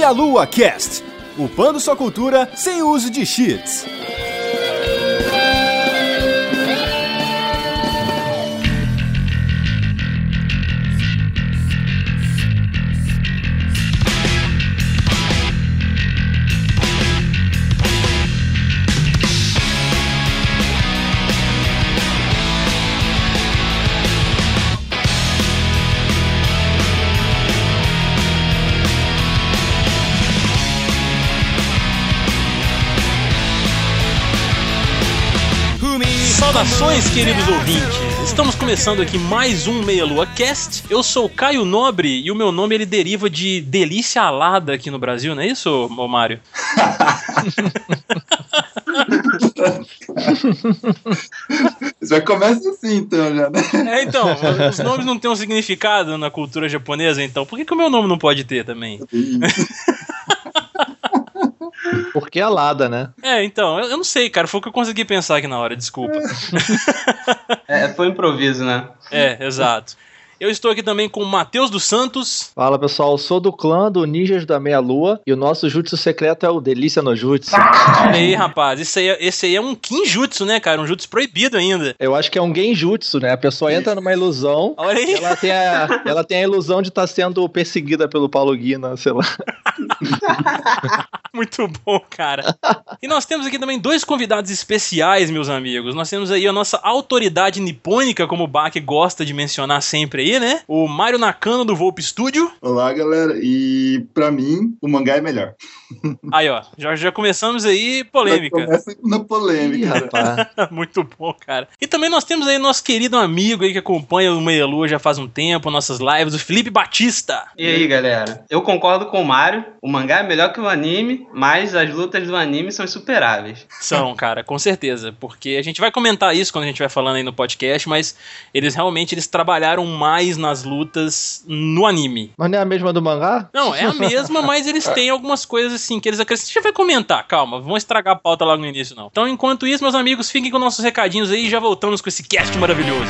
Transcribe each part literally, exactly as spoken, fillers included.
Meia Lua Cast, upando sua cultura sem uso de cheats. Saudações, queridos ouvintes! Estamos começando aqui mais um Meia Lua Cast. Eu sou o Caio Nobre e o meu nome ele deriva de delícia alada aqui no Brasil, não é isso, ô Mário? Já começa assim, então, já, né? É, então, os nomes não têm um significado na cultura japonesa, então por que, que o meu nome não pode ter também? Porque é alada, né? É, então, eu, eu não sei, cara, foi o que eu consegui pensar aqui na hora, desculpa. É, foi improviso, né? É, exato. Eu estou aqui também com o Matheus dos Santos. Fala, pessoal, eu sou do clã do Ninjas da Meia Lua e o nosso jutsu secreto é o Delícia no Jutsu. Olha aí, rapaz, esse aí, esse aí é um Kinjutsu, né, cara? Um jutsu proibido ainda. Eu acho que é um Genjutsu, né? A pessoa entra numa ilusão. Olha aí. Ela tem a, ela tem a ilusão de estar sendo perseguida pelo Paulo Guina, sei lá. Muito bom, cara. E nós temos aqui também dois convidados especiais, meus amigos. Nós temos aí a nossa autoridade nipônica, como o Bach gosta de mencionar sempre aí, né? O Mário Nakano do Volpe Studio. Olá, galera. E pra mim, o mangá é melhor. Aí, ó. Já, já começamos aí polêmica. Já começa na polêmica. Ih, rapaz. Muito bom, cara. E também nós temos aí nosso querido amigo aí que acompanha o Meia Lua já faz um tempo, nossas lives, o Felipe Batista. E aí, galera? Eu concordo com o Mário. O mangá é melhor que o anime, mas as lutas do anime são insuperáveis. São, cara, com certeza. Porque a gente vai comentar isso quando a gente vai falando aí no podcast, mas eles realmente eles trabalharam mais nas lutas no anime. Mas não é a mesma do mangá? Não, é a mesma, mas eles têm algumas coisas assim que eles acrescentam. A gente vai comentar, calma, vamos estragar a pauta logo no início, não. Então, enquanto isso, meus amigos, fiquem com nossos recadinhos aí e já voltamos com esse cast maravilhoso.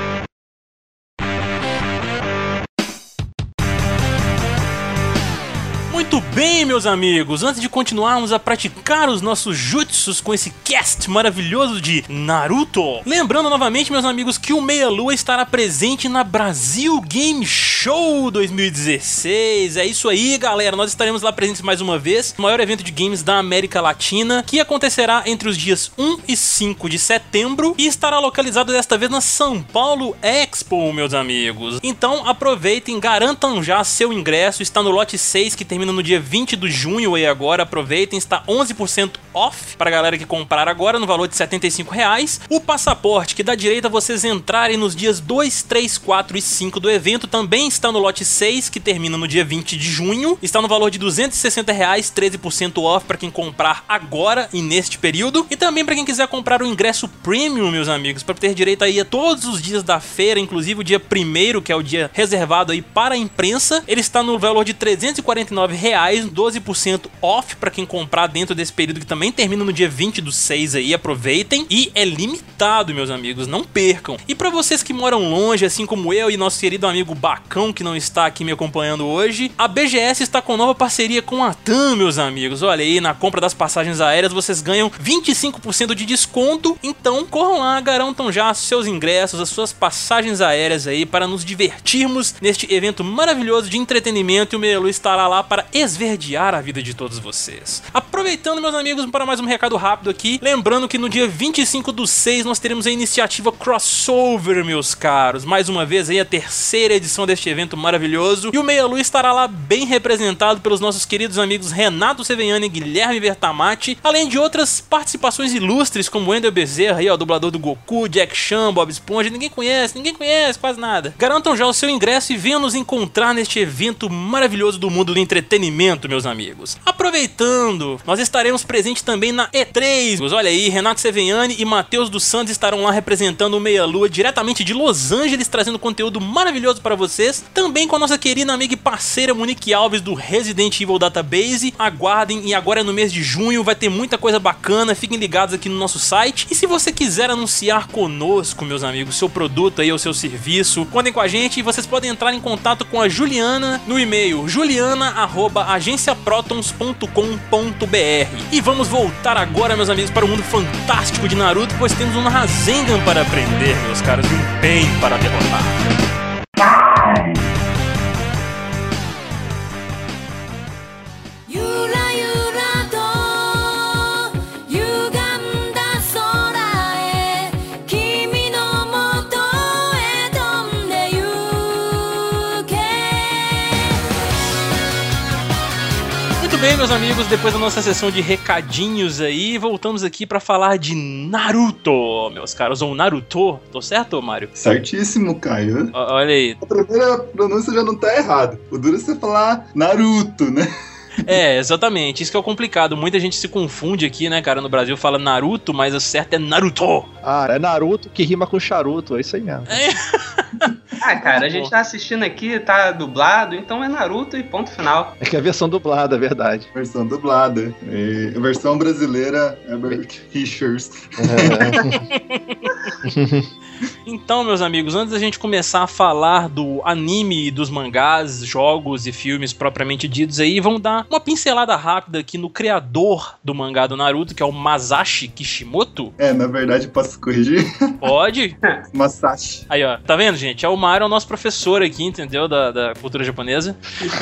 Muito bem, meus amigos, antes de continuarmos a praticar os nossos jutsus com esse cast maravilhoso de Naruto, lembrando novamente, meus amigos, que o Meia Lua estará presente na Brasil Game Show dois mil e dezesseis. É isso aí, galera, nós estaremos lá presentes mais uma vez, o maior evento de games da América Latina, que acontecerá entre os dias um e cinco de setembro e estará localizado desta vez na São Paulo Expo, meus amigos. Então aproveitem, garantam já seu ingresso, está no lote seis que termina no dia vinte de junho aí agora, aproveitem, está onze por cento off para a galera que comprar agora no valor de setenta e cinco reais. O passaporte que dá direito a vocês entrarem nos dias dois, três, quatro e cinco do evento também está no lote seis que termina no dia vinte de junho, está no valor de duzentos e sessenta reais, treze por cento off para quem comprar agora e neste período, e também para quem quiser comprar o ingresso premium, meus amigos, para ter direito aí a todos os dias da feira, inclusive o dia primeiro, que é o dia reservado aí para a imprensa, ele está no valor de trezentos e quarenta e nove reais, doze por cento off para quem comprar dentro desse período que também termina no dia vinte do seis aí, aproveitem, e é limitado, meus amigos, não percam. E para vocês que moram longe, assim como eu e nosso querido amigo Bacão, que não está aqui me acompanhando hoje, a B G S está com nova parceria com a TAM, meus amigos. Olha aí, na compra das passagens aéreas vocês ganham vinte e cinco por cento de desconto, então corram lá, garantam já seus ingressos, as suas passagens aéreas aí para nos divertirmos neste evento maravilhoso de entretenimento, e o Meia Lua estará lá para esverdear a vida de todos vocês. Aproveitando, meus amigos, para mais um recado rápido aqui, lembrando que no dia vinte e cinco do seis nós teremos a iniciativa Crossover, meus caros, mais uma vez aí a terceira edição deste evento maravilhoso, e o Meia Lua estará lá bem representado pelos nossos queridos amigos Renato Seveniani e Guilherme Vertamati, além de outras participações ilustres como Wendel Bezerra, aí, ó, dublador do Goku, Jack Chan, Bob Esponja, ninguém conhece, ninguém conhece, quase nada. Garantam já o seu ingresso e venham nos encontrar neste evento maravilhoso do mundo do entretenimento, meus amigos. Aproveitando, nós estaremos presentes também na E três. Olha aí, Renato Seveniani e Matheus dos Santos estarão lá representando o Meia Lua diretamente de Los Angeles, trazendo conteúdo maravilhoso para vocês. Também com a nossa querida amiga e parceira Monique Alves do Resident Evil Database. Aguardem, e agora no mês de junho vai ter muita coisa bacana, fiquem ligados aqui no nosso site. E se você quiser anunciar conosco, meus amigos, seu produto aí ou seu serviço, contem com a gente e vocês podem entrar em contato com a Juliana no e-mail juliana arroba agência protons ponto com ponto b r. E vamos voltar agora, meus amigos, para o mundo fantástico de Naruto, pois temos um Rasengan para aprender, meus caros, e um Pain para derrotar. Muito bem, meus amigos, depois da nossa sessão de recadinhos aí, voltamos aqui pra falar de Naruto, meus caros, ou Naruto, tô certo, Mário? Certíssimo, Caio. O- olha aí. A primeira pronúncia já não tá errado. O duro é você falar Naruto, né? É, exatamente, isso que é o complicado, muita gente se confunde aqui, né, cara, no Brasil fala Naruto, mas o certo é Naruto. Ah, é Naruto que rima com charuto, é isso aí mesmo. É. Ah, cara, a gente tá assistindo aqui, tá dublado, então é Naruto e ponto final. É que é a versão dublada, é verdade. Versão dublada. E a versão brasileira, Herbert Richards. Então, meus amigos, antes da gente começar a falar do anime, dos mangás, jogos e filmes propriamente ditos aí, vamos dar uma pincelada rápida aqui no criador do mangá do Naruto, que é o Masashi Kishimoto. É, na verdade, posso corrigir? Pode? Masashi. Aí, ó, tá vendo, gente? É o Mario, é o nosso professor aqui, entendeu? Da, da cultura japonesa.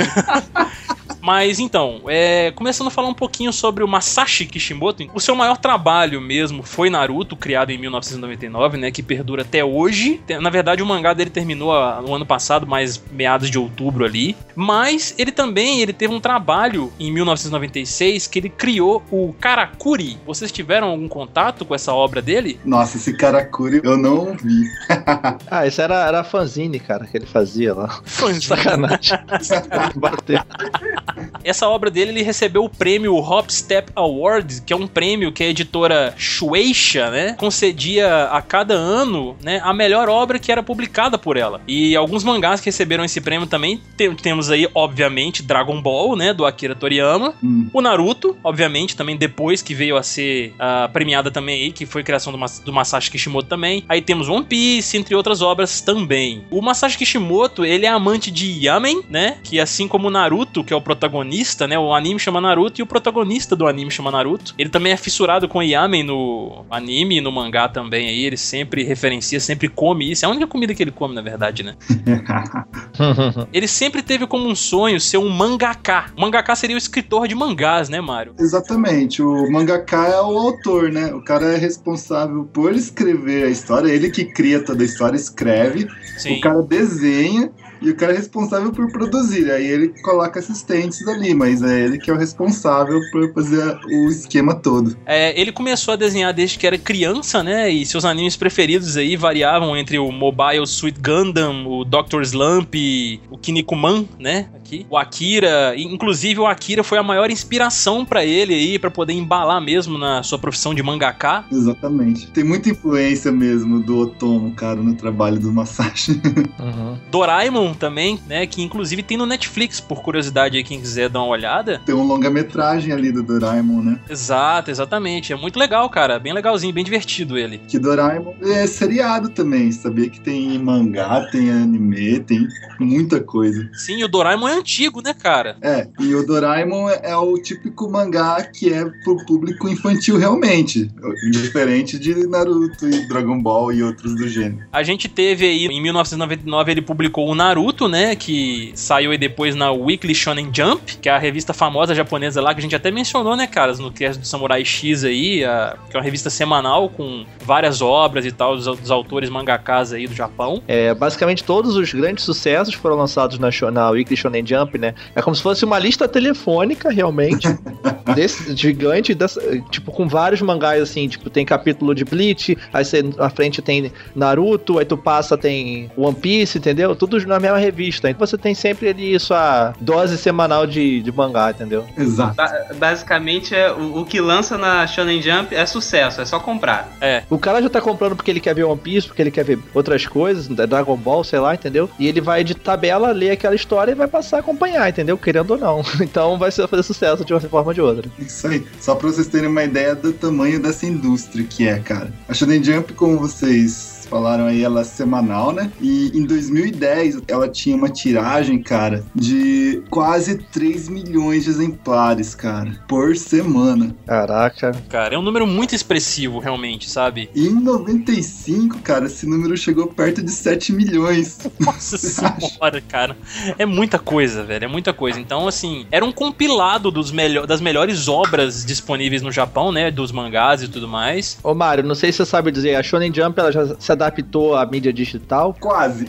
Mas então, é, começando a falar um pouquinho sobre o Masashi Kishimoto, o seu maior trabalho mesmo foi Naruto, criado em mil novecentos e noventa e nove, né, que perdura até hoje. Na verdade, o mangá dele terminou no ano passado, mais meados de outubro ali. Mas ele também ele teve um trabalho em mil novecentos e noventa e seis que ele criou o Karakuri. Vocês tiveram algum contato com essa obra dele? Nossa, esse Karakuri eu não vi. Ah, esse era, era a fanzine, cara, que ele fazia lá. Sacanagem. Bateu. Essa obra dele, ele recebeu o prêmio Hop Step Award, que é um prêmio que a editora Shueisha, né, concedia a cada ano, né, a melhor obra que era publicada por ela. E alguns mangás que receberam esse prêmio também, tem, temos aí, obviamente, Dragon Ball, né, do Akira Toriyama, Hum. o Naruto, obviamente, também depois que veio a ser uh, premiada também aí, que foi criação do, Mas- do Masashi Kishimoto também. Aí temos One Piece, entre outras obras também. O Masashi Kishimoto, ele é amante de Yamen, né, que assim como o Naruto, que é o protagonista, né, o anime chama Naruto e o protagonista do anime chama Naruto. Ele também é fissurado com Yamen no anime e no mangá também aí, ele sempre referencia, sempre come isso. É a única comida que ele come, na verdade, né? Ele sempre teve como um sonho ser um mangaka. O mangaka seria o escritor de mangás, né, Mário? Exatamente, o mangaka é o autor, né? O cara é responsável por escrever a história, ele que cria toda a história, escreve, Sim. o cara desenha e o cara é responsável por produzir. Aí ele coloca assistentes ali, mas é ele que é o responsável por fazer o esquema todo. É, ele começou a desenhar desde que era criança, né? E seus animes preferidos aí variavam entre o Mobile Suit Gundam, o doutor Slump, o Kinnikuman, né? Aqui. O Akira. Inclusive, o Akira foi a maior inspiração pra ele aí, pra poder embalar mesmo na sua profissão de mangaka. Exatamente. Tem muita influência mesmo do Otomo, cara, no trabalho do Masashi. Uhum. Doraemon também, né? Que inclusive tem no Netflix, por curiosidade aí, quem quiser dar uma olhada. Tem um longa-metragem ali do Doraemon, né? Exato, exatamente. É muito legal, cara. Bem legalzinho, bem divertido ele. Que Doraemon é seriado também. Sabia que tem mangá, tem anime, tem muita coisa. Sim, o Doraemon é antigo, né, cara? É, e o Doraemon é, é o típico mangá que é pro público infantil realmente. Diferente de Naruto e Dragon Ball e outros do gênero. A gente teve aí, em mil novecentos e noventa e nove, ele publicou o Naruto, né, que saiu aí depois na Weekly Shonen Jump, que é a revista famosa japonesa lá, que a gente até mencionou, né, caras, no cast do Samurai X aí, a, que é uma revista semanal com várias obras e tal, dos, dos autores mangakas aí do Japão. É, basicamente todos os grandes sucessos foram lançados na, na Weekly Shonen Jump, né? É como se fosse uma lista telefônica, realmente, desse, gigante, dessa, tipo, com vários mangás, assim, tipo, tem capítulo de Bleach, aí você, na frente tem Naruto, aí tu passa, tem One Piece, entendeu? Tudo na mesma revista. Então você tem sempre ali sua dose semanal de, de mangá, entendeu? Exato. Ba- basicamente, é, o, o que lança na Shonen Jump é sucesso, é só comprar. É. O cara já tá comprando porque ele quer ver One Piece, porque ele quer ver outras coisas, Dragon Ball, sei lá, entendeu? E ele vai de tabela ler aquela história e vai passar a acompanhar, entendeu? Querendo ou não. Então vai ser fazer sucesso de uma forma ou de outra. Isso aí. Só pra vocês terem uma ideia do tamanho dessa indústria que é, cara. A Shonen Jump, como vocês vocês falaram aí, ela é semanal, né? E em dois mil e dez ela tinha uma tiragem, cara, de quase três milhões de exemplares, cara, por semana. Caraca. Cara, é um número muito expressivo, realmente, sabe? E em noventa e cinco, cara, esse número chegou perto de sete milhões. Nossa senhora, cara. É muita coisa, velho, é muita coisa. Então, assim, era um compilado dos melhor, das melhores obras disponíveis no Japão, né, dos mangás e tudo mais. Ô Mário, não sei se você sabe dizer, a Shonen Jump ela já se adaptou à mídia digital? Quase.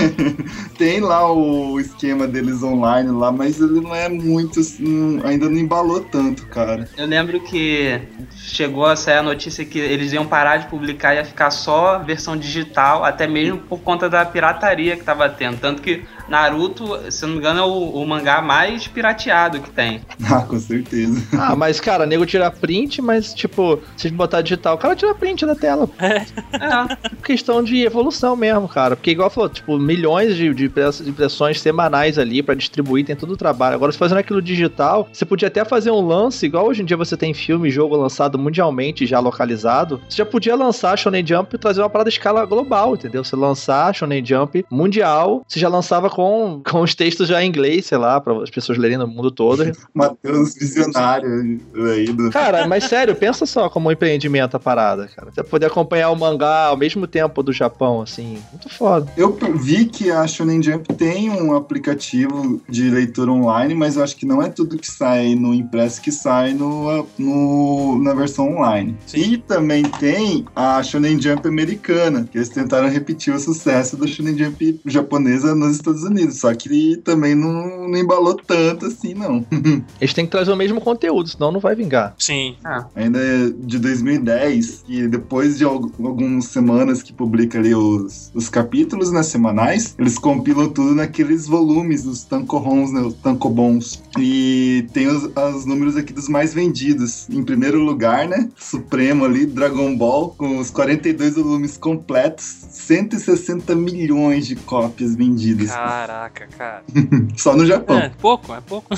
Tem lá o esquema deles online lá, mas ele não é muito, não, ainda não embalou tanto, cara. Eu lembro que chegou a sair a notícia que eles iam parar de publicar e ia ficar só versão digital, até mesmo por conta da pirataria que tava tendo. Tanto que Naruto, se não me engano, é o, o mangá mais pirateado que tem. Ah, com certeza. Ah, mas cara, nego tira print, mas tipo, se botar digital, o cara tira print da tela. É. É. Questão de evolução mesmo, cara. Porque igual falou, tipo, milhões de, de impressões semanais ali pra distribuir, tem todo o trabalho. Agora, se fazendo aquilo digital, você podia até fazer um lance, igual hoje em dia você tem filme e jogo lançado mundialmente, já localizado. Você já podia lançar Shonen Jump e trazer uma parada de escala global, entendeu? Você lançar Shonen Jump mundial, você já lançava com, com os textos já em inglês, sei lá, pra as pessoas lerem no mundo todo. Matheus visionário aí do... Cara, mas sério, pensa só como um empreendimento a parada, cara. Você poder acompanhar o mangá ao mesmo tempo do Japão, assim, muito foda. Eu vi que a Shonen Jump tem um aplicativo de leitura online, mas eu acho que não é tudo que sai no impresso que sai no, no, na versão online. Sim. E também tem a Shonen Jump americana, que eles tentaram repetir o sucesso da Shonen Jump japonesa nos Estados Unidos, só que também não, não embalou tanto assim, não. Eles têm que trazer o mesmo conteúdo, senão não vai vingar. Sim. Ah. Ainda é de dois mil e dez, e depois de al- algumas semanas que publica ali os, os capítulos, né, semanais, eles compilam tudo naqueles volumes, os tankobons, né, os tankobons. E tem os, os números aqui dos mais vendidos. Em primeiro lugar, né, Supremo ali, Dragon Ball, com os quarenta e dois volumes completos, cento e sessenta milhões de cópias vendidas. Caraca, cara. Só no Japão. É pouco, é pouco.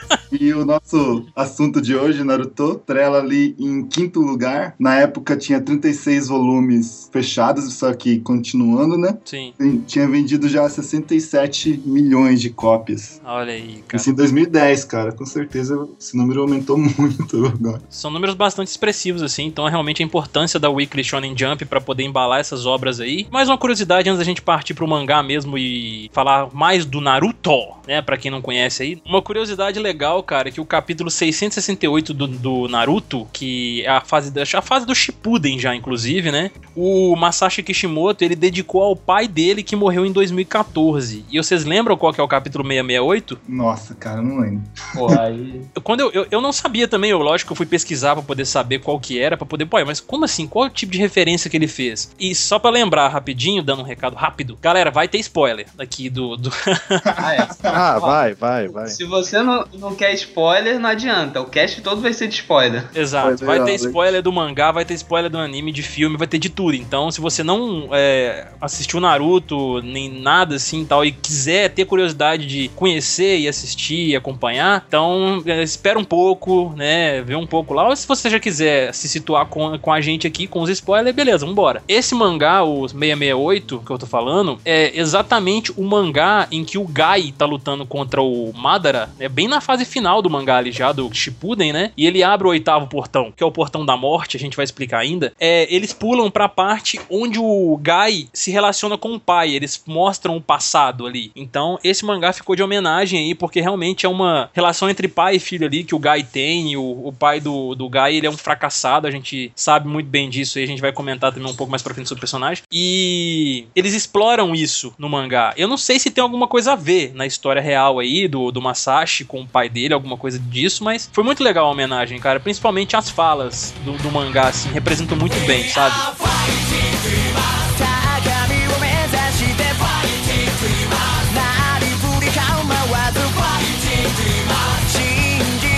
E o nosso assunto de hoje, Naruto, trela ali em quinto lugar. Na época tinha trinta e seis volumes fechados, só que continuando, né? Sim. Tinha vendido já sessenta e sete milhões de cópias. Olha aí, cara. Isso em dois mil e dez, cara. Com certeza esse número aumentou muito agora. São números bastante expressivos, assim, então realmente a importância da Weekly Shonen Jump pra poder embalar essas obras aí. Mais uma curiosidade antes da gente partir pro mangá mesmo e falar mais do Naruto, né, pra quem não conhece aí. Uma curiosidade legal, cara, é que o capítulo seiscentos e sessenta e oito do, do Naruto, que é a fase, da, a fase do Shippuden já, inclusive, né, o Masashi Kishimoto, ele dedicou ao pai dele que morreu em dois mil e quatorze. E vocês lembram qual que é o capítulo seiscentos e sessenta e oito? Nossa, cara, não lembro. Pô, aí... Quando eu, eu, eu não sabia também, eu, lógico que eu fui pesquisar pra poder saber qual que era, pra poder, pô, mas como assim? Qual é o tipo de referência que ele fez? E só pra lembrar rapidinho, dando um recado rápido, galera, vai ter spoiler aqui do... do... Ah, é. Ah, vai, vai, vai. Se você não, não quer spoiler, não adianta. O cast todo vai ser de spoiler. Exato, vai ter Alex. spoiler do mangá, vai ter spoiler do anime, de filme, vai ter de tudo. Então, se você não é, assistiu Naruto, nem nada assim tal, e quiser ter curiosidade de conhecer e assistir e acompanhar, então é, espera um pouco, né, vê um pouco lá. Ou se você já quiser se situar com, com a gente aqui, com os spoilers, beleza, vambora. Esse mangá, o seiscentos e sessenta e oito, que eu tô falando, é exatamente o mangá em que o Gai tá lutando contra o Madara, é bem na fase final do mangá ali já, do Shippuden, né? E ele abre o oitavo portão, que é o portão da morte, a gente vai explicar ainda. É, eles pulam pra parte onde o Gai se relaciona com o pai, eles mostram o passado ali. Então, esse mangá ficou de homenagem aí, porque realmente é uma relação entre pai e filho ali, que o Gai tem, e o, o pai do, do Gai, ele é um fracassado, a gente sabe muito bem disso, e a gente vai comentar também um pouco mais pra frente sobre o personagem. E eles exploram isso no mangá. Eu não sei se tem alguma coisa a ver na história real aí, do, do Masashi com o pai dele, alguma coisa disso, mas foi muito legal a homenagem, cara. Principalmente as falas do, do mangá, assim, representam muito bem, sabe?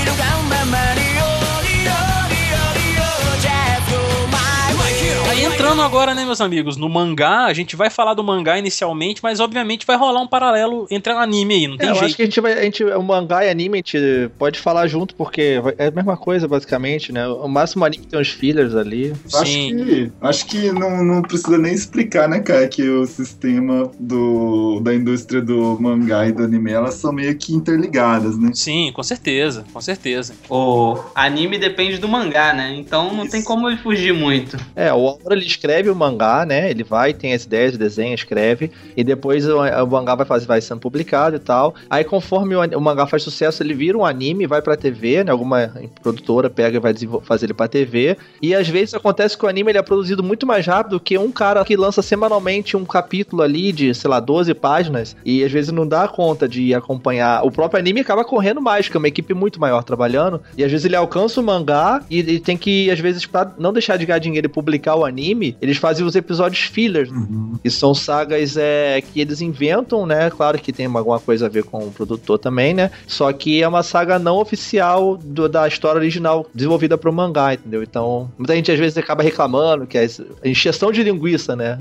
Aí entrando Entrando agora, né, meus amigos, no mangá, a gente vai falar do mangá inicialmente, mas obviamente vai rolar um paralelo entre o anime aí, não tem é, eu jeito. acho que a gente vai, a gente, o mangá e anime a gente pode falar junto, porque é a mesma coisa, basicamente, né? O máximo anime tem uns fillers ali. Acho Sim. que, acho que não, não precisa nem explicar, né, cara, que o sistema do, da indústria do mangá e do anime, elas são meio que interligadas, né? Sim, com certeza, com certeza. O anime depende do mangá, né? Então não Isso. tem como ele fugir muito. É, o autor ele escreve o mangá, né? Ele vai, tem as ideias, desenha, escreve, e depois o, o mangá vai, fazer, vai sendo publicado e tal. Aí conforme o, o mangá faz sucesso, ele vira um anime, vai pra T V, né? Alguma produtora pega e vai fazer ele pra T V. E às vezes acontece que o anime ele é produzido muito mais rápido que um cara que lança semanalmente um capítulo ali de, sei lá, doze páginas, e às vezes não dá conta de acompanhar. O próprio anime acaba correndo mais, que é uma equipe muito maior trabalhando, e às vezes ele alcança o mangá e ele tem que, às vezes, pra não deixar de ganhar dinheiro e publicar o anime, eles fazem os episódios fillers, Uhum. que são sagas é, que eles inventam, né? Claro que tem alguma coisa a ver com o produtor também, né? Só que é uma saga não oficial do, da história original, desenvolvida pro mangá, entendeu? Então, muita gente às vezes acaba reclamando que é encheção de linguiça, né?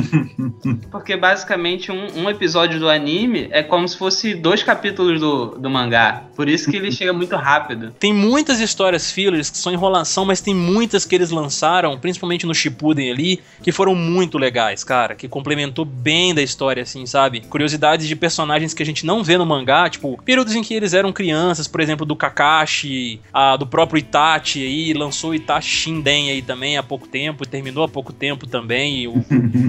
Porque basicamente um, um episódio do anime é como se fosse dois capítulos do, do mangá. Por isso que ele chega muito rápido. Tem muitas histórias fillers que são enrolação, mas tem muitas que eles lançaram, principalmente no Shippuden ali, que foram muito legais, cara, que complementou bem da história, assim, sabe? Curiosidades de personagens que a gente não vê no mangá, tipo, períodos em que eles eram crianças, por exemplo, do Kakashi, a, do próprio Itachi aí, lançou o Itachi Shinden aí também há pouco tempo, terminou há pouco tempo também, e o,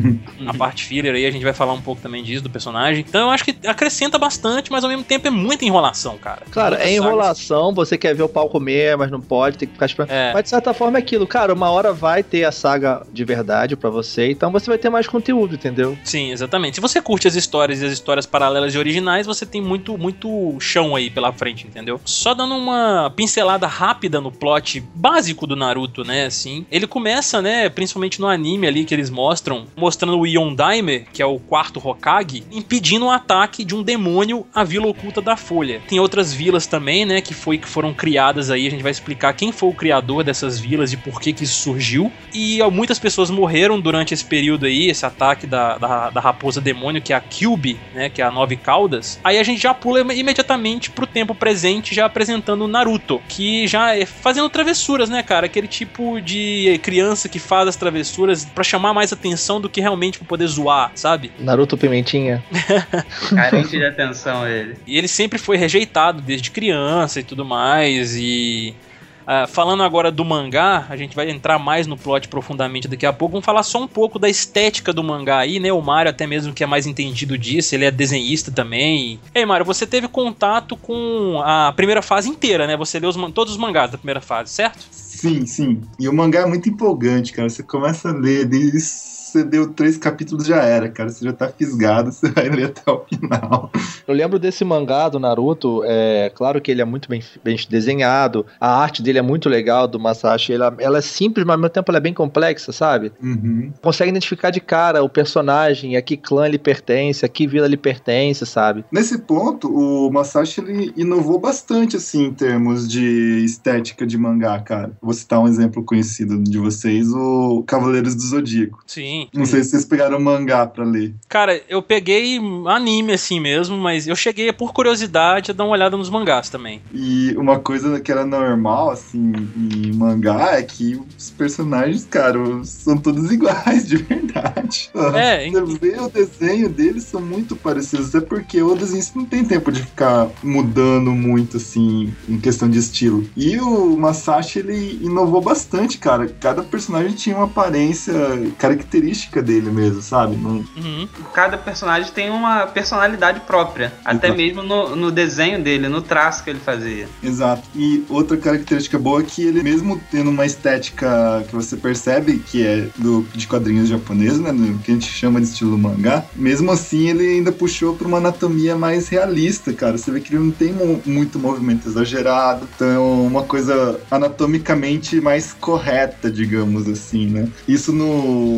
a parte filler aí a gente vai falar um pouco também disso, do personagem. Então eu acho que acrescenta bastante, mas ao mesmo tempo é muita enrolação, cara. Claro, Muitas é sagas. enrolação, você quer ver o pau comer, mas não pode, tem que ficar esperando. É. Mas de certa forma é aquilo, cara, uma hora vai ter a saga de verdade pra você, então você vai ter mais conteúdo, entendeu? Sim, exatamente. Se você curte as histórias e as histórias paralelas e originais, você tem muito, muito chão aí pela frente, entendeu? Só dando uma pincelada rápida no plot básico do Naruto, né, assim. Ele começa, né, principalmente no anime ali que eles mostram, mostrando o Yondaime, que é o quarto Hokage, impedindo o ataque de um demônio à Vila Oculta da Folha. Tem outras vilas também, né, que, foi, que foram criadas aí, a gente vai explicar quem foi o criador dessas vilas e por que que isso surgiu. E ó, muitas pessoas morreram durante esse período aí, esse ataque da, da, da raposa demônio, que é a Kyuubi, né, que é a Nove Caudas. Aí a gente já pula imediatamente pro tempo presente, já apresentando o Naruto, que já é fazendo travessuras, né, cara? Aquele tipo de criança que faz as travessuras pra chamar mais atenção do que realmente pra poder zoar, sabe? Naruto Pimentinha. Carente de atenção ele. E ele sempre foi rejeitado desde criança e tudo mais, e... Uh, falando agora do mangá, a gente vai entrar mais no plot profundamente daqui a pouco. Vamos falar só um pouco da estética do mangá aí, né? O Mário até mesmo que é mais entendido disso, ele é desenhista também. E aí, Mário, você teve contato com a primeira fase inteira, né? Você leu os, todos os mangás da primeira fase, certo? Sim, sim. E o mangá é muito empolgante, cara. Você começa a ler desde... Você deu três capítulos, já era, cara. Você já tá fisgado, você vai ler até o final. Eu lembro desse mangá do Naruto, é claro que ele é muito bem, bem desenhado, a arte dele é muito legal, do Masashi, ela, ela é simples, mas ao mesmo tempo ela é bem complexa, sabe? Uhum. Consegue identificar de cara o personagem, a que clã ele pertence, a que vila ele pertence, sabe? Nesse ponto, o Masashi ele inovou bastante, assim, em termos de estética de mangá, cara. Vou citar um exemplo conhecido de vocês, o Cavaleiros do Zodíaco. Sim. Não sei se vocês pegaram mangá pra ler. Cara, eu peguei anime assim mesmo, mas eu cheguei por curiosidade a dar uma olhada nos mangás também. E uma coisa que era normal, assim, em mangá é que os personagens, cara, são todos iguais, de verdade. É, Você vê o desenho deles, são muito parecidos, até porque o desenho não tem tempo de ficar mudando muito, assim, em questão de estilo. E o Masashi, ele inovou bastante, cara. Cada personagem tinha uma aparência característica dele mesmo, sabe? Não... Uhum. Cada personagem tem uma personalidade própria. Até Exato. mesmo no, no desenho dele, no traço que ele fazia. Exato. E outra característica boa é que ele, mesmo tendo uma estética que você percebe que é do, de quadrinhos japoneses, né? Do, que a gente chama de estilo mangá, mesmo assim ele ainda puxou pra uma anatomia mais realista, cara. Você vê que ele não tem mo- muito movimento exagerado, então uma coisa anatomicamente mais correta, digamos assim, né? Isso no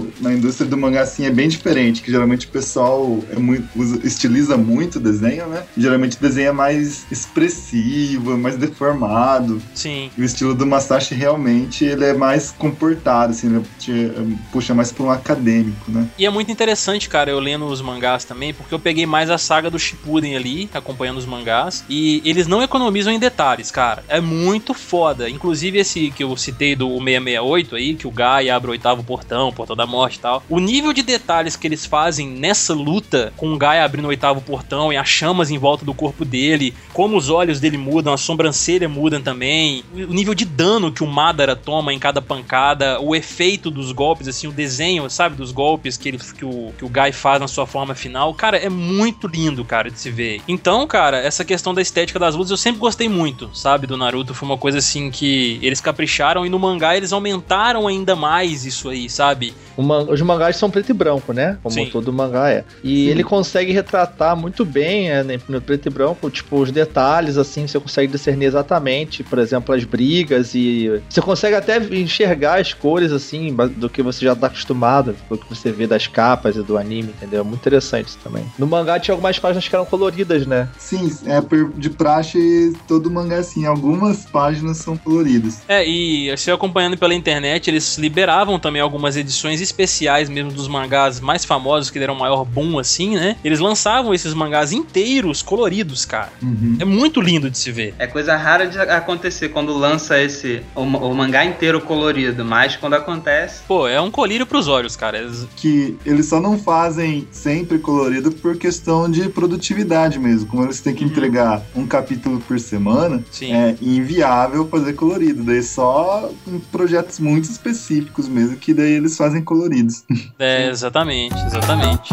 no, na indústria do mangá, assim, é bem diferente, que geralmente o pessoal é muito, usa, estiliza muito o desenho, né? Geralmente o desenho é mais expressivo, mais deformado. Sim. E o estilo do Masashi, realmente, ele é mais comportado, assim, ele te, puxa mais para um acadêmico, né? E é muito interessante, cara, eu lendo os mangás também, porque eu peguei mais a saga do Shippuden ali, acompanhando os mangás, e eles não economizam em detalhes, cara. É muito foda. Inclusive esse que eu citei do seiscentos e sessenta e oito aí, que o Gai abre o oitavo portão, o portão da morte e tal. O nível de detalhes que eles fazem nessa luta, com o Gai abrindo o oitavo portão e as chamas em volta do corpo dele, como os olhos dele mudam, a sobrancelha mudam também, o nível de dano que o Madara toma em cada pancada, o efeito dos golpes, assim, o desenho, sabe, dos golpes que, ele, que, o, que o Gai faz na sua forma final, cara, é muito lindo, cara, de se ver. Então, cara, essa questão da estética das lutas eu sempre gostei muito, sabe, do Naruto, foi uma coisa assim que eles capricharam e no mangá eles aumentaram ainda mais isso aí, sabe? Man- os mangás são preto e branco, né? Como Sim. todo mangá é. E Sim. ele consegue retratar muito bem, né, no preto e branco, tipo, os detalhes, assim, você consegue discernir exatamente, por exemplo, as brigas e... Você consegue até enxergar as cores, assim, do que você já tá acostumado, do que você vê das capas e do anime, entendeu? Muito interessante isso também. No mangá tinha algumas páginas que eram coloridas, né? Sim, é de praxe todo mangá assim, algumas páginas são coloridas. É, e você acompanhando pela internet, eles liberavam também algumas edições especiais mesmo dos mangás mais famosos, que deram um maior boom assim, né? Eles lançavam esses mangás inteiros coloridos, cara. Uhum. É muito lindo de se ver. É coisa rara de acontecer quando lança esse o, o mangá inteiro colorido, mas quando acontece... Pô, é um colírio pros olhos, cara. Eles... Que eles só não fazem sempre colorido por questão de produtividade mesmo. Como eles têm que uhum. entregar um capítulo por semana, Sim. é inviável fazer colorido. Daí só em projetos muito específicos mesmo, que daí eles fazem coloridos. É, exatamente, exatamente.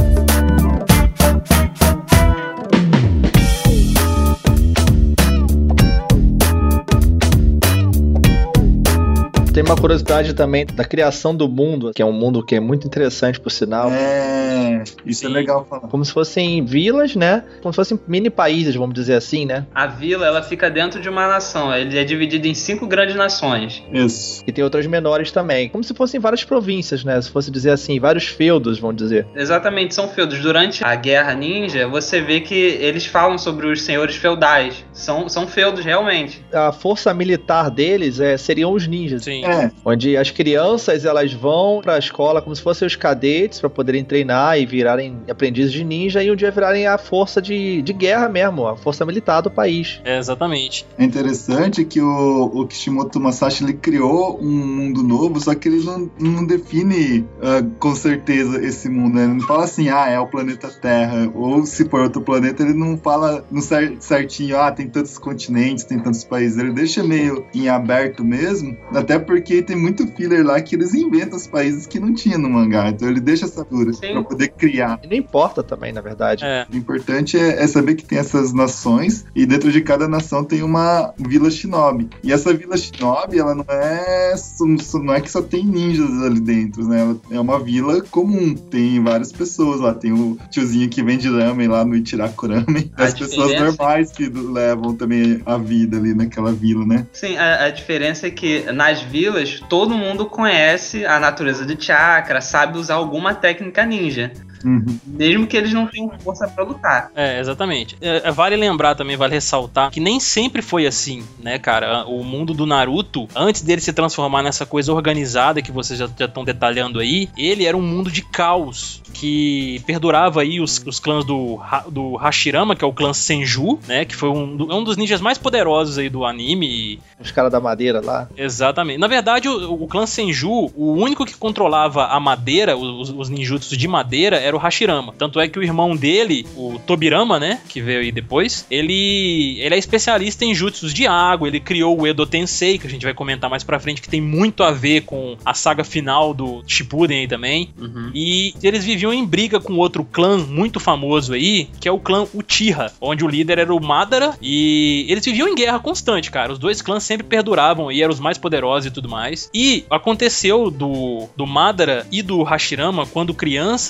Tem uma curiosidade também da criação do mundo, que é um mundo que é muito interessante, por sinal. É, isso Sim. é legal falar. Como se fossem vilas, né? Como se fossem mini países, vamos dizer assim, né? A vila, ela fica dentro de uma nação. Ele é dividido em cinco grandes nações. Isso. E tem outras menores também. Como se fossem várias províncias, né? Se fosse dizer assim, vários feudos, vamos dizer. Exatamente, são feudos. Durante a Guerra Ninja, você vê que eles falam sobre os senhores feudais. São, são feudos, realmente. A força militar deles é, seriam os ninjas. Sim. É. Onde as crianças, elas vão pra escola como se fossem os cadetes para poderem treinar e virarem aprendizes de ninja e um dia virarem a força de, de guerra mesmo, a força militar do país. É, exatamente. É interessante que o, o Kishimoto Masashi, ele criou um mundo novo, só que ele não, não define uh, com certeza esse mundo, né? Ele não fala assim, ah, é o planeta Terra, ou se for outro planeta, ele não fala no certinho, ah, tem tantos continentes, tem tantos países, ele deixa meio em aberto mesmo, até porque tem muito filler lá que eles inventam os países que não tinha no mangá, então ele deixa essa dura pra poder criar. E não importa também, na verdade. É. O importante é, é saber que tem essas nações e dentro de cada nação tem uma vila shinobi. E essa vila shinobi, ela não é, não é que só tem ninjas ali dentro, né? Ela é uma vila comum, tem várias pessoas lá, tem o tiozinho que vende ramen lá no Ichiraku Ramen, as pessoas normais que levam também a vida ali naquela vila, né? Sim, a, a diferença é que nas vilas todo mundo conhece a natureza de chakra, sabe usar alguma técnica ninja. Uhum. Mesmo que eles não tenham força pra lutar. É, exatamente. É, vale lembrar também, vale ressaltar que nem sempre foi assim, né, cara? O mundo do Naruto, antes dele se transformar nessa coisa organizada que vocês já estão detalhando aí, ele era um mundo de caos que perdurava aí os, os clãs do, do Hashirama, que é o clã Senju, né? Que foi um, um dos ninjas mais poderosos aí do anime. Os caras da madeira lá. Exatamente. Na verdade, o, o clã Senju, o único que controlava a madeira, os, os ninjutsus de madeira, era o Hashirama. Tanto é que o irmão dele, o Tobirama, né, que veio aí depois, ele, ele é especialista em jutsus de água, ele criou o Edo Tensei, que a gente vai comentar mais pra frente, que tem muito a ver com a saga final do Shippuden aí também. Uhum. E eles viviam em briga com outro clã muito famoso aí, que é o clã Uchiha, onde o líder era o Madara, e eles viviam em guerra constante, cara. Os dois clãs sempre perduravam e eram os mais poderosos e tudo mais. E aconteceu do, do Madara e do Hashirama, quando crianças, se tornaram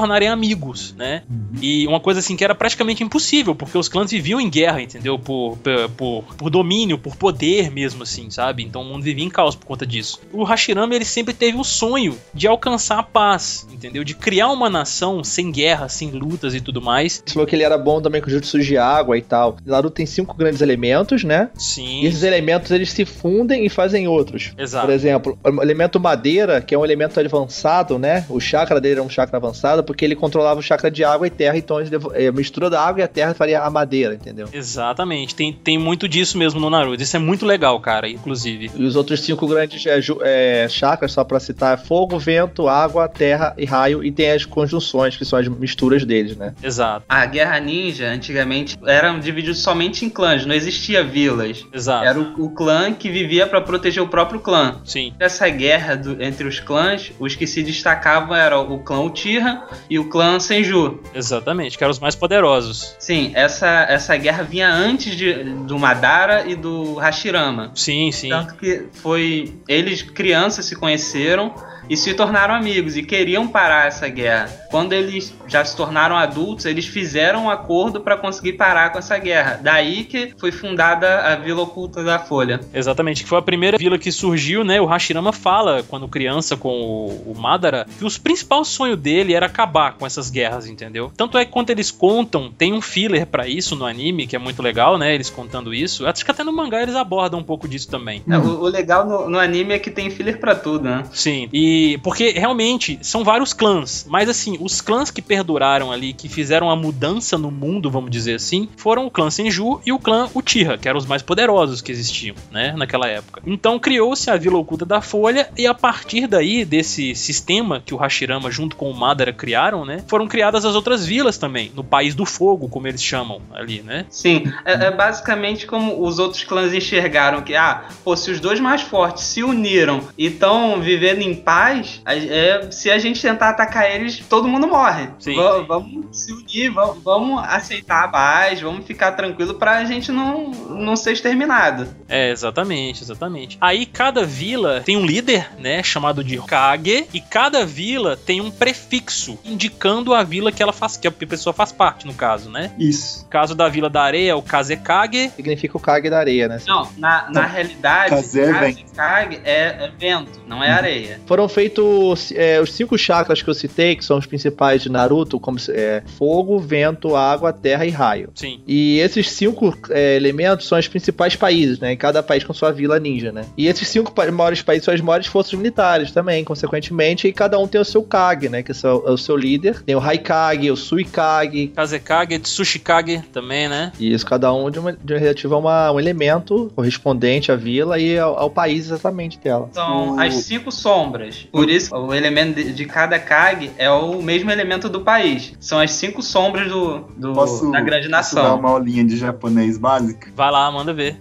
tornarem amigos, né? E uma coisa assim que era praticamente impossível, porque os clãs viviam em guerra, entendeu? Por, por, por domínio, por poder mesmo, assim, sabe? Então o mundo vivia em caos por conta disso. O Hashirama, ele sempre teve o sonho de alcançar a paz, entendeu? De criar uma nação sem guerra, sem lutas e tudo mais. Você falou que ele era bom também com jutsu de água e tal. Naruto tem cinco grandes elementos, né? Sim. E esses elementos, eles se fundem e fazem outros. Exato. Por exemplo, o elemento madeira, que é um elemento avançado, né? O chakra dele era um chakra avançado, porque ele controlava o chakra de água e terra, então a mistura da água e a terra faria a madeira, entendeu? Exatamente. Tem, tem muito disso mesmo no Naruto. Isso é muito legal, cara, inclusive. E os outros cinco grandes é, é, chakras, só pra citar, é fogo, vento, água, terra e raio, e tem as conjunções, que são as misturas deles, né? Exato. A Guerra Ninja, antigamente, era dividido somente em clãs, não existia vilas. Exato. Era o, o clã que vivia pra proteger o próprio clã. Sim. Nessa guerra do, entre os clãs, os que se destacavam eram o clã Uchiha e o clã Senju. Exatamente, que eram os mais poderosos. Sim, essa, essa guerra vinha antes de, do Madara e do Hashirama. Sim, sim. Tanto que foi... Eles, crianças, se conheceram e se tornaram amigos e queriam parar essa guerra. Quando eles já se tornaram adultos, eles fizeram um acordo para conseguir parar com essa guerra. Daí que foi fundada a Vila Oculta da Folha. Exatamente, que foi a primeira vila que surgiu, né? O Hashirama fala, quando criança, com o, o Madara, que o principal sonho dele era acabar com essas guerras, entendeu? Tanto é que quando eles contam, tem um filler pra isso no anime, que é muito legal, né? Eles contando isso. Acho que até no mangá eles abordam um pouco disso também. É, o, o legal no, no anime é que tem filler pra tudo, né? Sim, e porque realmente são vários clãs, mas assim, os clãs que perduraram ali, que fizeram a mudança no mundo, vamos dizer assim, foram o clã Senju e o clã Uchiha, que eram os mais poderosos que existiam, né, naquela época. Então criou-se a Vila Oculta da Folha, e a partir daí, desse sistema que o Hashirama junto com o Madara criaram, né, foram criadas as outras vilas também, no País do Fogo, como eles chamam ali, né? Sim, é, é basicamente como os outros clãs enxergaram que, ah, pô, se os dois mais fortes se uniram e estão vivendo em paz, é, se a gente tentar atacar eles, todo mundo morre. Sim, v- sim. Vamos se unir, vamos, vamos aceitar a paz, vamos ficar tranquilo pra gente não, não ser exterminado. É, exatamente, exatamente. Aí cada vila tem um líder, né, chamado de Kage, e cada vila tem um prefixo indicando a vila que ela faz, que a pessoa faz parte, no caso, né? Isso. No caso da Vila da Areia, é o Kazekage. Significa o Kage da areia, né? Não, na, na realidade, Kaze é vento. Kage é, é vento, não é areia. Foram feitos é, os cinco chakras que eu citei, que são os principais de Naruto, como é, fogo, vento, água, terra e raio. Sim. E esses cinco é, elementos são os principais países, né? Cada país com sua vila ninja, né? E esses cinco pa- maiores países são as maiores forças militares também, consequentemente, e cada um tem o seu Kage, né? Que é o seu, é o seu líder. Tem o Haikage, o Suikage. Kazekage, Tsushikage também, né? E isso, cada um de, uma, de relativo a uma, um elemento correspondente à vila e ao, ao país exatamente dela. São O- as cinco sombras. Por isso, o elemento de, de cada Kage é o mesmo elemento do país. São as cinco sombras do, do- Posso, da grande posso dar nação. uma aulinha de japonês básica? Vai lá, manda ver.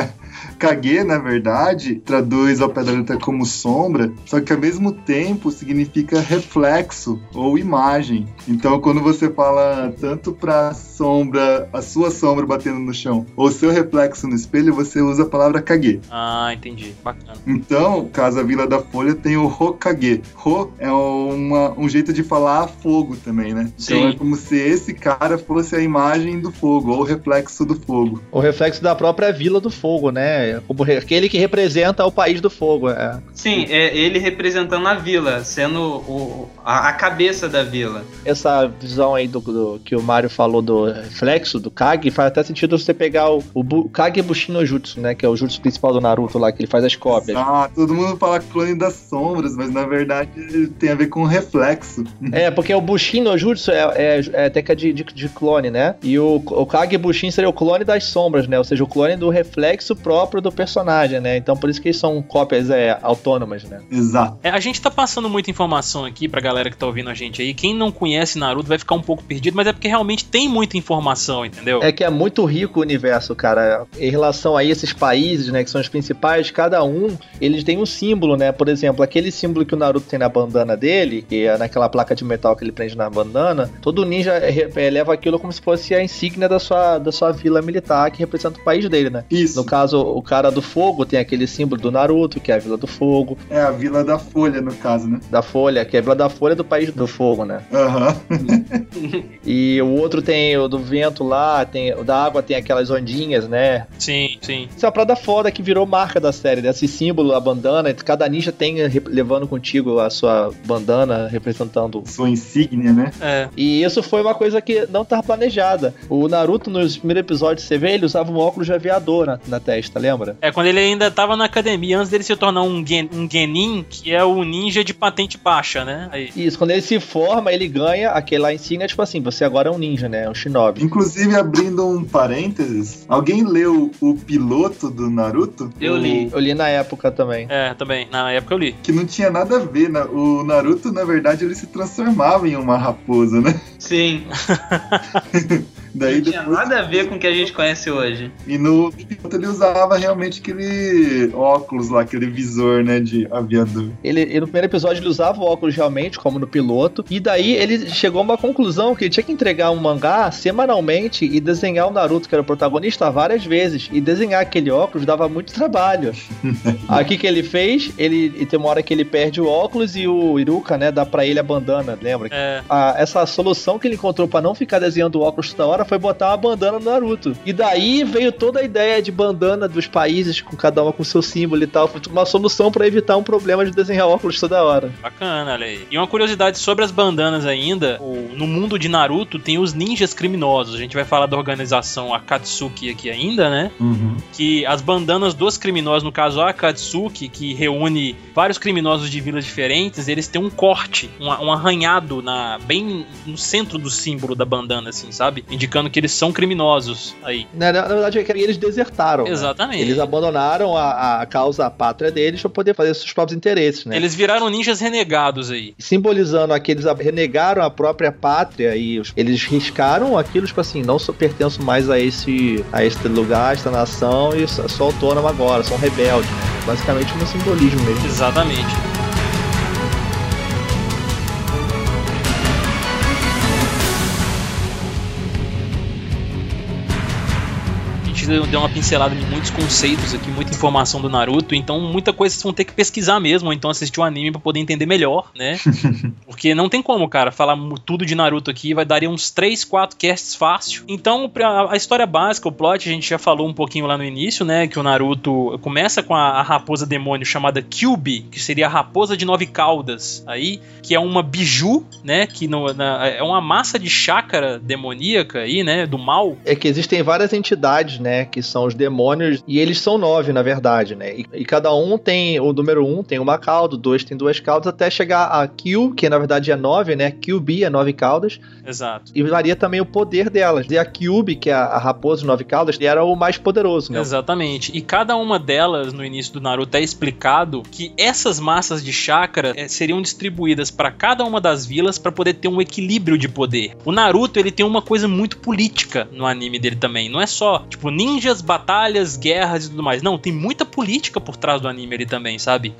Kage, na verdade, traduz ao pé da letra como sombra, só que ao mesmo tempo significa reflexo ou imagem. Então, quando você fala tanto pra sombra, a sua sombra batendo no chão, ou seu reflexo no espelho, você usa a palavra Kage. Ah, entendi. Bacana. Então, caso a Vila da Folha tem o Hokage. Ho é uma, um jeito de falar fogo também, né? Sim. Então é como se esse cara fosse a imagem do fogo, ou o reflexo do fogo. O reflexo da própria Vila do Fogo, né? Como re- aquele que representa o país do fogo. É. Sim, é ele representando a vila, sendo o, a, a cabeça da vila. Essa visão aí do, do- que o Mario falou do reflexo, do Kage, faz até sentido você pegar o, o Bu- Kage Bushin no Jutsu, né? Que é o jutsu principal do Naruto lá, que ele faz as cópias. Ah, todo mundo fala clone das sombras, mas na verdade tem a ver com reflexo. É, porque o Bushin no Jutsu é, é, é técnica de, de, de clone, né? E o, o Kage Bushin seria o clone das sombras, né? Ou seja, o clone do reflexo próprio do personagem, né? Então por isso que eles são cópias é, autônomas, né? Exato. É, a gente tá passando muita informação aqui pra galera que tá ouvindo a gente aí. Quem não conhece Naruto vai ficar um pouco perdido, mas é porque realmente tem muita informação, entendeu? É que é muito rico o universo, cara. Em relação a esses países, né, que são os principais, cada um, eles têm um símbolo, né? Por exemplo, aquele símbolo que o Naruto tem na bandana dele, que é naquela placa de metal que ele prende na bandana, todo ninja é, é, leva aquilo como se fosse a insígnia da sua, da sua vila militar que representa o país dele, né? Isso. No caso, o cara do fogo tem aquele símbolo do Naruto, que é a Vila do Fogo. É a Vila da Folha, no caso, né? Da Folha, que é a Vila da Folha do País do Fogo, né? Aham. Uhum. E o outro tem o do vento lá, tem o da água tem aquelas ondinhas, né? Sim, sim. Isso é uma parada foda que virou marca da série, né? Esse símbolo, a bandana, cada ninja tem levando contigo a sua bandana representando sua insígnia, né? É. E isso foi uma coisa que não estava planejada. O Naruto, nos primeiros episódios, você vê, ele usava um óculos de aviador na, na testa, lembra? É, quando ele ainda tava na academia, antes dele se tornar um, gen, um genin, que é o ninja de patente baixa, né? Aí. Isso, quando ele se forma, ele ganha aquele lá insígnia, tipo assim, você agora é um ninja, né? Um shinobi. Inclusive, abrindo um parênteses, alguém leu o piloto do Naruto? Eu li. Eu li na época também. É, também. Na época eu li. Que não tinha nada a ver, né? O Naruto, na verdade, ele se transformava em uma raposa, né? Sim. Daí não tinha depois... nada a ver com o que a gente conhece hoje. E no piloto ele usava realmente aquele óculos lá, aquele visor, né, de aviador. Ele, ele, no primeiro episódio ele usava o óculos realmente, como no piloto, e daí ele chegou a uma conclusão que ele tinha que entregar um mangá semanalmente e desenhar o Naruto, que era o protagonista, várias vezes. E desenhar aquele óculos dava muito trabalho. Aí o que que ele fez? Ele, e tem uma hora que ele perde o óculos e o Iruka, né, dá pra ele a bandana, lembra? É. A, essa solução que ele encontrou pra não ficar desenhando o óculos toda hora foi botar uma bandana no Naruto. E daí veio toda a ideia de bandana dos países, com cada uma com seu símbolo e tal. Foi uma solução pra evitar um problema de desenhar óculos toda hora. Bacana, olha aí. E uma curiosidade sobre as bandanas ainda, o, no mundo de Naruto tem os ninjas criminosos. A gente vai falar da organização Akatsuki aqui ainda, né? Uhum. Que as bandanas dos criminosos, no caso a Akatsuki, que reúne vários criminosos de vilas diferentes, eles têm um corte, um, um arranhado na, bem no centro do símbolo da bandana, assim, sabe? Indicando que eles são criminosos aí. Na, na verdade, é que eles desertaram. Exatamente. Né? Eles abandonaram a, a causa, a pátria deles pra poder fazer seus próprios interesses, né? Eles viraram ninjas renegados aí. Simbolizando aqueles renegaram a própria pátria e os, eles riscaram aquilo, tipo assim, não sou, pertenço mais a esse, a esse lugar, a esta nação e sou, sou autônomo agora, sou um rebelde, né? Basicamente um simbolismo mesmo. Exatamente. Deu uma pincelada em muitos conceitos aqui, muita informação do Naruto, então muita coisa vocês vão ter que pesquisar mesmo, ou então assistir o anime pra poder entender melhor, né? Porque não tem como, cara, falar tudo de Naruto aqui, vai dar uns três, quatro casts fácil. Então, a história básica, o plot, a gente já falou um pouquinho lá no início, né? Que o Naruto começa com a, a raposa demônio chamada Kyuubi, que seria a raposa de nove caudas, aí, que é uma biju, né? Que no, na, é uma massa de chácara demoníaca aí, né? Do mal. É que existem várias entidades, né? Que são os demônios, e eles são nove, na verdade, né? E, e cada um tem, o número um tem uma cauda, o dois tem duas caudas, até chegar a Kyu, que na verdade é nove, né? Kyuubi é nove caudas. Exato. E varia também o poder delas. E a Kyuubi, que é a, a raposa de nove caudas, era o mais poderoso, né? Exatamente. E cada uma delas, no início do Naruto, é explicado que essas massas de chakra é, seriam distribuídas para cada uma das vilas para poder ter um equilíbrio de poder. O Naruto, ele tem uma coisa muito política no anime dele também. Não é só, tipo, ninjas, batalhas, guerras e tudo mais. Não, tem muita política por trás do anime ali também, sabe?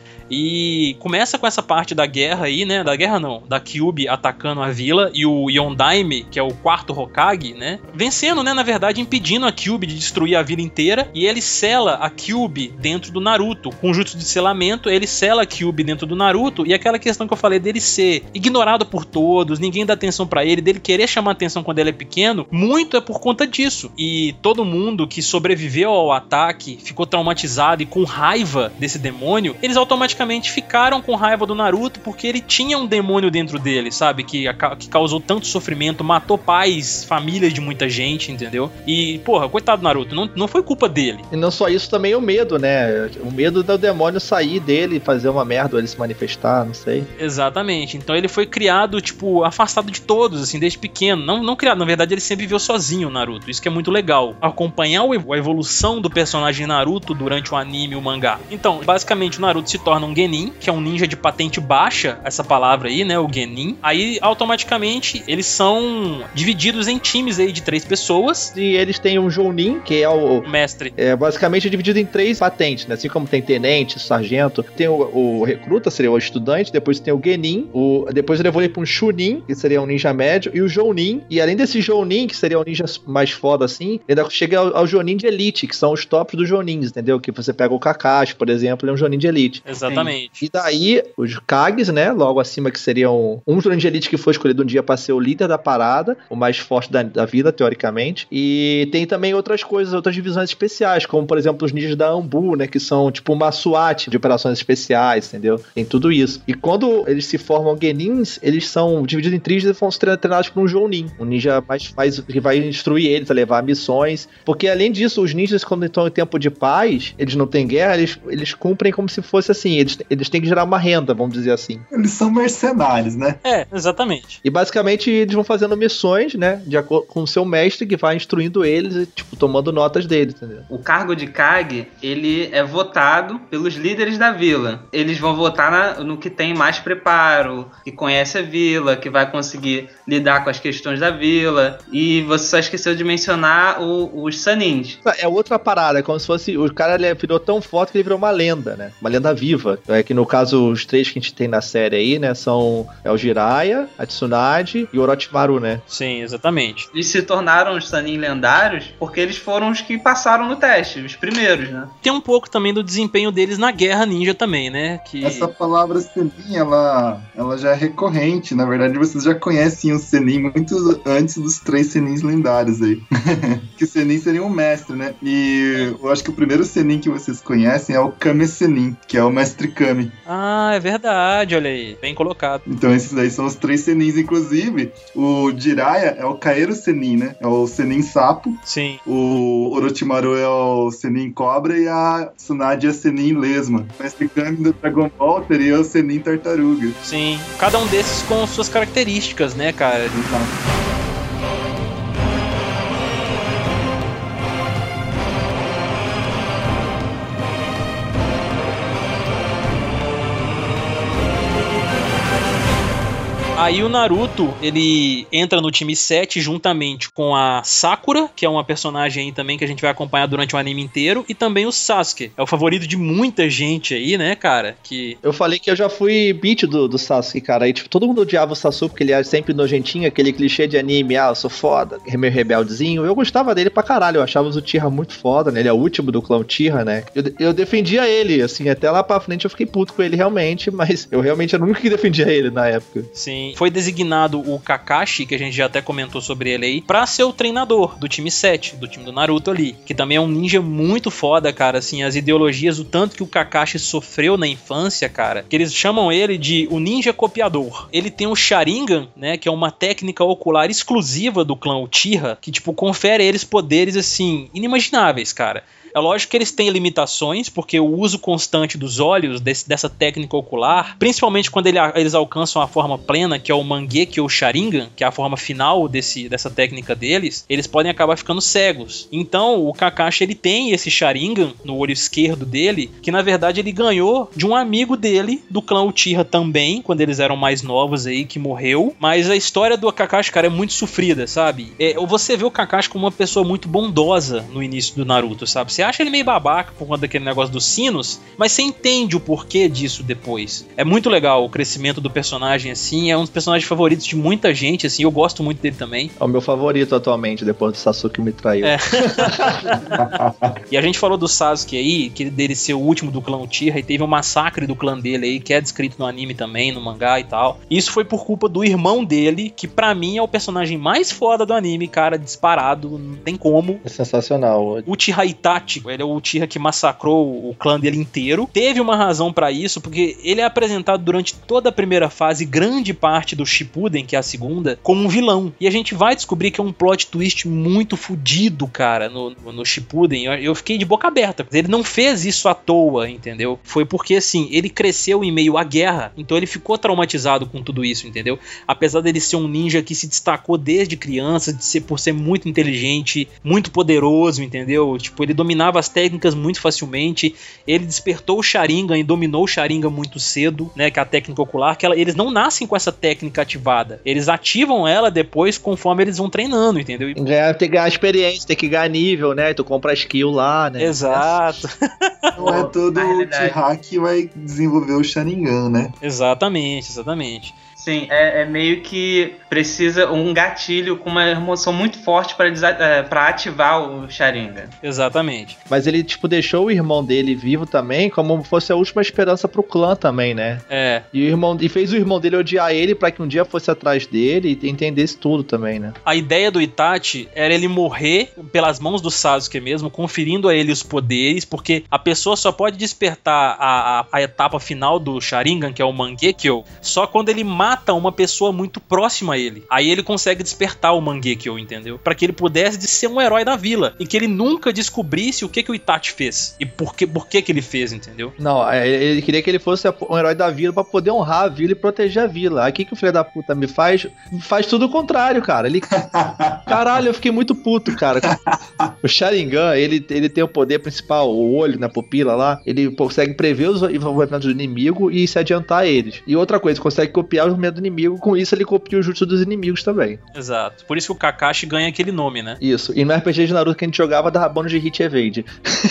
E começa com essa parte da guerra aí, né? Da guerra não, da Kyuubi atacando a vila e o Yondaime, que é o quarto Hokage, né? Vencendo, né? Na verdade, impedindo a Kyuubi de destruir a vila inteira, e ele sela a Kyuubi dentro do Naruto. Com o jutsu de selamento, ele sela a Kyuubi dentro do Naruto, e aquela questão que eu falei dele ser ignorado por todos, ninguém dá atenção pra ele, dele querer chamar atenção quando ele é pequeno, muito é por conta disso. E todo mundo que sobreviveu ao ataque, ficou traumatizado e com raiva desse demônio, eles automaticamente ficaram com raiva do Naruto porque ele tinha um demônio dentro dele, sabe? Que, que causou tanto sofrimento, matou pais, famílias de muita gente, entendeu? E, porra, coitado do Naruto, não, não foi culpa dele. E não só isso, também o medo, né? O medo do demônio sair dele e fazer uma merda, ou ele se manifestar, não sei. Exatamente. Então ele foi criado, tipo, afastado de todos, assim, desde pequeno. Não, não criado, na verdade ele sempre viveu sozinho, o Naruto. Isso que é muito legal. Acompanhar a evolução do personagem Naruto durante o anime e o mangá. Então, basicamente o Naruto se torna um genin, que é um ninja de patente baixa, essa palavra aí, né, o genin. Aí, automaticamente, eles são divididos em times aí de três pessoas. E eles têm um Jounin, que é o... o mestre. É basicamente dividido em três patentes, né? Assim como tem tenente, sargento, tem o, o recruta, seria o estudante, depois tem o genin, o, depois ele evolui para um Chunin, que seria um ninja médio, e o Jounin. E além desse Jounin, que seria um ninja mais foda assim, ainda chega ao, ao Jonin de elite, que são os tops dos Jonins, entendeu? Que você pega o Kakashi, por exemplo, ele é um Jonin de elite. Exatamente. E daí, os Kages, né, logo acima que seriam um Jonin de elite que foi escolhido um dia pra ser o líder da parada, o mais forte da, da vida, teoricamente. E tem também outras coisas, outras divisões especiais, como, por exemplo, os ninjas da Anbu, né, que são tipo uma SWAT de operações especiais, entendeu? Tem tudo isso. E quando eles se formam Genins, eles são divididos em trijos e vão ser treinados por um Jounin, um ninja mais, mais que vai instruir eles a levar missões, porque além disso, os ninjas, quando estão em tempo de paz, eles não têm guerra, eles, eles cumprem como se fosse assim, eles, eles têm que gerar uma renda, vamos dizer assim. Eles são mercenários, né? É, exatamente. E basicamente eles vão fazendo missões, né, de acordo com o seu mestre, que vai instruindo eles e, tipo, tomando notas deles, entendeu? O cargo de Kage, ele é votado pelos líderes da vila. Eles vão votar na, no que tem mais preparo, que conhece a vila, que vai conseguir lidar com as questões da vila. E você só esqueceu de mencionar o, os Sanins. É outra parada, é como se fosse... O cara ele virou tão forte que ele virou uma lenda, né? Uma lenda viva. É que no caso, os três que a gente tem na série aí, né? São é o Jiraiya, a Tsunade e o Orochimaru, né? Sim, exatamente. Eles se tornaram os Sanin lendários porque eles foram os que passaram no teste, os primeiros, né? Tem um pouco também do desempenho deles na guerra ninja também, né? Que... Essa palavra Senin, ela, ela já é recorrente. Na verdade, vocês já conhecem o Senin muito antes dos três Senins lendários aí. Que o Senin seria um mestre, né? E eu acho que o primeiro Senin que vocês conhecem é o Kame Senin, que é o mestre Kame. Ah, é verdade, olha aí. Bem colocado. Então esses aí são os três Senins, inclusive. O Jiraiya é o Kaeru Senin, né? É o Senin Sapo. Sim. O Orochimaru é o Senin Cobra e a Tsunade é a Senin Lesma. O mestre Kame do Dragon Ball teria o Senin Tartaruga. Sim. Cada um desses com suas características, né, cara? Exato. Aí o Naruto, ele entra no time sete juntamente com a Sakura, que é uma personagem aí também que a gente vai acompanhar durante o anime inteiro, e também o Sasuke. É o favorito de muita gente aí, né, cara? Que... Eu falei que eu já fui beat do, do Sasuke, cara. Aí, tipo, todo mundo odiava o Sasuke porque ele era sempre nojentinho, aquele clichê de anime, ah, eu sou foda, meio rebeldezinho. Eu gostava dele pra caralho, eu achava o Uchiha muito foda, né? Ele é o último do clã Uchiha, né? Eu, eu defendia ele, assim, até lá pra frente eu fiquei puto com ele realmente, mas eu realmente era o único que defendia ele na época. Sim. Foi designado o Kakashi, que a gente já até comentou sobre ele aí, pra ser o treinador do time sete, do time do Naruto ali, que também é um ninja muito foda, cara, assim, as ideologias, o tanto que o Kakashi sofreu na infância, cara, que eles chamam ele de o ninja copiador. Ele tem o Sharingan, né, que é uma técnica ocular exclusiva do clã Uchiha, que, tipo, confere a eles poderes, assim, inimagináveis, cara. É lógico que eles têm limitações, porque o uso constante dos olhos, desse, dessa técnica ocular, principalmente quando ele, eles alcançam a forma plena, que é o Mangekyo ou Sharingan, que é a forma final desse, dessa técnica deles, eles podem acabar ficando cegos. Então, o Kakashi, ele tem esse Sharingan no olho esquerdo dele, que na verdade ele ganhou de um amigo dele, do clã Uchiha também, quando eles eram mais novos aí, que morreu. Mas a história do Kakashi, cara, é muito sofrida, sabe? É, você vê o Kakashi como uma pessoa muito bondosa no início do Naruto, sabe? Você acha ele meio babaca por conta daquele negócio dos sinos, mas você entende o porquê disso depois. É muito legal o crescimento do personagem, assim, é um dos personagens favoritos de muita gente, assim, eu gosto muito dele também. É o meu favorito atualmente, depois do Sasuke me traiu. É. E a gente falou do Sasuke aí, que dele ser o último do clã Uchiha, e teve um massacre do clã dele aí, que é descrito no anime também, no mangá e tal. Isso foi por culpa do irmão dele, que pra mim é o personagem mais foda do anime, cara, disparado, não tem como. É sensacional. Uchiha Itachi, ele é o Uchiha que massacrou o clã dele inteiro. Teve uma razão pra isso, porque ele é apresentado durante toda a primeira fase, grande parte do Shippuden, que é a segunda, como um vilão. E a gente vai descobrir que é um plot twist muito fodido, cara, no, no Shippuden. Eu, eu fiquei de boca aberta. Ele não fez isso à toa, entendeu? Foi porque, assim, ele cresceu em meio à guerra, então ele ficou traumatizado com tudo isso, entendeu? Apesar dele ser um ninja que se destacou desde criança, de ser, por ser muito inteligente, muito poderoso, entendeu? Tipo, ele dominava as técnicas muito facilmente, ele despertou o Sharingan e dominou o Sharingan muito cedo, né, que é a técnica ocular, que ela, eles não nascem com essa técnica ativada, eles ativam ela depois conforme eles vão treinando, entendeu? Ganhar, tem que ganhar experiência, tem que ganhar nível, né, tu compra skill lá, né. Exato. Não é todo o Uchiha que vai desenvolver o Sharingan, né? Exatamente, exatamente. Sim, é, é meio que precisa um gatilho com uma emoção muito forte pra, desa- é, pra ativar o Sharingan. Exatamente. Mas ele, tipo, deixou o irmão dele vivo também, como fosse a última esperança pro clã também, né? É. E, o irmão, e fez o irmão dele odiar ele pra que um dia fosse atrás dele e entendesse tudo também, né? A ideia do Itachi era ele morrer pelas mãos do Sasuke mesmo, conferindo a ele os poderes, porque a pessoa só pode despertar a, a, a etapa final do Sharingan, que é o Mangekyo, só quando ele mata uma pessoa muito próxima a ele. Aí ele consegue despertar o Mangekyo, entendeu? Pra que ele pudesse ser um herói da vila, e que ele nunca descobrisse o que, que o Itachi fez, e por que, por que, que ele fez, entendeu? Não, é, ele queria que ele fosse um herói da vila pra poder honrar a vila e proteger a vila. Aí o que, que o filho da puta me faz? Faz tudo o contrário, cara. Ele... Caralho, eu fiquei muito puto, cara. O Sharingan, ele, ele tem o poder principal, o olho na pupila lá, ele consegue prever os movimentos do inimigo e se adiantar a eles. E outra coisa, consegue copiar os movimentos do inimigo, com isso ele copia o jutsu dos inimigos também. Exato. Por isso que o Kakashi ganha aquele nome, né? Isso. E no R P G de Naruto que a gente jogava, dava bônus de hit evade.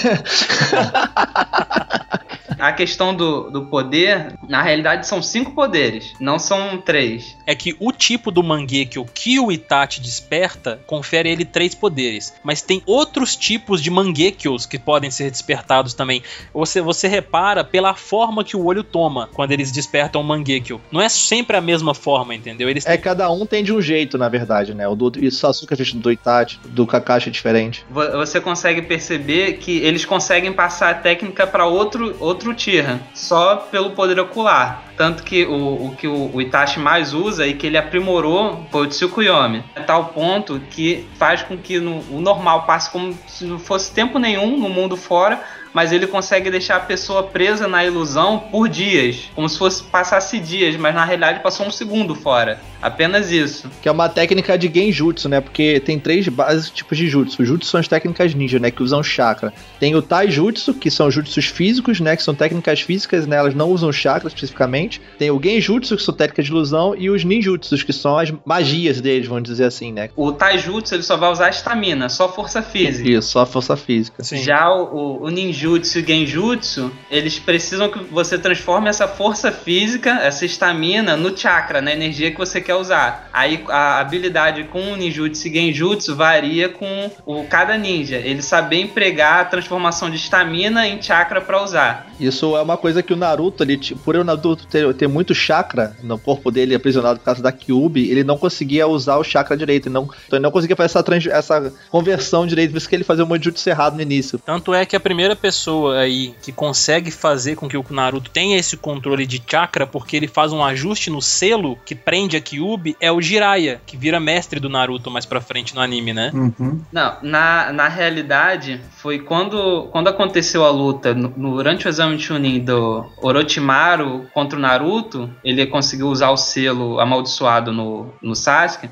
A questão do, do poder, na realidade são cinco poderes, não são três. É que o tipo do Mangekyo que o Itachi desperta confere a ele três poderes, mas tem outros tipos de Mangekyos que podem ser despertados também. Você, você repara pela forma que o olho toma quando eles despertam o Mangekyo. Não é sempre a mesma forma, entendeu? Eles É, cada um tem de um jeito, na verdade, né? O do e o Sasuke, a gente do Itachi, do Kakashi é diferente. Vo- Você consegue perceber que eles conseguem passar a técnica para outro, outro Tira, só pelo poder ocular. Tanto que o, o que o, o Itachi mais usa e que ele aprimorou foi o Tsukuyomi. A tal ponto que faz com que no, o normal passe como se não fosse tempo nenhum no mundo fora, mas ele consegue deixar a pessoa presa na ilusão por dias, como se fosse passasse dias, mas na realidade passou um segundo fora. Apenas isso. Que é uma técnica de genjutsu, né? Porque tem três básicos tipos de jutsu. Os jutsu são as técnicas ninja, né? Que usam chakra. Tem o taijutsu, que são jutsus físicos, né? Que são técnicas físicas, né? Elas não usam chakra especificamente. Tem o genjutsu, que são técnicas de ilusão. E os ninjutsus, que são as magias deles, vamos dizer assim, né? O taijutsu ele só vai usar estamina, só força física. Isso, só força física. Sim. Já o, o, o ninjutsu e o genjutsu, eles precisam que você transforme essa força física, essa estamina, no chakra, na energia que você quer usar. Aí a habilidade com o ninjutsu e genjutsu varia com o cada ninja. Ele saber empregar a transformação de estamina em chakra para usar. Isso é uma coisa que o Naruto, ele, por o Naruto ter, ter muito chakra no corpo dele, aprisionado por causa da Kyuubi, ele não conseguia usar o chakra direito. Ele não, então ele não conseguia fazer essa, trans, essa conversão direito, por isso que ele fazia um monte de jutsu errado no início. Tanto é que a primeira pessoa aí que consegue fazer com que o Naruto tenha esse controle de chakra, porque ele faz um ajuste no selo que prende a Kyuubi, é o Jiraiya, que vira mestre do Naruto mais pra frente no anime, né? Uhum. Não, na, na realidade, foi quando, quando aconteceu a luta no, no- durante o exame Chunin do Orochimaru contra o Naruto, ele conseguiu usar o selo amaldiçoado no, no Sasuke,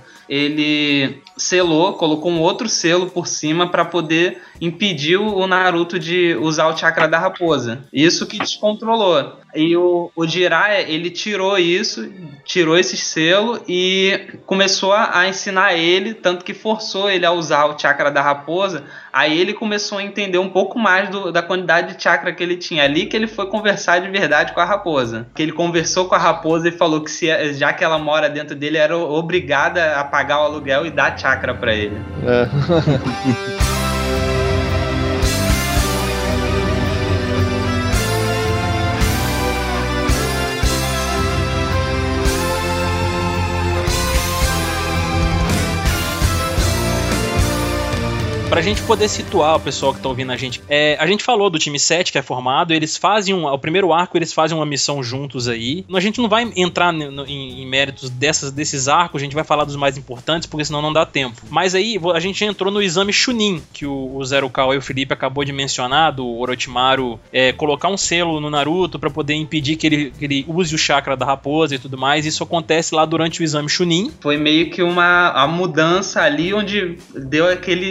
ele selou, colocou um outro selo por cima para poder impedir o Naruto de usar o chakra da raposa. Isso que descontrolou. E o, o Jiraiya, ele tirou isso, tirou esse selo e começou a, a ensinar ele, tanto que forçou ele a usar o chakra da raposa. Aí ele começou a entender um pouco mais do, da quantidade de chakra que ele tinha. Ali que ele foi conversar de verdade com a raposa. Que ele conversou com a raposa e falou que se, já que ela mora dentro dele, era obrigada a pagar o aluguel e dar chakra pra ele. É. Pra gente poder situar o pessoal que tá ouvindo a gente, é, a gente falou do time sete que é formado, eles fazem um, o primeiro arco eles fazem uma missão juntos aí. A gente não vai entrar no, no, em, em méritos dessas, desses arcos, a gente vai falar dos mais importantes, porque senão não dá tempo. Mas aí a gente entrou no exame Chunin, que o, o Zero Kawa e o Felipe acabou de mencionar, do Orochimaru é, colocar um selo no Naruto pra poder impedir que ele, que ele use o chakra da raposa e tudo mais. Isso acontece lá durante o exame Chunin. Foi meio que uma a mudança ali onde deu aquele... Ele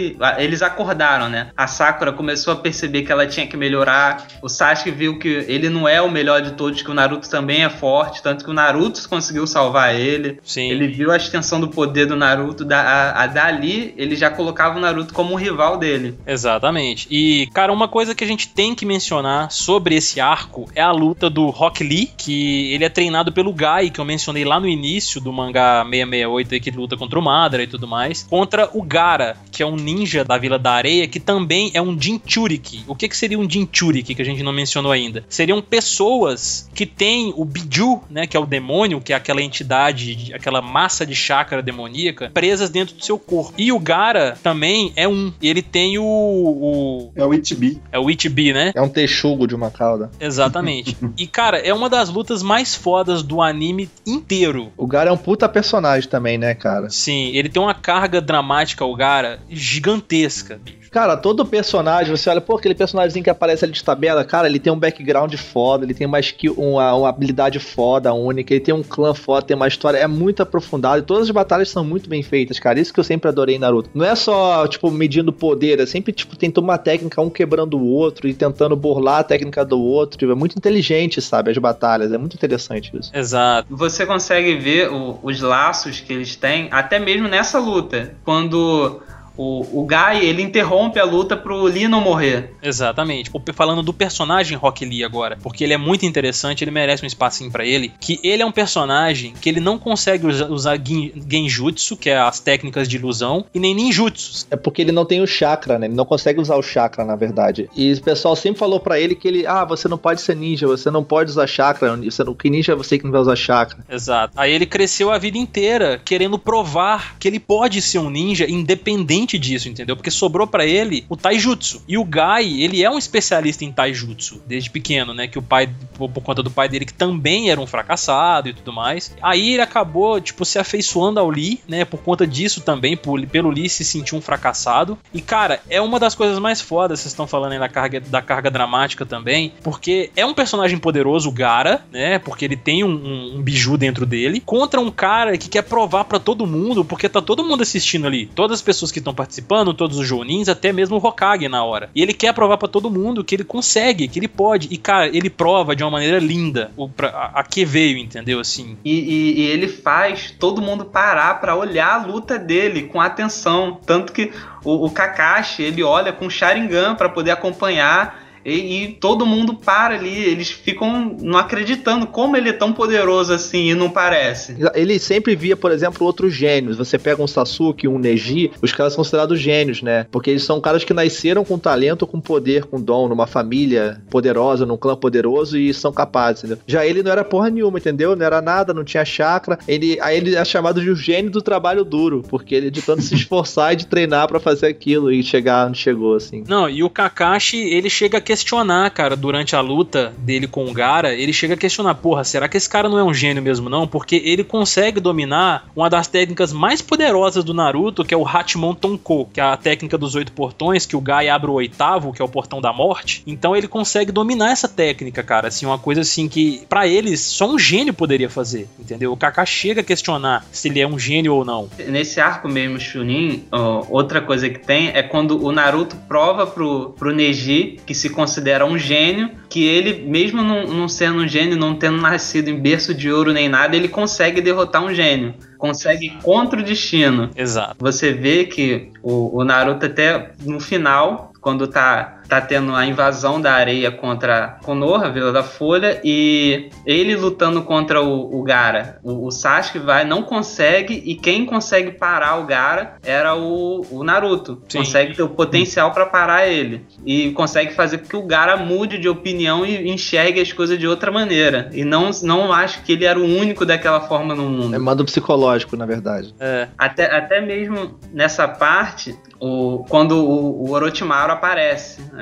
eles acordaram, né? A Sakura começou a perceber que ela tinha que melhorar. O Sasuke viu que ele não é o melhor de todos, que o Naruto também é forte, tanto que o Naruto conseguiu salvar ele. Sim. Ele viu a extensão do poder do Naruto, da, a, a dali ele já colocava o Naruto como um rival dele. Exatamente. E, cara, uma coisa que a gente tem que mencionar sobre esse arco é a luta do Rock Lee, que ele é treinado pelo Gai, que eu mencionei lá no início do mangá seiscentos e sessenta e oito, aí, que luta contra o Madara e tudo mais, contra o Gaara, que é um ninja da Vila da Areia, que também é um Jinchuriki. O que, que seria um Jinchuriki, que a gente não mencionou ainda? Seriam pessoas que têm o Biju, né, que é o demônio, que é aquela entidade, aquela massa de chakra demoníaca, presas dentro do seu corpo. E o Gaara também é um. Ele tem o... o... É o Ichibi. É o Ichibi, né? É um texugo de uma cauda. Exatamente. E, cara, é uma das lutas mais fodas do anime inteiro. O Gaara é um puta personagem também, né, cara? Sim, ele tem uma carga dramática, o Gaara, gigantesca, bicho. Cara, todo personagem, você olha, pô, aquele personagemzinho que aparece ali de tabela, cara, ele tem um background foda, ele tem uma skill, uma, uma habilidade foda, única, ele tem um clã foda, tem uma história, é muito aprofundada, e todas as batalhas são muito bem feitas, cara, isso que eu sempre adorei em Naruto. Não é só, tipo, medindo poder, é sempre, tipo, tentou uma técnica, um quebrando o outro, e tentando burlar a técnica do outro, é muito inteligente, sabe, as batalhas, é muito interessante isso. Exato. Você consegue ver o, os laços que eles têm, até mesmo nessa luta, quando... O, o Gai, ele interrompe a luta pro Lee não morrer. Exatamente. Falando do personagem Rock Lee agora, porque ele é muito interessante, ele merece um espacinho pra ele, que ele é um personagem que ele não consegue usar, usar genjutsu, que é as técnicas de ilusão, e nem ninjutsus. É porque ele não tem o chakra, né? Ele não consegue usar o chakra, na verdade. E o pessoal sempre falou pra ele que ele, ah, você não pode ser ninja, você não pode usar chakra, você não, que ninja é você que não vai usar chakra. Exato. Aí ele cresceu a vida inteira querendo provar que ele pode ser um ninja independente disso, entendeu? Porque sobrou pra ele o taijutsu. E o Gai, ele é um especialista em taijutsu desde pequeno, né? Que o pai, por, por conta do pai dele, que também era um fracassado e tudo mais. Aí ele acabou, tipo, se afeiçoando ao Lee, né? Por conta disso também, por, pelo Lee se sentir um fracassado. E, cara, é uma das coisas mais fodas, vocês estão falando aí da carga, da carga dramática também, porque é um personagem poderoso, o Gaara, né? Porque ele tem um, um, um biju dentro dele, contra um cara que quer provar pra todo mundo, porque tá todo mundo assistindo ali. Todas as pessoas que estão participando, todos os Jounins, até mesmo o Hokage na hora. E ele quer provar pra todo mundo que ele consegue, que ele pode. E, cara, ele prova de uma maneira linda o, pra, a, a que veio, entendeu? Assim. E, e, e ele faz todo mundo parar pra olhar a luta dele com atenção. Tanto que o, o Kakashi, ele olha com Sharingan pra poder acompanhar. E, e todo mundo para ali, eles ficam não acreditando como ele é tão poderoso assim e não parece. Ele sempre via, por exemplo, outros gênios. Você pega um Sasuke, um Neji, os caras são considerados gênios, né? Porque eles são caras que nasceram com talento, com poder, com dom, numa família poderosa, num clã poderoso e são capazes, entendeu? Já ele não era porra nenhuma, entendeu? Não era nada, não tinha chakra. Ele, aí ele é chamado de o gênio do trabalho duro, porque ele de tanto se esforçar e de treinar pra fazer aquilo e chegar onde chegou, assim. Não, e o Kakashi, ele chega a questionar, cara, durante a luta dele com o Gaara, ele chega a questionar, porra, será que esse cara não é um gênio mesmo não? Porque ele consegue dominar uma das técnicas mais poderosas do Naruto, que é o Hachimon Tonko, que é a técnica dos oito portões, que o Gai abre o oitavo, que é o portão da morte. Então ele consegue dominar essa técnica, cara, assim, uma coisa assim que pra eles só um gênio poderia fazer, entendeu? O Kakashi chega a questionar se ele é um gênio ou não. Nesse arco mesmo, Chunin, ó, outra coisa que tem é quando o Naruto prova pro, pro Neji, que se considera um gênio, que ele, mesmo não, não sendo um gênio, não tendo nascido em berço de ouro nem nada, ele consegue derrotar um gênio. Consegue contra o destino. Exato. Você vê que o, o Naruto até no final, quando tá, tá tendo a invasão da areia contra Konoha, a Vila da Folha, e ele lutando contra o, o Gaara. O, o Sasuke vai, não consegue, e quem consegue parar o Gaara era o, o Naruto. Sim. Consegue ter o potencial para parar ele. E consegue fazer com que o Gaara mude de opinião e enxergue as coisas de outra maneira. E não, não acho que ele era o único daquela forma no mundo. É mando psicológico, na verdade. É. Até, até mesmo nessa parte, o, quando o, o Orochimaru aparece, né?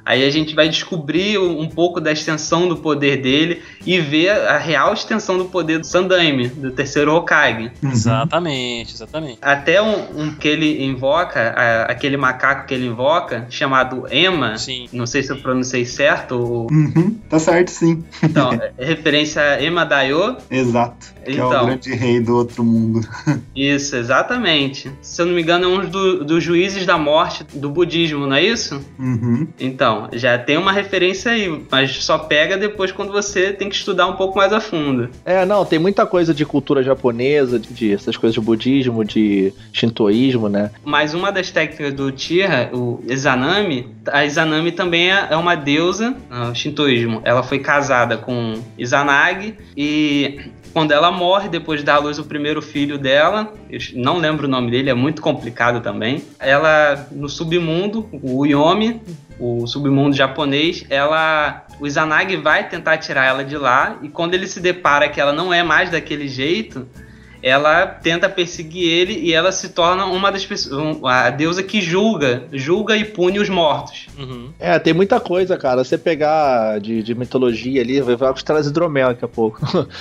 Aí a gente vai descobrir um pouco da extensão do poder dele e ver a real extensão do poder do Sandaime, do terceiro Hokage. Uhum. Exatamente, exatamente. Até um, um que ele invoca, a, aquele macaco que ele invoca, chamado Ema. Sim. Não sei se eu pronunciei certo. Ou... Uhum, tá certo, sim. Então, é referência a Ema Daioh. Exato. Que Então, é o grande rei do outro mundo. Isso, exatamente. Se eu não me engano, é um do, dos juízes da morte do budismo, não é isso? Uhum. Então, já tem uma referência aí, mas só pega depois quando você tem que estudar um pouco mais a fundo. É, não, tem muita coisa de cultura japonesa, de, de essas coisas de budismo, de shintoísmo, né? Mas uma das técnicas do Uchiha, o Izanami, a Izanami também é é uma deusa no shintoísmo. Ela foi casada com Izanagi e quando ela morre, depois de dar à luz o primeiro filho dela, eu não lembro o nome dele, é muito complicado também. Ela, no submundo, o Yomi, o submundo japonês, ela, o Izanagi vai tentar tirar ela de lá, e quando ele se depara que ela não é mais daquele jeito, ela tenta perseguir ele e ela se torna uma das pessoas, a deusa que julga, julga e pune os mortos. Uhum. É, tem muita coisa, cara. Você pegar de, de mitologia ali, vai ver os caras hidromel daqui a pouco.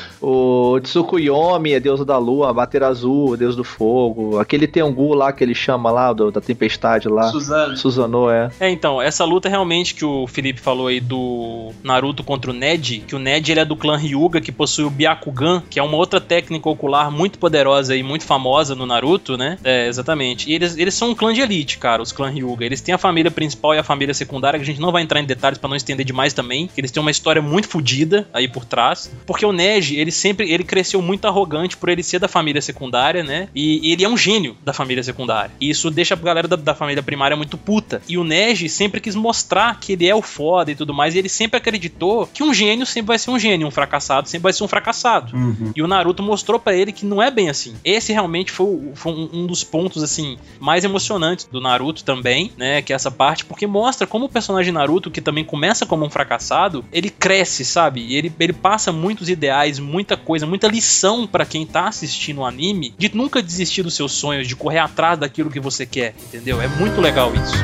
O Tsukuyomi é deusa da lua, a Bater Azul, deus do fogo. Aquele Tengu lá que ele chama lá, do, da tempestade lá. Suzano. Susanoo, é. É, então, essa luta realmente que o Felipe falou aí do Naruto contra o Neji, que o Neji ele é do clã Hyuga, que possui o Byakugan, que é uma outra técnica ocular muito poderosa e muito famosa no Naruto, né? É, exatamente. E eles, eles são um clã de elite, cara, os clãs Hyuga. Eles têm a família principal e a família secundária, que a gente não vai entrar em detalhes pra não estender demais também, que eles têm uma história muito fodida aí por trás. Porque o Neji, ele sempre, ele cresceu muito arrogante por ele ser da família secundária, né? E, e ele é um gênio da família secundária. E isso deixa a galera da, da família primária muito puta. E o Neji sempre quis mostrar que ele é o foda e tudo mais, e ele sempre acreditou que um gênio sempre vai ser um gênio, um fracassado sempre vai ser um fracassado. Uhum. E o Naruto mostrou pra ele que não é bem assim. Esse realmente foi, foi um, um dos pontos, assim, mais emocionantes do Naruto também, né, que é essa parte, porque mostra como o personagem Naruto, que também começa como um fracassado, ele cresce, sabe? E ele, ele passa muitos ideais, muita coisa, muita lição pra quem tá assistindo o anime, de nunca desistir dos seus sonhos, de correr atrás daquilo que você quer, entendeu? É muito legal isso.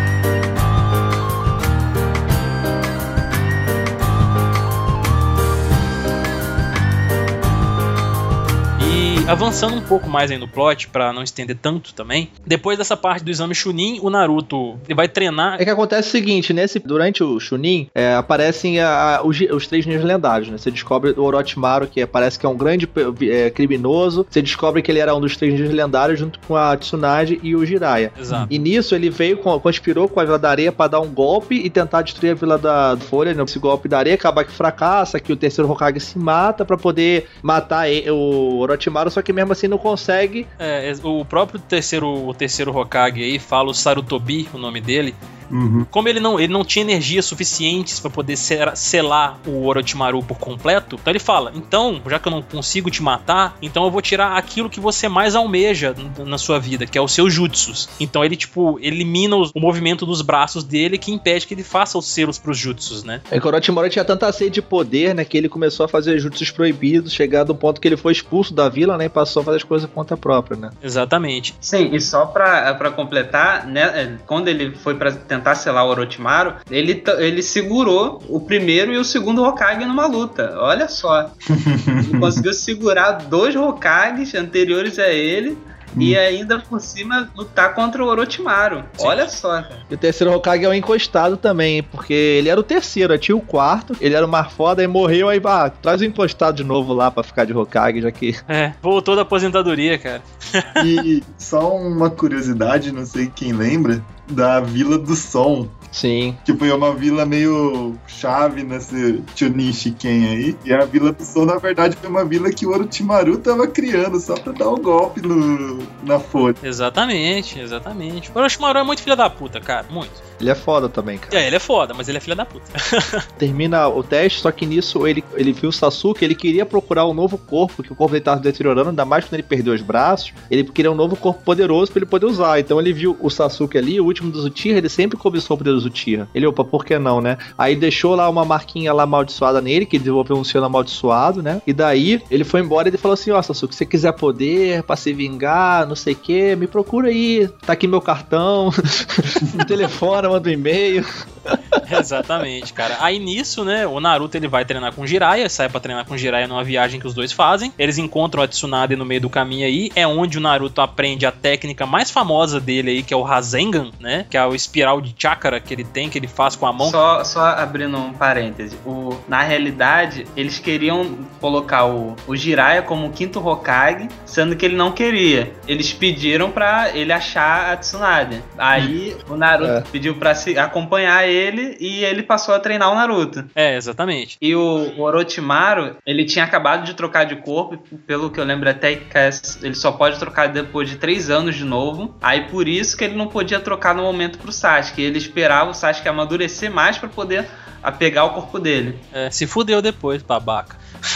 Avançando um pouco mais aí no plot, pra não estender tanto também, depois dessa parte do exame Chunin, o Naruto ele vai treinar... É que acontece o seguinte, nesse, durante o Chunin, é, aparecem a, a, os, os três ninjas lendários, né? Você descobre o Orochimaru, que é, parece que é um grande é, criminoso, você descobre que ele era um dos três ninjas lendários, junto com a Tsunade e o Jiraiya. Exato. E nisso ele veio, com, conspirou com a Vila da Areia pra dar um golpe e tentar destruir a Vila da Folha, né? Esse golpe da areia, acaba que fracassa, que o terceiro Hokage se mata pra poder matar ele, o Orochimaru, só que mesmo assim não consegue. É, o próprio terceiro, o terceiro Hokage aí fala o Sarutobi, o nome dele. Uhum. Como ele não, ele não tinha energia suficientes pra poder selar o Orochimaru por completo, então ele fala, então, já que eu não consigo te matar, então eu vou tirar aquilo que você mais almeja na sua vida, que é os seus jutsus. Então ele, tipo, elimina o, o movimento dos braços dele, que impede que ele faça os selos pros jutsus, né? É que o Orochimaru tinha tanta sede de poder, né, que ele começou a fazer jutsus proibidos, chegado ao ponto que ele foi expulso da vila, né, e passou a fazer as coisas por conta própria, né? Exatamente. Sim, e só pra, pra completar, né, quando ele foi pra tentar selar o Orochimaru, ele, ele segurou o primeiro e o segundo Hokage numa luta. Olha só. Ele conseguiu segurar dois Hokages anteriores a ele hum. e ainda por cima lutar contra o Orochimaru. Sim. Olha só, cara. E o terceiro Hokage é um encostado também, porque ele era o terceiro, tinha o quarto, ele era o mais foda e morreu, aí ah, traz o encostado de novo lá pra ficar de Hokage, já que... É, voltou da aposentadoria, cara. E só uma curiosidade, não sei quem lembra, da Vila do Som. Sim. Tipo, é uma vila meio chave nesse Chunin Shiken aí. E a Vila do Som, na verdade, foi uma vila que o Orochimaru tava criando só pra dar o um golpe no, na folha. Exatamente, exatamente. O Orochimaru é muito filho da puta, cara, muito. Ele é foda também, cara. É, ele é foda, mas ele é filho da puta. Termina o teste, só que nisso ele, ele viu o Sasuke, ele queria procurar um novo corpo, que o corpo dele tava deteriorando, ainda mais quando ele perdeu os braços. Ele queria um novo corpo poderoso pra ele poder usar. Então ele viu o Sasuke ali, o último dos Uchiha, ele sempre cobiçou o poder do filhos, o Tira. Ele, opa, por que não, né? Aí deixou lá uma marquinha lá amaldiçoada nele, que desenvolveu um selo amaldiçoado, né? E daí, ele foi embora e ele falou assim, ó, oh, Sasuke, se você quiser poder pra se vingar, não sei o que, me procura aí, tá aqui meu cartão, me telefona, manda um e-mail. Exatamente, cara. Aí nisso, né, o Naruto ele vai treinar com o Jiraiya, sai pra treinar com o Jiraiya numa viagem que os dois fazem. Eles encontram a Tsunade no meio do caminho aí, é onde o Naruto aprende a técnica mais famosa dele aí, que é o Rasengan, né, que é o espiral de chakra que ele tem, que ele faz com a mão. Só, só abrindo um parêntese, o, na realidade, eles queriam colocar o, o Jiraiya como o quinto Hokage, sendo que ele não queria. Eles pediram pra ele achar a Tsunade. Aí o Naruto é. pediu pra se acompanhar ele e ele passou a treinar o Naruto. É, exatamente. E o, o Orochimaru, ele tinha acabado de trocar de corpo, pelo que eu lembro até que ele só pode trocar depois de três anos de novo. Aí por isso que ele não podia trocar no momento pro Sasuke. Ele esperava o Sasuke amadurecer mais pra poder apegar o corpo dele. É, se fudeu depois, babaca.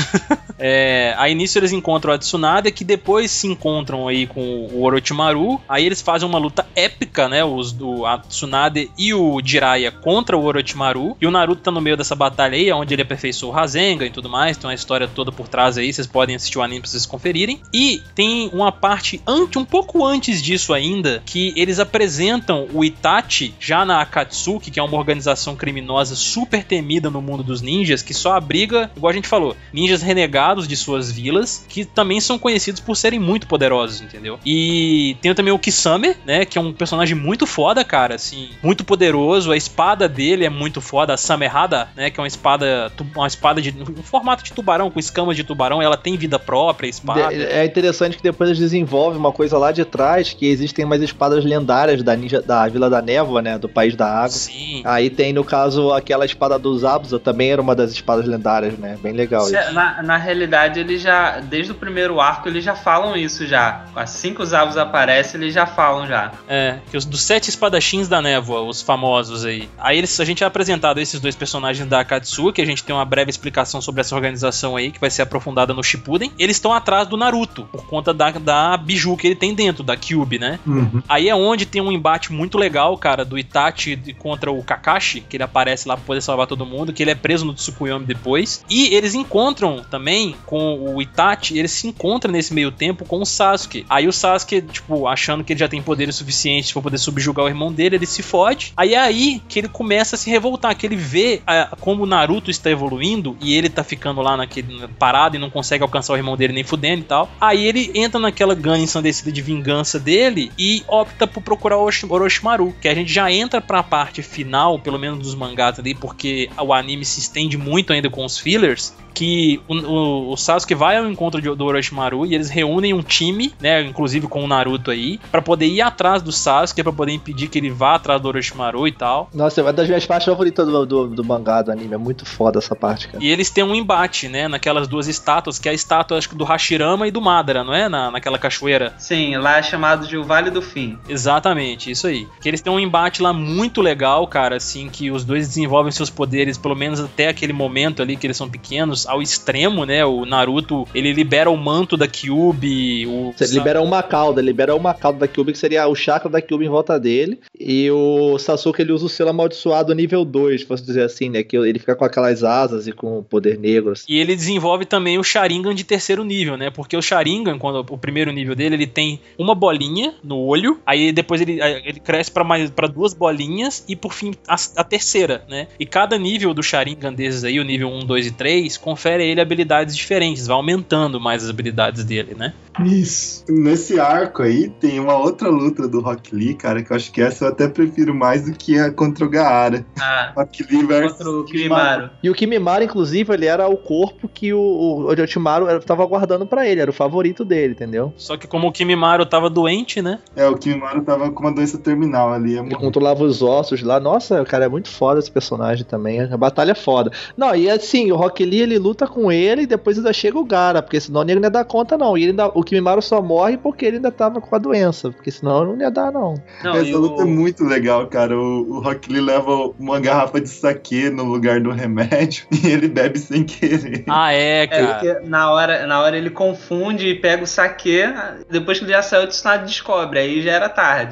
É, aí nisso eles encontram a Tsunade, que depois se encontram aí com o Orochimaru. Aí eles fazem uma luta épica, né? Os, do, a Tsunade e o Jiraiya contra o Orochimaru. E o Naruto tá no meio dessa batalha aí, onde ele aperfeiçoou o Rasengan e tudo mais. Tem uma história toda por trás aí, vocês podem assistir o anime pra vocês conferirem. E tem uma parte ante, um pouco antes disso ainda, que eles apresentam o Itachi já na Akatsuki, que é uma organização criminosa super temida no mundo dos ninjas, que só abriga, igual a gente falou, ninjas renegados de suas vilas, que também são conhecidos por serem muito poderosos, entendeu? E tem também o Kisame, né, que é um personagem muito foda, cara, assim, muito poderoso. A espada dele é muito foda, a Samehada, né, que é uma espada, uma espada de um formato de tubarão, com escamas de tubarão, ela tem vida própria, a espada. É interessante que depois eles desenvolvem uma coisa lá de trás, que existem umas espadas lendárias da ninja, da Vila da Névoa, né, do País da Água. Sim. Aí tem, no caso, aquela espada dos Abusa, também era uma das espadas lendárias, né, bem legal isso. Na, na realidade, eles já, desde o primeiro arco, eles já falam isso já. Assim que os Abus aparecem, eles já falam já. É, que os dos sete espadachins da névoa, os famosos aí. Aí eles, a gente é apresentado esses dois personagens da Akatsuki, a gente tem uma breve explicação sobre essa organização aí, que vai ser aprofundada no Shippuden. Eles estão atrás do Naruto, por conta da, da biju que ele tem dentro, da Kyuubi, né? Uhum. Aí é onde tem um embate muito legal, cara, do Itachi contra o Kakashi, que ele aparece lá pra poder salvar todo mundo, que ele é preso no Tsukuyomi depois. E eles encontram também com o Itachi, ele se encontra nesse meio tempo com o Sasuke. Aí o Sasuke, tipo, achando que ele já tem poderes suficientes pra poder subjugar o irmão dele, ele se fode. Aí é aí que ele começa a se revoltar, que ele vê a, como o Naruto está evoluindo e ele tá ficando lá naquele parado e não consegue alcançar o irmão dele nem fudendo e tal. Aí ele entra naquela gana ensandecida de vingança dele e opta por procurar o Orochimaru, que a gente já entra pra parte final, pelo menos dos mangás ali, porque o anime se estende muito ainda com os fillers, que o, o, o Sasuke vai ao encontro de, do Orochimaru e eles reúnem um time, né, inclusive com o Naruto aí, pra poder ir atrás do Sasuke, pra poder impedir que ele vá atrás do Orochimaru e tal. Nossa, é uma das minhas partes favoritas do, do, do mangá, do anime, é muito foda essa parte, cara. E eles têm um embate, né, naquelas duas estátuas, que é a estátua, acho que do Hashirama e do Madara, não é? Na, naquela cachoeira. Sim, lá é chamado de o Vale do Fim. Exatamente, isso aí. Que eles têm um embate lá muito legal, cara, assim, que os dois desenvolvem seus poderes, pelo menos até aquele momento ali, que eles são pequenos, ao extremo, né? O Naruto, ele libera o manto da Kyuubi. O... Você libera uma cauda, libera uma cauda da Kyuubi, que seria o chakra da Kyuubi em volta dele. E o Sasuke, ele usa o selo amaldiçoado nível dois, posso dizer assim, né? Que ele fica com aquelas asas e com o poder negro. Assim. E ele desenvolve também o Sharingan de terceiro nível, né? Porque o Sharingan, quando o primeiro nível dele, ele tem uma bolinha no olho, aí depois ele, ele cresce pra, mais, pra duas bolinhas e por fim a, a terceira, né? E cada nível do Sharingan desses aí, o nível um, dois e três, confere a ele habilidades diferentes, vai aumentando mais as habilidades dele, né? Isso. Nesse arco aí tem uma outra luta do Rock Lee, cara, que eu acho que essa eu até prefiro mais do que a contra o Gaara. Ah, Rock Lee versus contra o Kimimaro. E o Kimimaro, inclusive, ele era o corpo que o, o Orochimaru estava guardando pra ele, era o favorito dele, entendeu? Só que como o Kimimaro tava doente, né? É, o Kimimaro tava com uma doença terminal ali. É ele controlava os ossos lá. Nossa, cara, é muito foda esse personagem também. A batalha é foda. Não, e assim, o Rock Lee, ele luta com ele e depois ainda chega o Gaara, porque senão ele não ia dar conta, não. E ele ainda, o Kimimaro só morre porque ele ainda tava com a doença, porque senão não ia dar, não. não Essa luta o... é muito legal, cara. O, o Rock Lee leva uma garrafa de saquê no lugar do remédio e ele bebe sem querer. Ah, é, cara. É, na hora, na hora ele confunde e pega o saquê, depois que ele já saiu, o Tsunade descobre, aí já era tarde.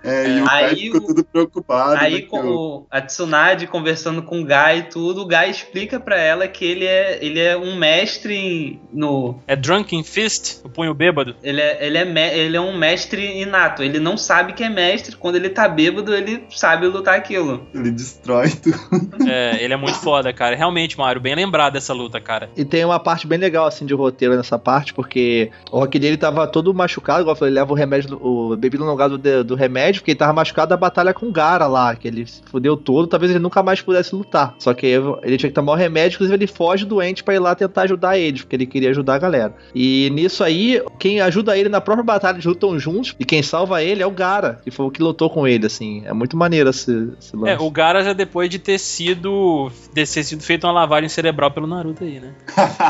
É, e o Gai Aí ficou o- tudo preocupado. Aí né, com que o- o, a Tsunade conversando com o Gai e tudo, o Gai explica pra ela que ele é, ele é um mestre no... É Drunken Fist, o punho bêbado. Ele é, ele, é me- ele é um mestre inato. Ele não sabe que é mestre. Quando ele tá bêbado, ele sabe lutar aquilo. Ele destrói tudo. É, ele é muito foda, cara. Realmente, Mário, bem lembrado dessa luta, cara. E tem uma parte bem legal, assim, de roteiro nessa parte, porque o Rock dele tava todo machucado, igual eu falei, ele leva o remédio, do- o bebida no lugar do, do remédio, porque ele tava machucado da batalha com o Gara lá, que ele se fudeu todo, talvez ele nunca mais pudesse lutar. Só que ele tinha que tomar o remédio, inclusive ele foge doente pra ir lá tentar ajudar eles, porque ele queria ajudar a galera. E nisso aí, quem ajuda ele na própria batalha, eles lutam juntos, e quem salva ele é o Gara, que foi o que lutou com ele, assim. É muito maneiro esse, esse lance. É, o Gara já depois de ter sido, de ter sido feito uma lavagem cerebral pelo Naruto aí, né?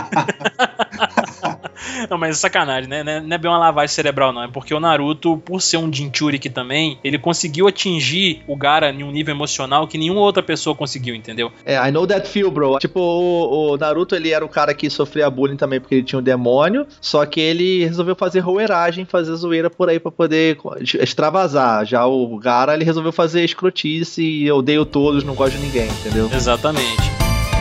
Não, mas é sacanagem, né? Não é bem uma lavagem cerebral, não. É porque o Naruto, por ser um Jinchuriki também, ele conseguiu atingir o Gara em um nível emocional que nenhuma outra pessoa conseguiu, entendeu? É, I know that feel, bro. Tipo, o, o Naruto, ele era o cara que sofria bullying também porque ele tinha um demônio, só que ele resolveu fazer roeragem, fazer zoeira por aí pra poder extravasar. Já o Gara, ele resolveu fazer escrotice e eu odeio todos, não gosto de ninguém, entendeu? Exatamente.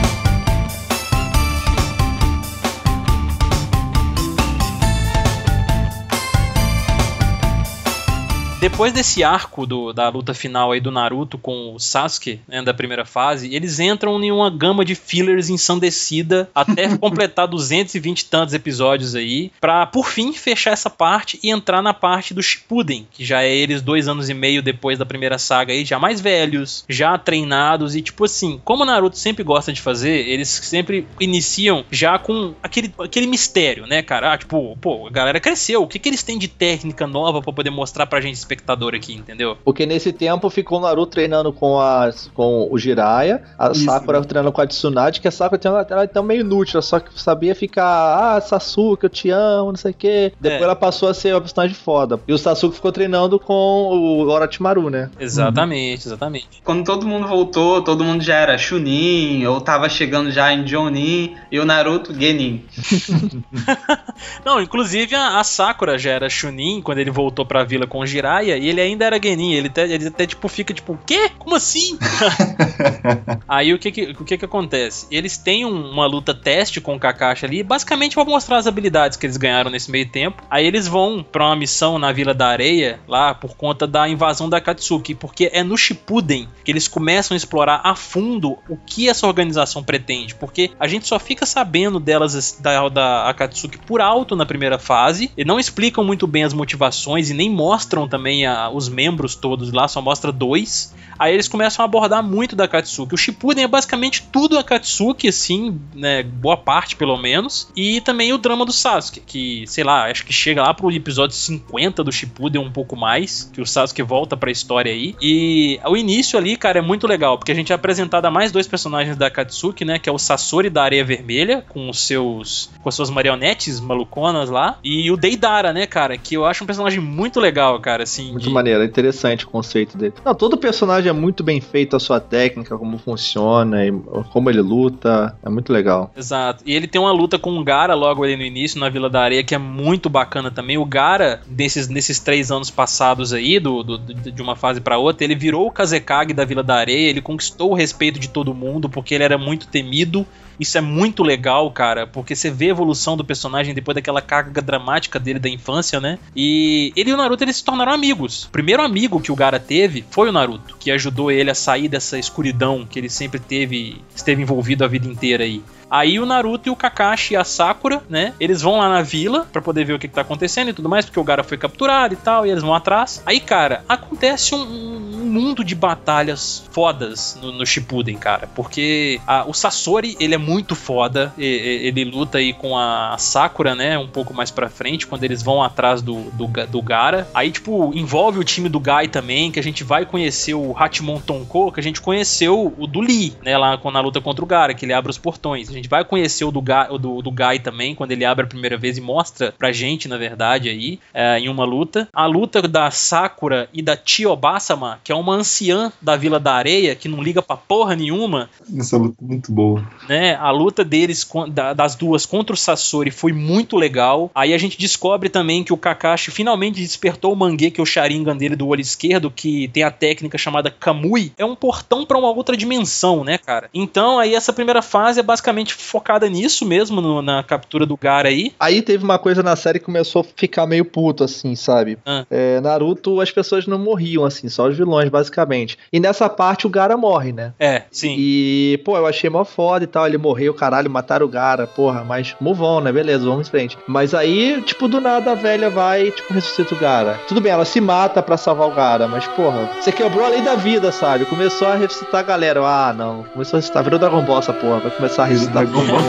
Depois desse arco do, da luta final aí do Naruto com o Sasuke, né, da primeira fase, eles entram em uma gama de fillers ensandecida até completar duzentos e vinte e tantos episódios aí, pra por fim fechar essa parte e entrar na parte do Shippuden, que já é eles dois anos e meio depois da primeira saga aí, já mais velhos, já treinados e tipo assim, como o Naruto sempre gosta de fazer, eles sempre iniciam já com aquele, aquele mistério, né, cara? Ah, tipo, pô, a galera cresceu, o que que eles têm de técnica nova pra poder mostrar pra gente espectador aqui, entendeu? Porque nesse tempo ficou o Naruto treinando com, a, com o Jiraiya, a Isso, Sakura né? treinando com a Tsunade, que a Sakura ela, ela é tão meio inútil, ela só sabia ficar, ah, Sasuke, eu te amo, não sei o quê. Depois É. ela passou a ser uma personagem foda. E o Sasuke ficou treinando com o Orochimaru, né? Exatamente, exatamente. Quando todo mundo voltou, todo mundo já era Chunin, ou tava chegando já em Jonin, e o Naruto, Genin. Não, inclusive a, a Sakura já era Chunin quando ele voltou pra vila com o Jiraiya e ele ainda era Genin. Ele até, ele até tipo fica tipo, o quê? Como assim? Aí o que que, o que que acontece? Eles têm um- uma luta teste com o Kakashi ali, basicamente pra mostrar as habilidades que eles ganharam nesse meio tempo. Aí eles vão pra uma missão na Vila da Areia, lá por conta da invasão da Akatsuki, porque é no Shippuden que eles começam a explorar a fundo o que essa organização pretende, porque a gente só fica sabendo delas, da, da Akatsuki por alto na primeira fase, e não explicam muito bem as motivações e nem mostram também a- os membros todos lá, só mostra dois. Aí eles começam a abordar muito da Akatsuki. O Shippuden é basicamente tudo Akatsuki, assim, né, boa parte pelo menos, e também o drama do Sasuke, que, sei lá, acho que chega lá pro episódio cinquenta do Shippuden, um pouco mais, que o Sasuke volta pra história aí, e o início ali, cara, é muito legal, porque a gente é apresentado a mais dois personagens da Akatsuki, né, que é o Sasori da Areia Vermelha, com os seus, com as suas marionetes maluconas lá, e o Deidara, né, cara, que eu acho um personagem muito legal, cara, assim. Muito de- maneiro, é interessante o conceito dele. Não, todo personagem é muito bem feito, a sua técnica, como funciona, e como ele luta, é muito legal. Exato. E ele tem uma luta com o Gara logo ali no início, na Vila da Areia, que é muito bacana também. O Gara, nesses, nesses três anos passados aí, do, do- de uma fase pra outra, ele virou o Kazekage da Vila da Areia, ele conquistou o respeito de todo mundo, porque ele era muito temido. Isso é muito legal, cara, porque você vê a evolução do personagem depois daquela carga dramática dele da infância, né? E ele e o Naruto, eles se tornaram amigos. O primeiro amigo que o Gara teve foi o Naruto, que ajudou ele a sair dessa escuridão que ele sempre teve, esteve envolvido a vida inteira aí. Aí o Naruto e o Kakashi e a Sakura, né, eles vão lá na vila pra poder ver o que, que tá acontecendo e tudo mais, porque o Gara foi capturado e tal, e eles vão atrás. Aí, cara, acontece um, um mundo de batalhas fodas no, no Shippuden, cara, porque a- o Sasori, ele é muito foda, e- e- ele luta aí com a Sakura, né, um pouco mais pra frente, quando eles vão atrás do, do, Ga- do Gara. Aí, tipo, envolve o time do Gai também, que a gente vai conhecer o Hachimon Tonko, que a gente conheceu o do Lee, né, lá com- na luta contra o Gara, que ele abre os portões. A gente vai conhecer o do, Ga, o do, do Gai também, quando ele abre a primeira vez e mostra pra gente, na verdade, aí, é, em uma luta. A luta da Sakura e da Chiyo-Basama, que é uma anciã da Vila da Areia, que não liga pra porra nenhuma. Essa luta é muito boa. Né? A luta deles, das duas contra o Sasori, foi muito legal. Aí a gente descobre também que o Kakashi finalmente despertou o Mangekyou Sharingan dele do olho esquerdo, que tem a técnica chamada Kamui. É um portão pra uma outra dimensão, né, cara? Então, aí essa primeira fase é basicamente focada nisso mesmo, no, na captura do Gaara aí. Aí teve uma coisa na série que começou a ficar meio puto, assim, sabe? Ah. É, Naruto, as pessoas não morriam, assim, só os vilões, basicamente. E nessa parte o Gaara morre, né? É, sim. E, pô, eu achei mó foda e tal, ele morreu, caralho, mataram o Gaara, porra, mas move on, né? Beleza, vamos em frente. Mas aí, tipo, do nada a velha vai, tipo, ressuscita o Gaara. Tudo bem, ela se mata pra salvar o Gaara, mas, porra, você quebrou a lei da vida, sabe? Começou a ressuscitar a galera. Ah, não. Começou a ressuscitar, virou Dragon Ball essa porra, vai começar a ressuscitar Dragon Ball.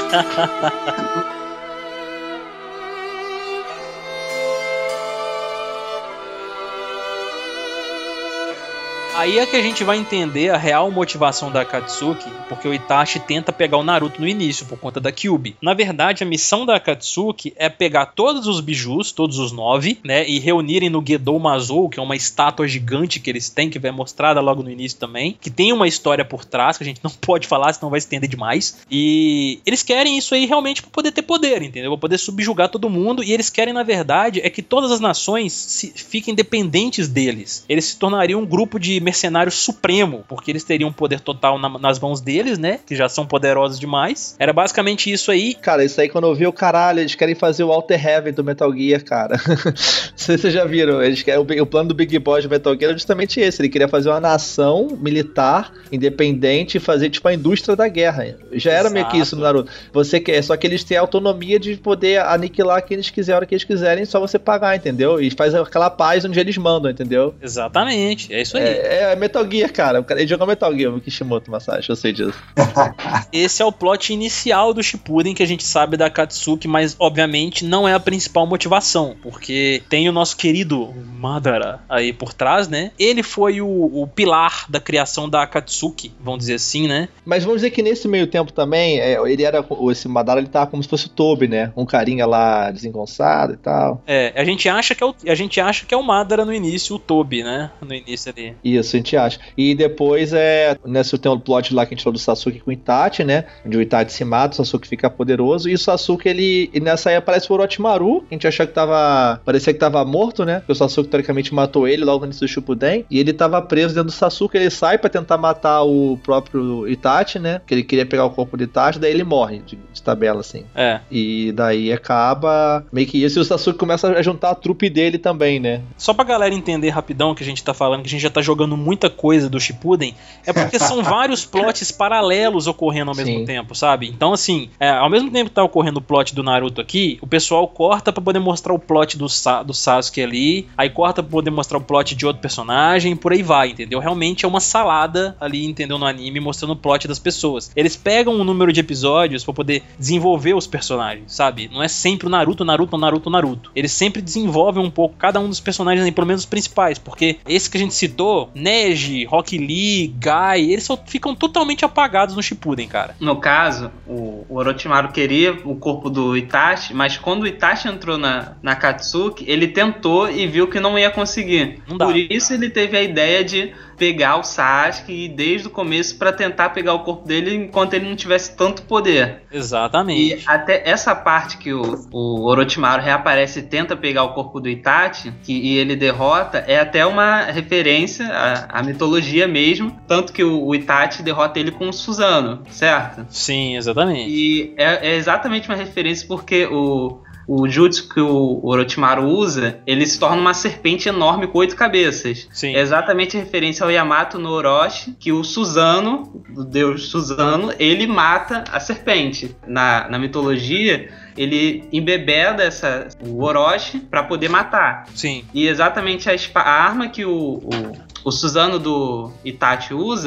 Aí é que a gente vai entender a real motivação da Akatsuki, porque o Itachi tenta pegar o Naruto no início, por conta da Kyuubi. Na verdade, a missão da Akatsuki é pegar todos os bijus, todos os nove, né, e reunirem no Gedou Mazou, que é uma estátua gigante que eles têm, que vai mostrada logo no início também, que tem uma história por trás, que a gente não pode falar, senão vai se estender demais. E eles querem isso aí realmente pra poder ter poder, entendeu? Pra poder subjugar todo mundo, e eles querem, na verdade, é que todas as nações se, fiquem dependentes deles. Eles se tornariam um grupo de mercenário supremo, porque eles teriam poder total na, nas mãos deles, né, que já são poderosos demais. Era basicamente isso aí. Cara, isso aí quando eu vi o caralho, eles querem fazer o Outer Heaven do Metal Gear, cara. Não sei se vocês já viram, eles querem, o, o plano do Big Boss do Metal Gear é justamente esse, ele queria fazer uma nação militar, independente, e fazer tipo a indústria da guerra. Já era Exato. Meio que isso no Naruto. Você quer, só que eles têm a autonomia de poder aniquilar quem eles quiserem, a hora que eles quiserem, só você pagar, entendeu? E faz aquela paz onde eles mandam, entendeu? Exatamente, é isso aí. É, é Metal Gear, cara. Ele jogou Metal Gear, o Kishimoto Masashi, eu sei disso. Esse é o plot inicial do Shippuden que a gente sabe da Akatsuki, mas obviamente não é a principal motivação, porque tem o nosso querido Madara aí por trás, né? Ele foi o, o pilar da criação da Akatsuki, vamos dizer assim, né? Mas vamos dizer que nesse meio tempo também, é, ele era, esse Madara, ele tava como se fosse o Tobi, né? Um carinha lá desengonçado e tal. É, a gente acha que é o, a gente acha que é o Madara no início, o Tobi, né? No início ali. Isso, a gente acha. E depois, é, nesse tem o plot lá que a gente falou do Sasuke com o Itachi, né? Onde o Itachi se mata, o Sasuke fica poderoso. E o Sasuke, ele, e nessa aí aparece o Orochimaru, que a gente achou que tava, parecia que tava morto, né? Porque o Sasuke, teoricamente, matou ele logo no início do Shippuden. E ele tava preso dentro do Sasuke, ele sai pra tentar matar o próprio Itachi, né? Porque ele queria pegar o corpo do Itachi, daí ele morre, de, de tabela, assim. É. E daí acaba meio que isso, e o Sasuke começa a juntar a trupe dele também, né? Só pra galera entender rapidão que a gente tá falando, que a gente já tá jogando muita coisa do Shippuden, é porque são vários plots paralelos ocorrendo ao mesmo Sim. tempo, sabe? Então, assim, é, ao mesmo tempo que tá ocorrendo o plot do Naruto aqui, o pessoal corta pra poder mostrar o plot do, Sa do Sasuke ali, aí corta pra poder mostrar o plot de outro personagem, por aí vai, entendeu? Realmente é uma salada ali, entendeu? No anime, mostrando o plot das pessoas. Eles pegam um número de episódios pra poder desenvolver os personagens, sabe? Não é sempre o Naruto, Naruto, Naruto, Naruto. Eles sempre desenvolvem um pouco cada um dos personagens, aí, pelo menos os principais, porque esse que a gente citou, Neji, Rock Lee, Gai, eles só ficam totalmente apagados no Shippuden, cara. No caso, o, o Orochimaru queria o corpo do Itachi, mas quando o Itachi entrou na, na Akatsuki, ele tentou e viu que não ia conseguir. Não dá. Por isso ele teve a ideia de pegar o Sasuke desde o começo para tentar pegar o corpo dele enquanto ele não tivesse tanto poder. Exatamente. E até essa parte que o, o Orochimaru reaparece e tenta pegar o corpo do Itachi, que, e ele derrota, é até uma referência à, à mitologia mesmo, tanto que o, o Itachi derrota ele com o Susanoo, certo? Sim, exatamente. E é, é exatamente uma referência porque o O jutsu que o Orochimaru usa, ele se torna uma serpente enorme com oito cabeças. Sim. É exatamente a referência ao Yamato no Orochi, que o Susanoo, o deus Susanoo, ele mata a serpente. Na, na mitologia, ele embebeda essa, o Orochi para poder matar. Sim. E exatamente a, a arma que o, o, o Susanoo do Itachi usa,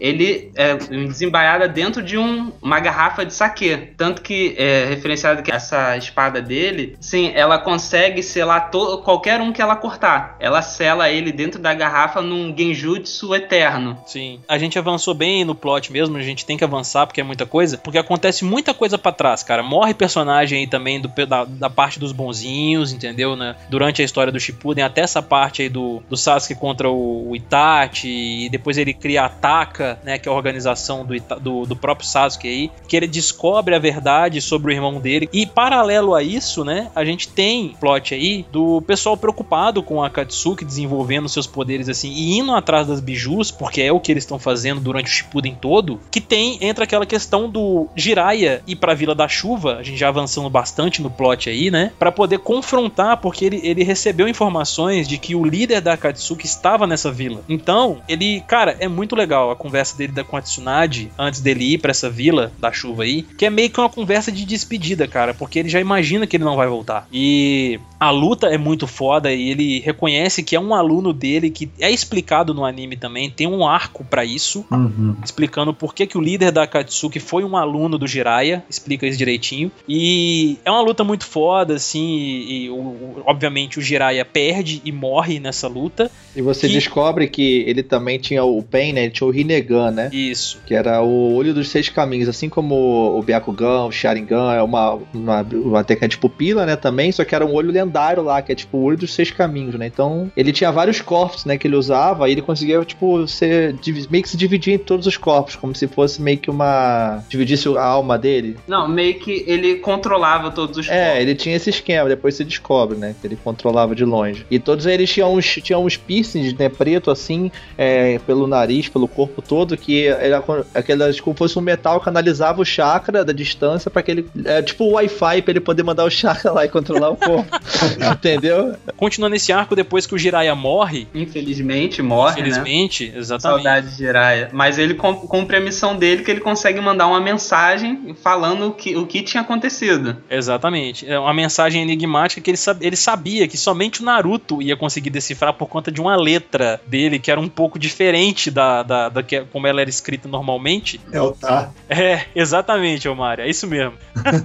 ele é desembaiada dentro de um, uma garrafa de saquê. Tanto que é referenciado que essa espada dele, sim, ela consegue selar to- qualquer um que ela cortar. Ela sela ele dentro da garrafa num genjutsu eterno. Sim. A gente avançou bem no plot mesmo, a gente tem que avançar porque é muita coisa, porque acontece muita coisa pra trás, cara. Morre personagem aí também do, da, da parte dos bonzinhos, entendeu, né? Durante a história do Shippuden, até essa parte aí do, do Sasuke contra o, o Itachi, e depois ele cria a Taka, né, que é a organização do, Ita, do, do próprio Sasuke aí, que ele descobre a verdade sobre o irmão dele. E paralelo a isso, né, a gente tem plot aí do pessoal preocupado com a Akatsuki desenvolvendo seus poderes assim e indo atrás das bijus, porque é o que eles estão fazendo durante o Shippuden todo, que tem, entra aquela questão do Jiraiya ir pra Vila da Chuva, a gente já avançando bastante no plot aí, né, pra poder confrontar, porque ele, ele recebeu informações de que o líder da Akatsuki estava nessa vila. Então, ele, cara, é muito legal a conversa dele com a Tsunade, antes dele ir pra essa Vila da Chuva aí, que é meio que uma conversa de despedida, cara, porque ele já imagina que ele não vai voltar. E a luta é muito foda e ele reconhece que é um aluno dele, que é explicado no anime também, tem um arco pra isso, uhum. explicando por que que o líder da Akatsuki foi um aluno do Jiraiya, explica isso direitinho. E é uma luta muito foda, assim, e, e o, o, obviamente o Jiraiya perde e morre nessa luta. E você que... descobre que ele também tinha o Pain, né? Ele tinha o Rinnegan, né? Isso. Que era o olho dos seis caminhos, assim como o Byakugan, o Sharingan, é uma, uma, uma técnica de pupila, né? Também, só que era um olho lendário lá, que é tipo o olho dos seis caminhos, né? Então, ele tinha vários corpos, né? Que ele usava, e ele conseguia, tipo, ser, meio que se dividir em todos os corpos, como se fosse meio que uma... dividisse a alma dele. Não, meio que ele controlava todos os É, corpos. ele tinha esse esquema, depois se descobre, né? Que ele controlava de longe. E todos eles tinham uns, tinham uns piercings, né? Preto, assim, é, pelo nariz, pelo corpo todo, que era aquelas, como fosse um metal, canalizava o chakra da distância pra que ele... É tipo o Wi-Fi pra ele poder mandar o chakra lá e controlar o corpo. Entendeu? Continuando esse arco, depois que o Jiraiya morre... Infelizmente, morre, Infelizmente, né? exatamente. Saudade de Jiraiya. Mas ele cumpre a missão dele, que ele consegue mandar uma mensagem falando o que, o que tinha acontecido. Exatamente. É uma mensagem enigmática que ele, sab- ele sabia que somente o Naruto ia conseguir decifrar por conta de uma letra dele, que era um pouco diferente da, da, da que, como ela era escrita normalmente. É o tá. É, exatamente, Omari, é isso mesmo.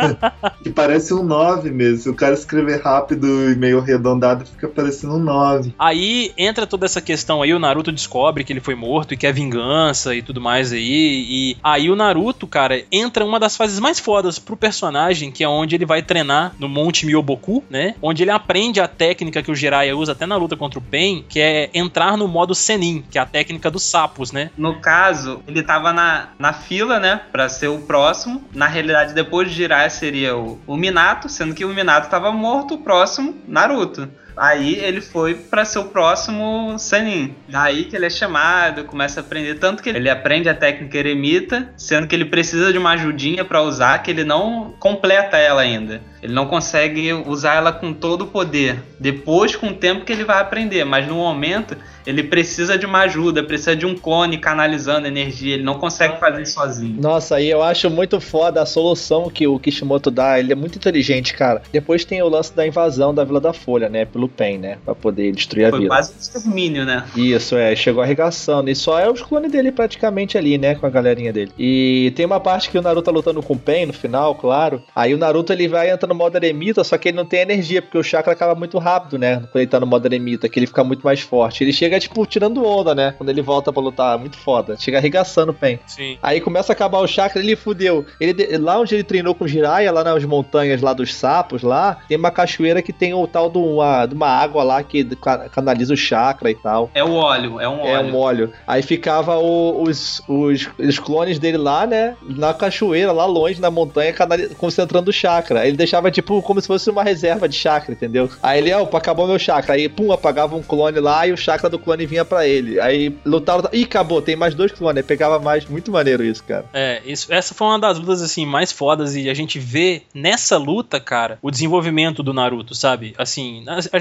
Que parece um nove mesmo. Se o cara escrever rápido e meio arredondado, fica parecendo um nove. Aí entra toda essa questão aí, o Naruto descobre que ele foi morto e quer vingança e tudo mais aí, e aí o Naruto, cara, entra uma das fases mais fodas pro personagem, que é onde ele vai treinar no Monte Myoboku, né? Onde ele aprende a técnica que o Jiraiya usa até na luta contra o Pain, que é entrar no modo Sennin, que é a técnica dos sapos, né? No caso, ele tava na, na fila, né, pra ser o próximo. Na realidade, depois de Jiraiya seria o, o Minato, sendo que o Minato tava morto, o próximo, Naruto. Aí ele foi pra ser o próximo Sennin. Daí que ele é chamado, começa a aprender. Tanto que ele aprende a técnica eremita, sendo que ele precisa de uma ajudinha pra usar, que ele não completa ela ainda. Ele não consegue usar ela com todo o poder. Depois, com o tempo que ele vai aprender. Mas no momento, ele precisa de uma ajuda, precisa de um clone canalizando energia. Ele não consegue fazer isso sozinho. Nossa, aí eu acho muito foda a solução que o Kishimoto dá. Ele é muito inteligente, cara. Depois tem o lance da invasão da Vila da Folha, né? Pelo Pain, né? Pra poder destruir a Foi vila. Foi quase um extermínio, né? Isso, é. Chegou arregaçando. E só é os clones dele praticamente ali, né? Com a galerinha dele. E tem uma parte que o Naruto tá lutando com o Pain no final, claro. Aí o Naruto, ele vai entrar no modo eremita, só que ele não tem energia, porque o chakra acaba muito rápido, né? Quando ele tá no modo eremita, que ele fica muito mais forte. Ele chega, tipo, tirando onda, né? Quando ele volta pra lutar. Muito foda. Chega arregaçando o Pain. Sim. Aí começa a acabar o chakra, ele fudeu. Ele, lá onde ele treinou com o Jiraiya, lá nas montanhas lá dos sapos, lá, tem uma cachoeira que tem o tal de uma, de uma água lá que canaliza o chakra e tal. É o óleo, é um óleo. É um óleo. Aí ficava o, os, os, os clones dele lá, né? Na cachoeira, lá longe, na montanha, concentrando o chakra. Ele deixava, tipo, como se fosse uma reserva de chakra, entendeu? Aí ele, ó, oh, acabou meu chakra. Aí, pum, apagava um clone lá e o chakra do clone vinha pra ele. Aí lutava, ih, acabou, tem mais dois clones. Aí pegava mais. Muito maneiro isso, cara. É, isso, essa foi uma das lutas, assim, mais fodas, e a gente vê nessa luta, cara, o desenvolvimento do Naruto, sabe? Assim, a, a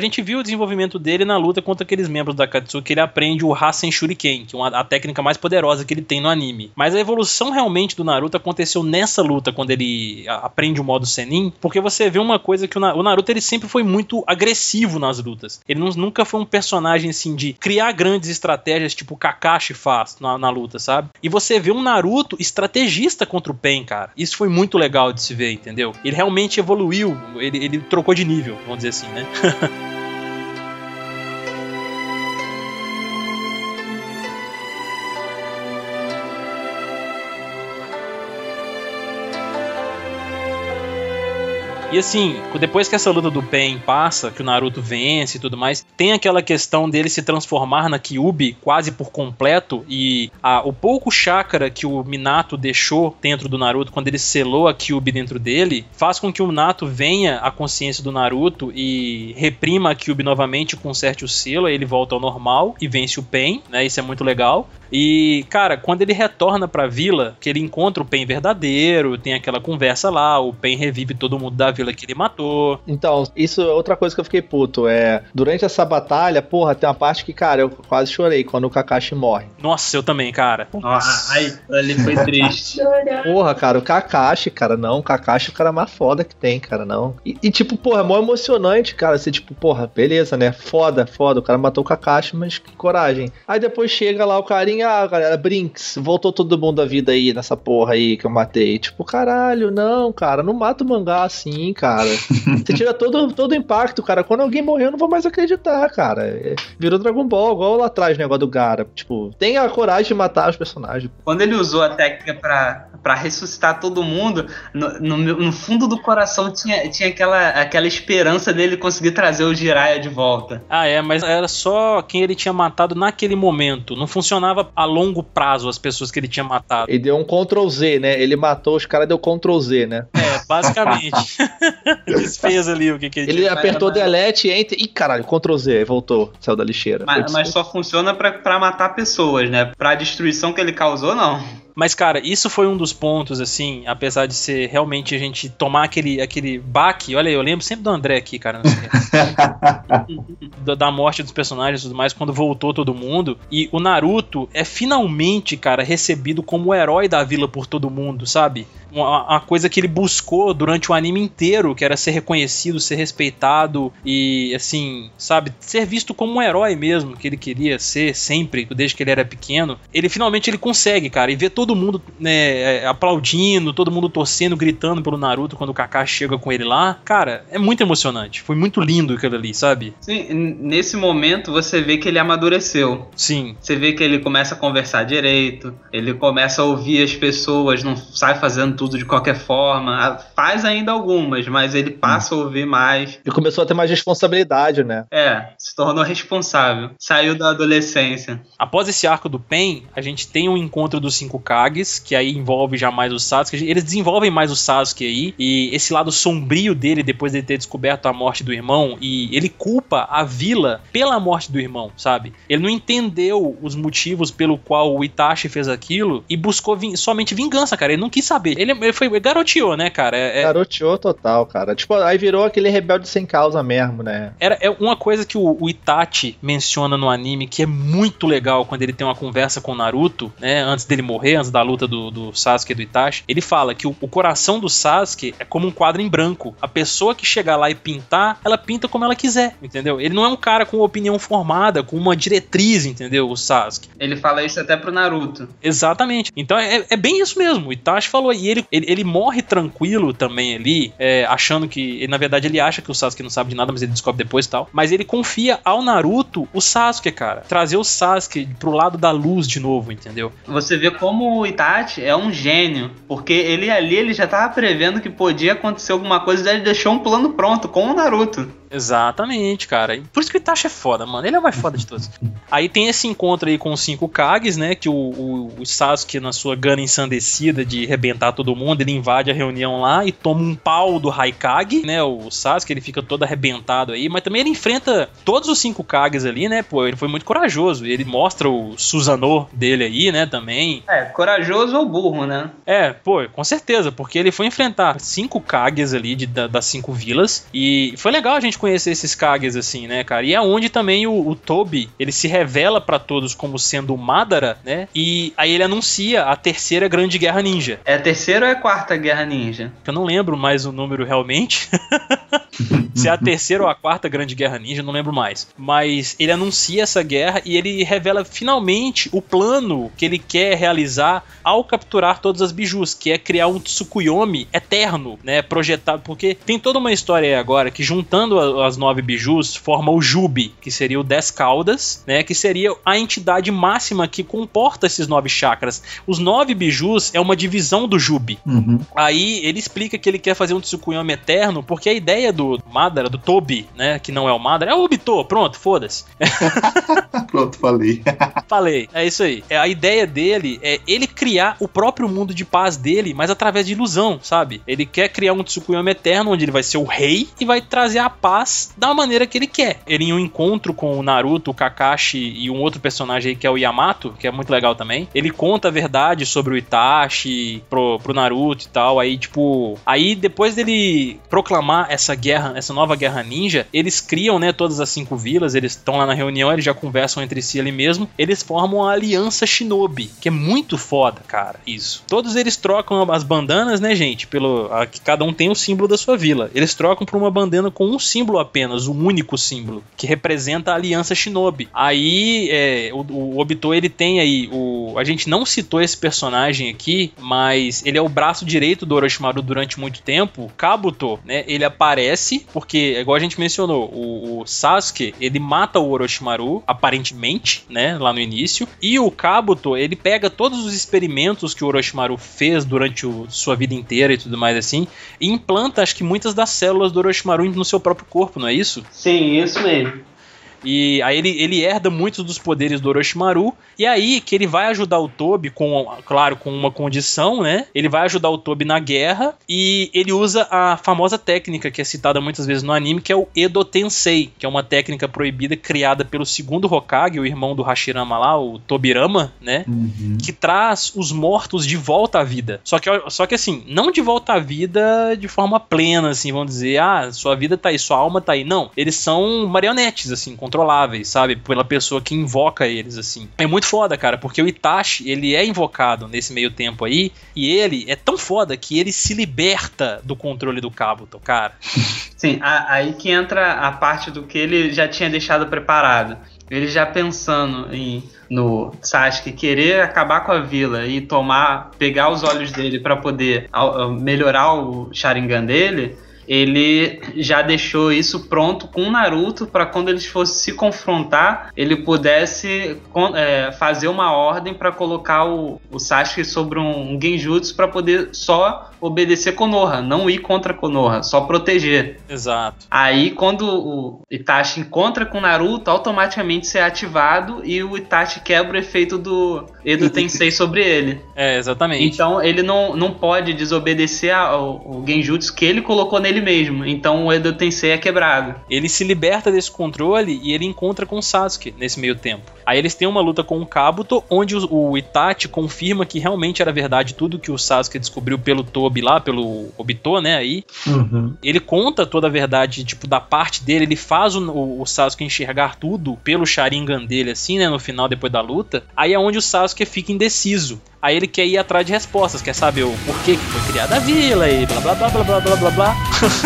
gente viu o desenvolvimento dele na luta contra aqueles membros da Akatsuki, ele aprende o Rasen Shuriken, que é uma, a técnica mais poderosa que ele tem no anime. Mas a evolução realmente do Naruto aconteceu nessa luta, quando ele aprende o modo Senin, porque você vê uma coisa que o, Na, o Naruto ele sempre foi muito agressivo nas lutas. Ele não, nunca foi um personagem assim de criar grandes estratégias tipo o Kakashi faz na, na luta, sabe? E você vê um Naruto estrategista contra o Pain, cara. Isso foi muito legal de se ver, entendeu? Ele realmente evoluiu, ele, ele trocou de nível, vamos dizer assim, né? E assim, depois que essa luta do Pain passa, que o Naruto vence e tudo mais, tem aquela questão dele se transformar na Kyuubi quase por completo, e a, o pouco chakra que o Minato deixou dentro do Naruto, quando ele selou a Kyuubi dentro dele, faz com que o Minato venha à consciência do Naruto e reprima a Kyuubi novamente, conserte o selo, aí ele volta ao normal e vence o Pain, né? Isso é muito legal. E, cara, quando ele retorna pra vila, que ele encontra o Pain verdadeiro, tem aquela conversa lá, o Pain revive todo mundo da vila que ele matou. Então, isso é outra coisa que eu fiquei puto, é, durante essa batalha, porra, tem uma parte que, cara, eu quase chorei quando o Kakashi morre. Nossa, eu também, cara. Nossa, ai, ali foi triste. Porra, cara, o Kakashi, cara, não, o Kakashi é o cara mais foda que tem, cara, não. E, e tipo, porra, é mó emocionante, cara, você tipo, porra, beleza, né, foda, foda, o cara matou o Kakashi, mas que coragem. Aí depois chega lá o carinha, ah, galera, Brinks, voltou todo mundo da vida aí, nessa porra aí que eu matei. Tipo, caralho, não, cara, não mata o mangá assim, cara. Você tira todo, todo o impacto, cara. Quando alguém morreu, eu não vou mais acreditar, cara. É, virou Dragon Ball, igual lá atrás o negócio do Gaara. Tipo, tenha a coragem de matar os personagens. Quando ele usou a técnica pra, pra ressuscitar todo mundo, no, no, no fundo do coração tinha, tinha aquela, aquela esperança dele conseguir trazer o Jiraiya de volta. Ah, é, mas era só quem ele tinha matado naquele momento. Não funcionava a longo prazo as pessoas que ele tinha matado. Ele deu um control Z, né? Ele matou os caras, deu control Z, né? É, basicamente. Desfez ali o que, que ele Ele tinha. apertou mas, delete, enter. Ih, caralho, control Z, aí voltou, saiu da lixeira. Mas, mas só funciona pra, pra matar pessoas, né? Pra destruição que ele causou, não. Mas, cara, isso foi um dos pontos, assim, apesar de ser realmente a gente tomar aquele, aquele baque. Olha aí, eu lembro sempre do André aqui, cara. Não sei. da, da morte dos personagens e tudo mais, quando voltou todo mundo. E o Naruto é finalmente, cara, recebido como o herói da vila por todo mundo, sabe? Uma, uma coisa que ele buscou durante o anime inteiro, que era ser reconhecido, ser respeitado e, assim, sabe? Ser visto como um herói mesmo, que ele queria ser sempre, desde que ele era pequeno. Ele finalmente ele consegue, cara, e ver todo mundo, né, aplaudindo, todo mundo torcendo, gritando pelo Naruto quando o Kakashi chega com ele lá. Cara, é muito emocionante. Foi muito lindo aquilo ali, sabe? Sim, nesse momento você vê que ele amadureceu. Sim. Você vê que ele começa a conversar direito, ele começa a ouvir as pessoas, não sai fazendo tudo de qualquer forma. Faz ainda algumas, mas ele passa a ouvir mais. E começou a ter mais responsabilidade, né? É, se tornou responsável. Saiu da adolescência. Após esse arco do Pain, a gente tem um encontro dos cinco Kages, que aí envolve já mais o Sasuke. Eles desenvolvem mais o Sasuke aí, e esse lado sombrio dele, depois de ter descoberto a morte do irmão, e ele culpa a vila pela morte do irmão, sabe? Ele não entendeu os motivos pelo qual o Itachi fez aquilo, e buscou vin- somente vingança, cara. Ele não quis saber. Ele, ele foi garoteou, né, cara? É, é... Garoteou total, cara. Tipo, aí virou aquele rebelde sem causa mesmo, né? Era, é uma coisa que o, o Itachi menciona no anime, que é muito legal quando ele tem uma conversa com o Naruto, né, antes dele morrer, antes da luta do, do Sasuke e do Itachi. Ele fala que o, o coração do Sasuke é como um quadro em branco. A pessoa que chegar lá e pintar, ela pinta como ela quiser, entendeu? Ele não é um cara com opinião formada, com uma diretriz, entendeu? O Sasuke. Ele fala isso até pro Naruto. Exatamente. Então é, é bem isso mesmo. O Itachi falou, e ele, ele, ele morre tranquilo também ali, é, achando que, na verdade ele acha que o Sasuke não sabe de nada, mas ele descobre depois e tal. Mas ele confia ao Naruto o Sasuke, cara. Trazer o Sasuke pro lado da luz de novo, entendeu? Você vê como o Itachi é um gênio, porque ele ali ele já tava prevendo que podia acontecer alguma coisa e ele deixou um plano pronto com o Naruto. Exatamente, cara. Por isso que o Itachi é foda, mano. Ele é o mais foda de todos. Aí tem esse encontro aí com os cinco Kages, né? Que o, o, o Sasuke, na sua gana ensandecida de arrebentar todo mundo, ele invade a reunião lá e toma um pau do Raikage, né? O Sasuke, ele fica todo arrebentado aí. Mas também ele enfrenta todos os cinco Kages ali, né? Pô, ele foi muito corajoso. Ele mostra o Susanoo dele aí, né? Também. É, corajoso ou burro, né? É, pô, com certeza. Porque ele foi enfrentar cinco Kages ali de, da, das cinco vilas. E foi legal a gente onde conhecer esses Kages, assim, né, cara? E é onde também o, o Tobi, ele se revela pra todos como sendo o Madara, né? E aí ele anuncia a terceira Grande Guerra Ninja. É a terceira ou é a quarta Guerra Ninja? Eu não lembro mais o número realmente. Se é a terceira ou a quarta Grande Guerra Ninja, não lembro mais. Mas ele anuncia essa guerra e ele revela finalmente o plano que ele quer realizar ao capturar todas as bijus, que é criar um Tsukuyomi eterno, né, projetado, porque tem toda uma história aí agora que juntando a, as nove bijus forma o Jubi, que seria o Dez Caudas, né, que seria a entidade máxima que comporta esses nove chakras. Os nove bijus é uma divisão do Jubi. Uhum. Aí ele explica que ele quer fazer um Tsukuyomi eterno porque a ideia do Madara, do Tobi, né, que não é o Madara, é o Obito, pronto, foda-se. Pronto, falei. Falei, é isso aí. A ideia dele é ele criar o próprio mundo de paz dele, mas através de ilusão, sabe? Ele quer criar um Tsukuyomi eterno, onde ele vai ser o rei e vai trazer a paz da maneira que ele quer. Ele em um encontro com o Naruto, o Kakashi e um outro personagem aí que é o Yamato, que é muito legal também, ele conta a verdade sobre o Itachi pro, pro Naruto e tal, aí tipo... Aí depois dele proclamar essa guerra, essa nova guerra ninja, eles criam, né, todas as cinco vilas, eles estão lá na reunião, eles já conversam entre si ali mesmo, eles formam a Aliança Shinobi, que é muito foda, cara, isso. Todos eles trocam as bandanas, né, gente, pelo, a, que cada um tem o símbolo da sua vila. Eles trocam por uma bandana com um símbolo apenas, um único símbolo, que representa a Aliança Shinobi. Aí, é, o, o Obito, ele tem aí, o, a gente não citou esse personagem aqui, mas ele é o braço direito do Orochimaru durante muito tempo. O Kabuto, né, ele aparece, porque, igual a gente mencionou, o, o Sasuke, ele mata o Orochimaru, aparentemente, né, lá no início, e o Kabuto, ele pega todos os experimentos que o Orochimaru fez durante o, sua vida inteira e tudo mais assim, e implanta, acho que muitas das células do Orochimaru no seu próprio corpo, não é isso? Sim, isso mesmo. E aí ele, ele herda muitos dos poderes do Orochimaru, e aí que ele vai ajudar o Tobi, com, claro, com uma condição, né? Ele vai ajudar o Tobi na guerra, e ele usa a famosa técnica que é citada muitas vezes no anime, que é o Edo Tensei, que é uma técnica proibida criada pelo segundo Hokage, o irmão do Hashirama lá, o Tobirama, né? Uhum. Que traz os mortos de volta à vida. Só que, só que assim, não de volta à vida de forma plena, assim, vamos dizer, ah, sua vida tá aí, sua alma tá aí. Não, eles são marionetes, assim, controláveis, sabe? Pela pessoa que invoca eles, assim. É muito foda, cara, porque o Itachi, ele é invocado nesse meio tempo aí, e ele é tão foda que ele se liberta do controle do Kabuto, cara. Sim, a, aí que entra a parte do que ele já tinha deixado preparado. Ele já pensando em, no Sasuke querer acabar com a vila e tomar, pegar os olhos dele para poder a, melhorar o Sharingan dele, ele já deixou isso pronto com o Naruto para quando eles fossem se confrontar, ele pudesse é, fazer uma ordem para colocar o, o Sasuke sobre um, um genjutsu para poder só obedecer Konoha, não ir contra Konoha, só proteger. Exato. Aí quando o Itachi encontra com o Naruto, automaticamente isso é ativado e o Itachi quebra o efeito do Edo Tensei sobre ele. É, exatamente. Então ele não, não pode desobedecer ao, ao genjutsu que ele colocou nele mesmo, então o Edo Tensei é quebrado. Ele se liberta desse controle e ele encontra com o Sasuke nesse meio tempo. Aí eles têm uma luta com o Kabuto, onde o, o Itachi confirma que realmente era verdade tudo que o Sasuke descobriu pelo Tobi lá, pelo Obito, né, aí. Uhum. Ele conta toda a verdade, tipo, da parte dele, ele faz o, o, o Sasuke enxergar tudo pelo Sharingan dele, assim, né, no final, depois da luta. Aí é onde o Sasuke fica indeciso. Aí ele quer ir atrás de respostas, quer saber o porquê que foi criada a vila e blá blá blá blá blá blá blá blá.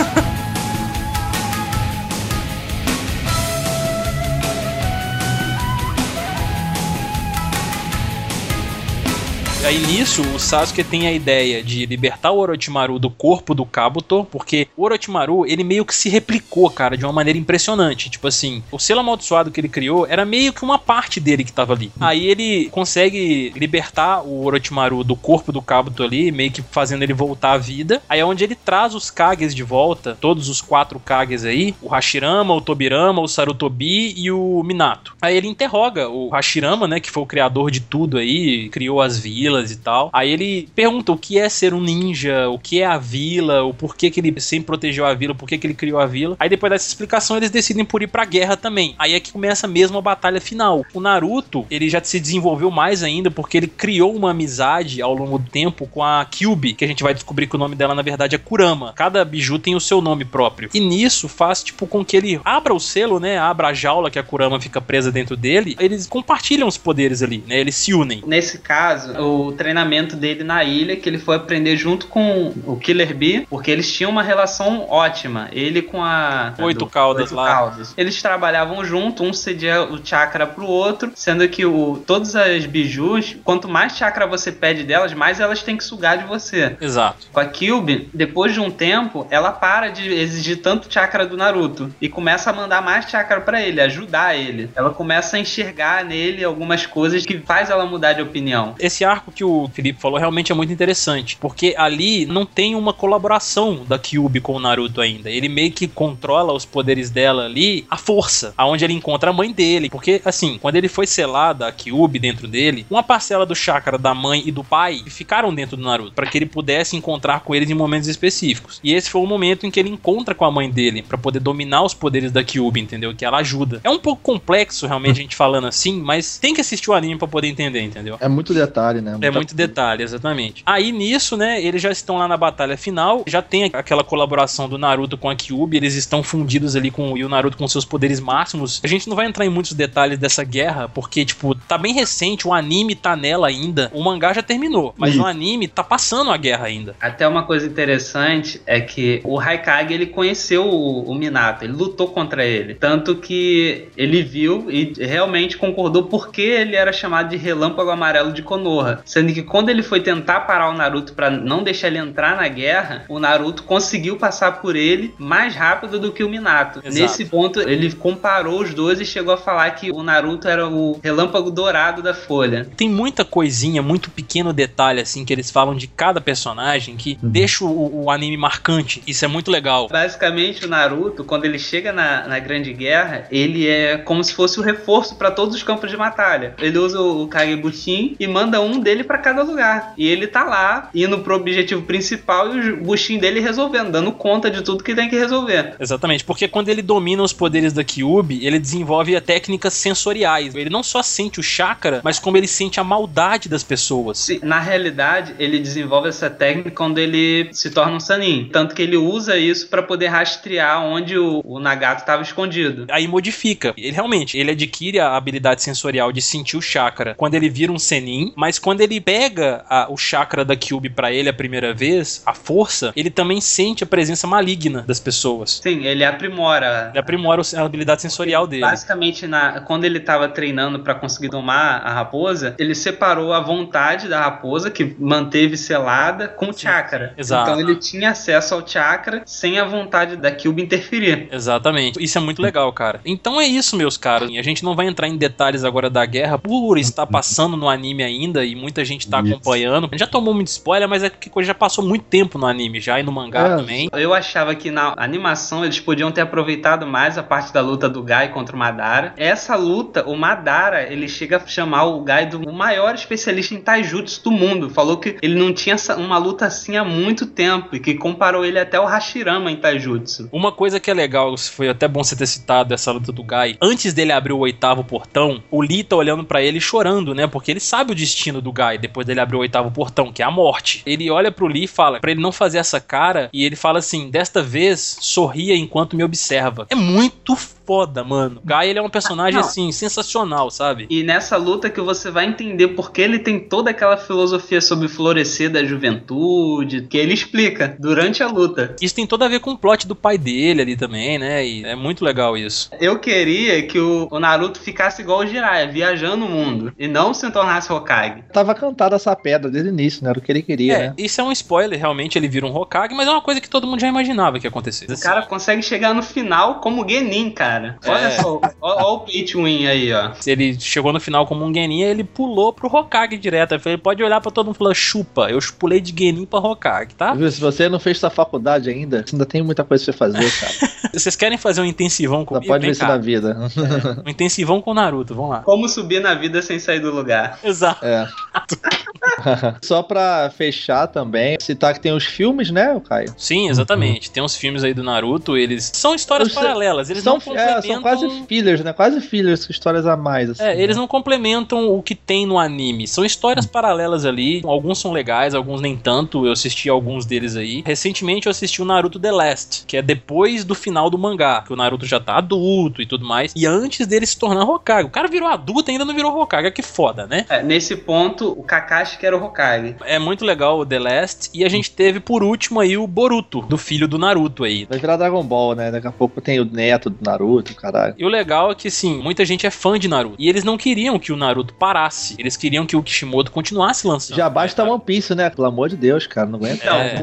Aí nisso, o Sasuke tem a ideia de libertar o Orochimaru do corpo do Kabuto, porque o Orochimaru, ele meio que se replicou, cara, de uma maneira impressionante. Tipo assim, o selo amaldiçoado que ele criou era meio que uma parte dele que tava ali. Aí ele consegue libertar o Orochimaru do corpo do Kabuto ali, meio que fazendo ele voltar à vida. Aí é onde ele traz os Kages de volta, todos os quatro Kages aí, o Hashirama, o Tobirama, o Sarutobi e o Minato. Aí ele interroga o Hashirama, né, que foi o criador de tudo aí, criou as vilas, vilas e tal. Aí ele pergunta o que é ser um ninja, o que é a vila, o porquê que ele sempre protegeu a vila, o porquê que ele criou a vila. Aí depois dessa explicação eles decidem por ir pra guerra também. Aí é que começa mesmo a batalha final. O Naruto, ele já se desenvolveu mais ainda porque ele criou uma amizade ao longo do tempo com a Kyuubi, que a gente vai descobrir que o nome dela na verdade é Kurama. Cada biju tem o seu nome próprio. E nisso faz tipo com que ele abra o selo, né, abra a jaula que a Kurama fica presa dentro dele. Eles compartilham os poderes ali, né, eles se unem. Nesse caso, o treinamento dele na ilha, que ele foi aprender junto com o Killer Bee, porque eles tinham uma relação ótima. Ele com a... Oito caudas lá. Caudas. Eles trabalhavam junto, um cedia o chakra pro outro, sendo que o, todas as bijus, quanto mais chakra você pede delas, mais elas têm que sugar de você. Exato. Com a Kyuubi, depois de um tempo, ela para de exigir tanto chakra do Naruto e começa a mandar mais chakra pra ele, ajudar ele. Ela começa a enxergar nele algumas coisas que faz ela mudar de opinião. Esse arco que o Felipe falou realmente é muito interessante, porque ali não tem uma colaboração da Kyuubi com o Naruto ainda. Ele meio que controla os poderes dela ali, a força, aonde ele encontra a mãe dele. Porque, assim, quando ele foi selada, a Kyuubi dentro dele, uma parcela do chakra da mãe e do pai ficaram dentro do Naruto, para que ele pudesse encontrar com eles em momentos específicos. E esse foi o momento em que ele encontra com a mãe dele, para poder dominar os poderes da Kyuubi, entendeu? Que ela ajuda. É um pouco complexo, realmente, a gente falando assim, mas tem que assistir o anime para poder entender, entendeu? É muito detalhe, né? Muita... É muito detalhe, exatamente. Aí nisso, né, eles já estão lá na batalha final, já tem aquela colaboração do Naruto com a Kyuubi, eles estão fundidos ali com e o Naruto com seus poderes máximos. A gente não vai entrar em muitos detalhes dessa guerra, porque, tipo, tá bem recente, o anime tá nela ainda, o mangá já terminou, mas Isso. o anime tá passando a guerra ainda. Até uma coisa interessante é que o Haikage, ele conheceu o, o Minato, ele lutou contra ele, tanto que ele viu e realmente concordou porque ele era chamado de Relâmpago Amarelo de Konoha, sendo que quando ele foi tentar parar o Naruto pra não deixar ele entrar na guerra, o Naruto conseguiu passar por ele mais rápido do que o Minato. Exato. Nesse ponto, ele comparou os dois e chegou a falar que o Naruto era o relâmpago dourado da Folha. Tem muita coisinha, muito pequeno detalhe, assim, que eles falam de cada personagem que uhum. deixa o, o anime marcante. Isso é muito legal. Basicamente, o Naruto, quando ele chega na, na Grande Guerra, ele é como se fosse o reforço para todos os campos de batalha. Ele usa o Kagebushin e manda um dele para cada lugar. E ele tá lá, indo pro objetivo principal e o Bushin dele resolvendo, dando conta de tudo que tem que resolver. Exatamente, porque quando ele domina os poderes da Kyuubi, ele desenvolve técnicas sensoriais. Ele não só sente o chakra, mas como ele sente a maldade das pessoas. Sim, na realidade, ele desenvolve essa técnica quando ele se torna um Sannin. Tanto que ele usa isso para poder rastrear onde o, o Nagato estava escondido. Aí modifica. Ele realmente, ele adquire a habilidade sensorial de sentir o chakra quando ele vira um Sennin, mas quando ele pega a, o chakra da Kyuubi pra ele a primeira vez, a força, ele também sente a presença maligna das pessoas. Sim, ele aprimora. Ele aprimora a habilidade sensorial dele. Basicamente, na, quando ele estava treinando para conseguir domar a raposa, ele separou a vontade da raposa, que manteve selada, com o chakra. Exato. Então ele tinha acesso ao chakra sem a vontade da Kyuubi interferir. Exatamente. Isso é muito legal, cara. Então é isso, meus caros. A gente não vai entrar em detalhes agora da guerra, por estar passando no anime ainda e muita gente tá isso. acompanhando. A gente já tomou muito spoiler, mas é que já passou muito tempo no anime já e no mangá é. também. Eu achava que na animação eles podiam ter aproveitado mais a parte da luta do Gai contra o Madara. Essa luta, o Madara, ele chega a chamar o Gai do maior especialista em taijutsu do mundo. Falou que ele não tinha uma luta assim há muito tempo e que comparou ele até ao Hashirama em taijutsu. Uma coisa que é legal, foi até bom você ter citado essa luta do Gai. Antes dele abrir o oitavo portão, o Lee tá olhando pra ele chorando, né? Porque ele sabe o destino do Gai depois dele abrir o oitavo portão, que é a morte. Ele olha pro Lee e fala pra ele não fazer essa cara e ele fala assim, desta vez sorria enquanto me observa. É muito foda, mano. O Gai, ele é um personagem, ah, assim, sensacional, sabe? E nessa luta que você vai entender porque ele tem toda aquela filosofia sobre florescer da juventude, que ele explica durante a luta. Isso tem tudo a ver com o plot do pai dele ali também, né? E é muito legal isso. Eu queria que o, o Naruto ficasse igual o Jiraiya, viajando o mundo, e não se tornasse Hokage. Tava cantada essa pedra desde o início, né? Era o que ele queria, é, né? Isso é um spoiler, realmente, ele vira um Hokage, mas é uma coisa que todo mundo já imaginava que ia acontecer. O cara consegue chegar no final como Genin, cara. Olha é. só, olha o pay to win aí, ó. Ele chegou no final como um Genin, ele pulou pro Hokage direto. Ele pode olhar pra todo mundo e falar, chupa, eu pulei de Genin pra Hokage, tá? Se você não fez sua faculdade ainda, ainda tem muita coisa pra você fazer, cara. Vocês querem fazer um intensivão comigo? Pode ver se na vida. É, um intensivão com o Naruto, vamos lá. Como subir na vida sem sair do lugar. Exato. É. Só pra fechar também, citar que tem os filmes, né, Caio? Sim, exatamente. Uhum. Tem uns filmes aí do Naruto, eles são histórias Os, paralelas. Eles são, não complementam... É, são quase fillers, né? Quase fillers, histórias a mais. Assim, é, né? Eles não complementam o que tem no anime. São histórias uhum. paralelas ali. Alguns são legais, alguns nem tanto. Eu assisti alguns deles aí. Recentemente eu assisti o Naruto The Last, que é depois do final do mangá, que o Naruto já tá adulto e tudo mais. E antes dele se tornar Hokage. O cara virou adulto e ainda não virou Hokage. Que foda, né? É, nesse ponto, o Kakashi que era o Hokage. É muito legal o The Last. E a gente teve, por último, aí o Boruto, do filho do Naruto aí. Vai virar Dragon Ball, né? Daqui a pouco tem o neto do Naruto, caralho. E o legal é que, sim, muita gente é fã de Naruto. E eles não queriam que o Naruto parasse. Eles queriam que o Kishimoto continuasse lançando. Já basta One Piece, né? Pelo amor de Deus, cara. Não aguenta. É.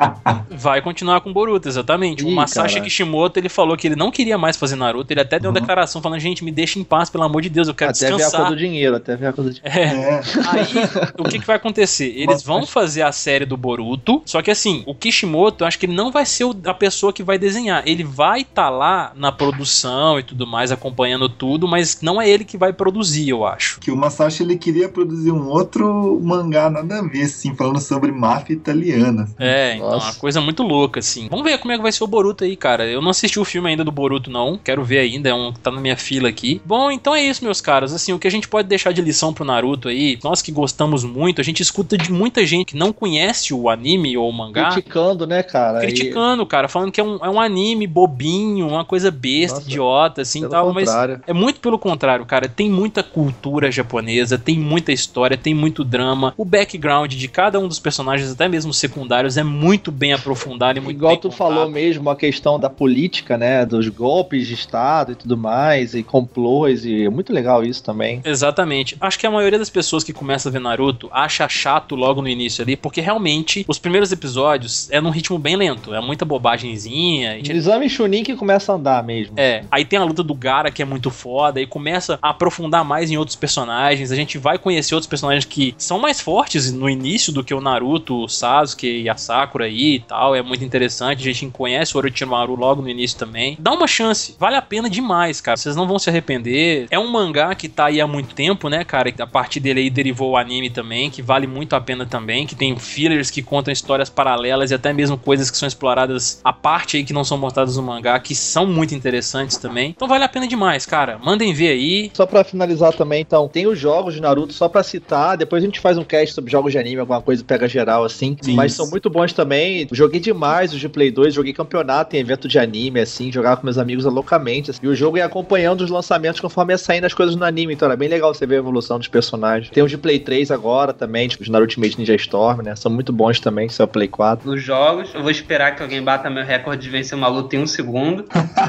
Vai continuar com o Boruto, exatamente. Ih, o Masashi caralho. Kishimoto, ele falou que ele não queria mais fazer Naruto. Ele até deu uma uhum. declaração falando, gente, me deixa em paz, pelo amor de Deus, eu quero até descansar. Até ver a coisa do dinheiro, até ver a coisa do dinheiro. É. é. Aí, o que que vai acontecer? Eles vão fazer a série do Boruto, só que assim, o Kishimoto, eu acho que ele não vai ser a pessoa que vai desenhar. Ele vai estar tá lá na produção e tudo mais, acompanhando tudo, mas não é ele que vai produzir, eu acho. Que o Masashi, ele queria produzir um outro mangá, nada a ver, assim, falando sobre máfia italiana. Assim. É, então, Nossa. Uma coisa muito louca, assim. Vamos ver como é que vai ser o Boruto aí, cara. Eu não assisti o filme ainda do Boruto, não. Quero ver ainda, é um que tá na minha fila aqui. Bom, então é isso, meus caras. Assim, o que a gente pode deixar de lição pro Naruto aí, nós que gostamos muito, a gente escuta de muita gente que não conhece o anime ou o mangá. Criticando, né, cara? Criticando, e... cara, falando que é um, é um anime bobinho, uma coisa besta, Nossa, idiota, assim, pelo tal. Contrário. Mas é muito pelo contrário, cara. Tem muita cultura japonesa, tem muita história, tem muito drama. O background de cada um dos personagens, até mesmo secundários, é muito bem aprofundado e muito Igual bem tu contado. falou mesmo, a questão da política, né, dos golpes de Estado e tudo mais, e complôs, e é muito legal isso também. Exatamente. Acho que a maioria das pessoas que começam a ver Naruto acha chato logo no início ali, porque realmente os primeiros episódios é num ritmo bem lento, é muita bobagemzinha. Gente... Exame Chunin que começa a andar mesmo. É, aí tem a luta do Gaara que é muito foda, e começa a aprofundar mais em outros personagens, a gente vai conhecer outros personagens que são mais fortes no início do que o Naruto, o Sasuke e a Sakura aí e tal, é muito interessante, a gente conhece o Orochimaru logo no início também. Dá uma chance, vale a pena demais, cara, vocês não vão se arrepender. É um mangá que tá aí há muito tempo, né, cara, a partir dele aí derivou o anime também, que vale muito a pena também, que tem fillers que contam histórias paralelas e até mesmo coisas que são exploradas à parte aí que não são mostradas no mangá, que são muito interessantes também. Então vale a pena demais, cara. Mandem ver aí. Só pra finalizar também, então, tem os jogos de Naruto, só pra citar, depois a gente faz um cast sobre jogos de anime, alguma coisa pega geral assim, sim, mas são muito bons também. Joguei demais os de Play dois, joguei campeonato em evento de anime, assim, jogava com meus amigos loucamente, assim, e o jogo ia acompanhando os lançamentos conforme ia saindo as coisas no anime, então era bem legal você ver a evolução dos personagens. Tem os de Play três agora também, tipo os Naruto Ultimate Ninja Storm, né, são muito bons também, isso é o Play quatro. Nos jogos, eu vou esperar que alguém bata meu recorde de vencer uma luta em um segundo.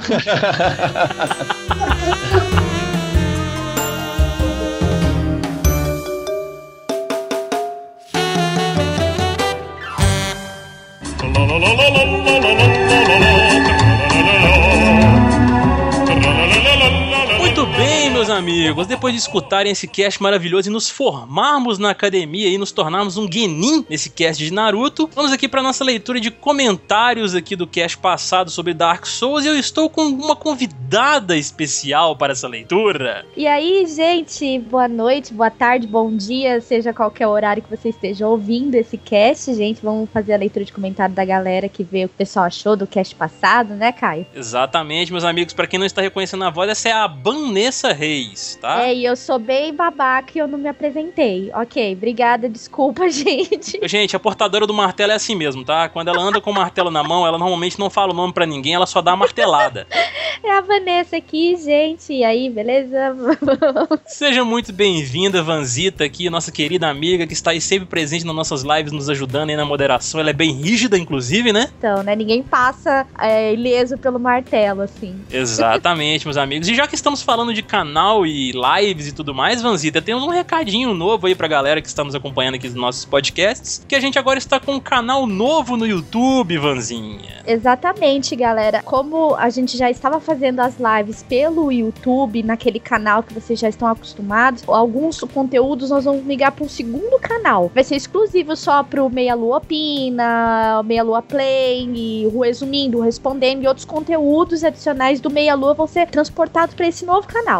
Muito bem, meus amigos, depois de escutarem esse cast maravilhoso e nos formarmos na academia e nos tornarmos um genin nesse cast de Naruto, vamos aqui para nossa leitura de comentários aqui do cast passado sobre Dark Souls, e eu estou com uma convidada especial para essa leitura. E aí, gente, boa noite, boa tarde, bom dia, seja qualquer horário que você esteja ouvindo esse cast, gente, vamos fazer a leitura de comentário da galera que vê o que o pessoal achou do cast passado, né, Caio? Exatamente, meus amigos, para quem não está reconhecendo a voz, essa é a Vanessa Reis, tá? É, e eu sou bem babaca e eu não me apresentei. Ok, obrigada, desculpa, gente. Gente, a portadora do martelo é assim mesmo, tá? Quando ela anda com o martelo na mão, ela normalmente não fala o nome pra ninguém, ela só dá a martelada. É a Vanessa aqui, gente. E aí, beleza? Seja muito bem-vinda, Vanzita, aqui, nossa querida amiga, que está aí sempre presente nas nossas lives, nos ajudando aí na moderação. Ela é bem rígida, inclusive, né? Então, né? Ninguém passa é, ileso pelo martelo, assim. Exatamente, meus amigos. E já que estamos falando de canal e lives e tudo mais, Vanzita, temos um recadinho novo aí pra galera que está nos acompanhando aqui nos nossos podcasts, que a gente agora está com um canal novo no YouTube, Vanzinha. Exatamente, galera. Como a gente já estava fazendo as lives pelo YouTube, naquele canal que vocês já estão acostumados, alguns conteúdos nós vamos migrar para um segundo canal. Vai ser exclusivo só pro Meia Lua Opina, Meia Lua Play, e o Resumindo, o Respondendo, e outros conteúdos adicionais do Meia Lua vão ser transportados para esse novo canal. Exatamente.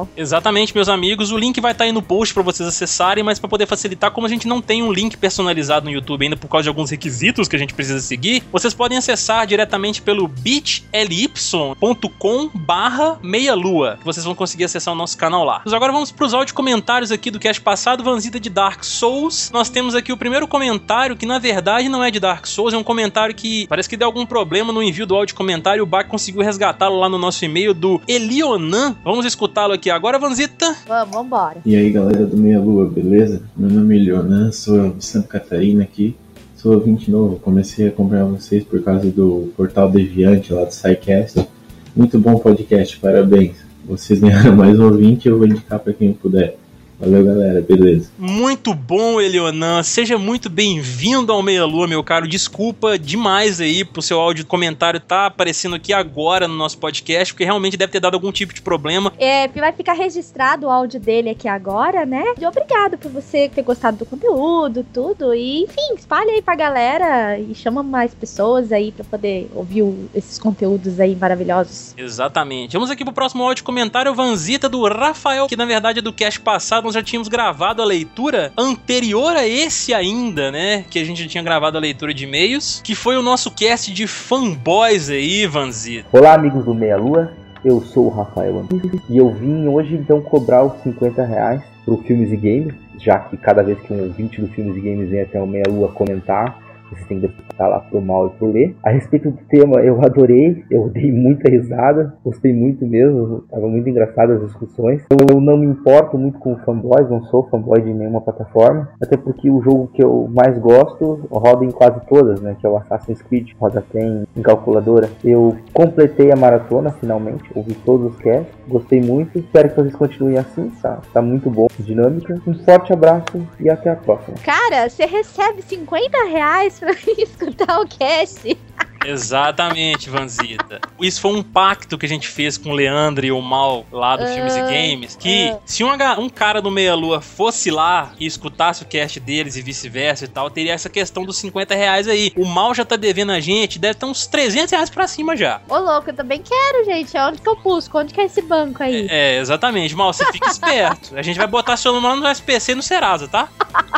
Exatamente, meus amigos. O link vai estar aí no post pra vocês acessarem, mas pra poder facilitar, como a gente não tem um link personalizado no YouTube ainda por causa de alguns requisitos que a gente precisa seguir, vocês podem acessar diretamente pelo bit.ly ponto com barra meia lua, que vocês vão conseguir acessar o nosso canal lá. Mas agora vamos pros áudio comentários aqui do cast passado, Vanzita de Dark Souls. Nós temos aqui o primeiro comentário, que na verdade não é de Dark Souls, é um comentário que parece que deu algum problema no envio do áudio comentário, o Bach conseguiu resgatá-lo lá no nosso e-mail do Elionan. Vamos escutá-lo aqui agora, Vanzita? Vamos, vambora. E aí, galera do Meia Lua, beleza? Meu nome é Elionan, sou de Santa Catarina aqui, sou ouvinte novo, comecei a acompanhar vocês por causa do Portal Deviante lá do SciCast. Muito bom podcast, parabéns. Vocês ganharam mais um ouvinte e eu vou indicar pra quem eu puder. Valeu, galera, beleza. Muito bom, Elionan. Seja muito bem-vindo ao Meia Lua, meu caro. Desculpa demais aí pro seu áudio comentário tá aparecendo aqui agora no nosso podcast, porque realmente deve ter dado algum tipo de problema. É, vai ficar registrado o áudio dele aqui agora, né? E obrigado por você ter gostado do conteúdo, tudo. E, enfim, espalha aí pra galera e chama mais pessoas aí pra poder ouvir o, esses conteúdos aí maravilhosos. Exatamente. Vamos aqui pro próximo áudio comentário, Vanzita, do Rafael, que na verdade é do cast passado. Nós já tínhamos gravado a leitura anterior a esse ainda, né? Que a gente já tinha gravado a leitura de e-mails, que foi o nosso cast de fanboys aí, Vanzita. Olá, amigos do Meia Lua, eu sou o Rafael Antunes e eu vim hoje então cobrar os cinquenta reais pro Filmes e Games, já que cada vez que um ouvinte do Filmes e Games vem até o Meia Lua comentar, vocês têm que estar lá pro mal e pro ler. A respeito do tema, eu adorei, eu dei muita risada, gostei muito mesmo, tava muito engraçado as discussões. Eu, eu não me importo muito com fanboys, não sou fanboy de nenhuma plataforma, até porque o jogo que eu mais gosto roda em quase todas, né, que é o Assassin's Creed, roda até em, em calculadora. Eu completei a maratona finalmente, ouvi todos os casts, gostei muito, espero que vocês continuem assim, tá, tá muito bom, dinâmica. Um forte abraço e até a próxima. Cara, você recebe cinquenta reais pra escutar o cast. Exatamente, Vanzita. Isso foi um pacto que a gente fez com o Leandro e o Mal lá do uh, Filmes e Games, que uh. se um, um cara do Meia Lua fosse lá e escutasse o cast deles e vice-versa e tal, teria essa questão dos cinquenta reais aí. O Mal já tá devendo a gente, deve ter uns trezentos reais pra cima já. Ô louco, eu também quero, gente. Onde que eu busco? Onde que é esse banco aí? É, é exatamente. Mal, você fica esperto. A gente vai botar seu nome no S P C e no Serasa, tá?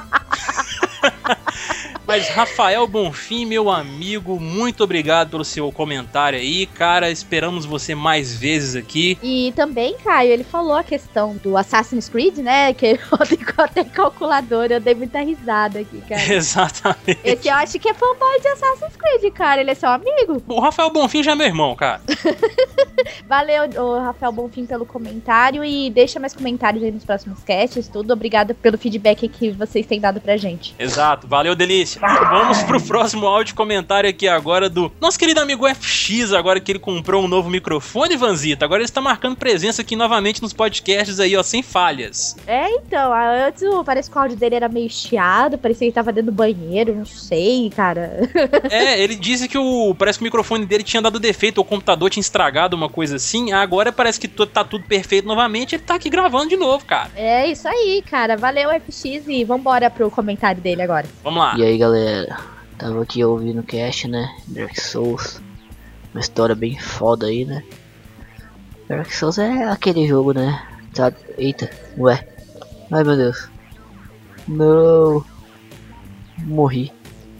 Mas Rafael Bonfim, meu amigo, muito obrigado pelo seu comentário aí, cara, esperamos você mais vezes aqui. E também, Caio, ele falou a questão do Assassin's Creed, né, que ele roda até calculadora, eu dei muita risada aqui, cara. Exatamente. Esse eu acho que é fanboy de Assassin's Creed, cara, ele é seu amigo. O Rafael Bonfim já é meu irmão, cara. Valeu, o Rafael Bonfim, pelo comentário e deixa mais comentários aí nos próximos casts, tudo. Obrigada pelo feedback que vocês têm dado pra gente. Exato, valeu, delícia. Vamos pro próximo áudio comentário aqui agora do nosso querido amigo F X, agora que ele comprou um novo microfone, Vanzita. Agora ele está marcando presença aqui novamente nos podcasts aí, ó, sem falhas. É, então, antes parece que o áudio dele era meio chiado, parecia que ele tava dentro do banheiro, não sei, cara. É, ele disse que o parece que o microfone dele tinha dado defeito, o computador tinha estragado, uma coisa assim. Agora parece que tá tudo perfeito novamente, ele tá aqui gravando de novo, cara. É isso aí, cara. Valeu, F X, e vambora pro comentário dele agora. Vamos lá. E aí, galera, tava aqui ouvindo o cast, né, Dark Souls, uma história bem foda aí, né. Dark Souls é aquele jogo, né, sabe, eita, ué, ai meu Deus, não, morri,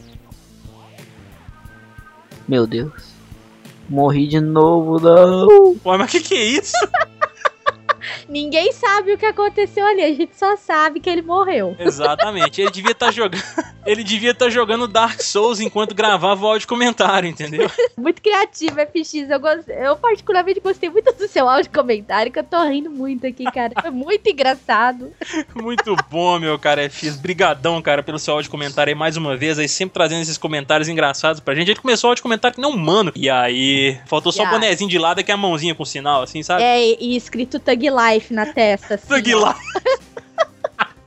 meu Deus, morri de novo, não. Ué, mas que que é isso? Ninguém sabe o que aconteceu ali, a gente só sabe que ele morreu. Exatamente, ele devia estar jogando, ele devia estar jogando Dark Souls enquanto gravava o áudio comentário, entendeu? Muito criativo, F X, eu, gost... eu particularmente gostei muito do seu áudio comentário, que eu tô rindo muito aqui, cara, foi muito engraçado. Muito bom, meu cara, F X, brigadão, cara, pelo seu áudio comentário aí mais uma vez, aí sempre trazendo esses comentários engraçados pra gente. Ele começou o áudio comentário que não humano, e aí faltou só o yeah. bonezinho de lado, que é a mãozinha com sinal, assim, sabe? É, e escrito Thug Life na testa, assim. Thug Life.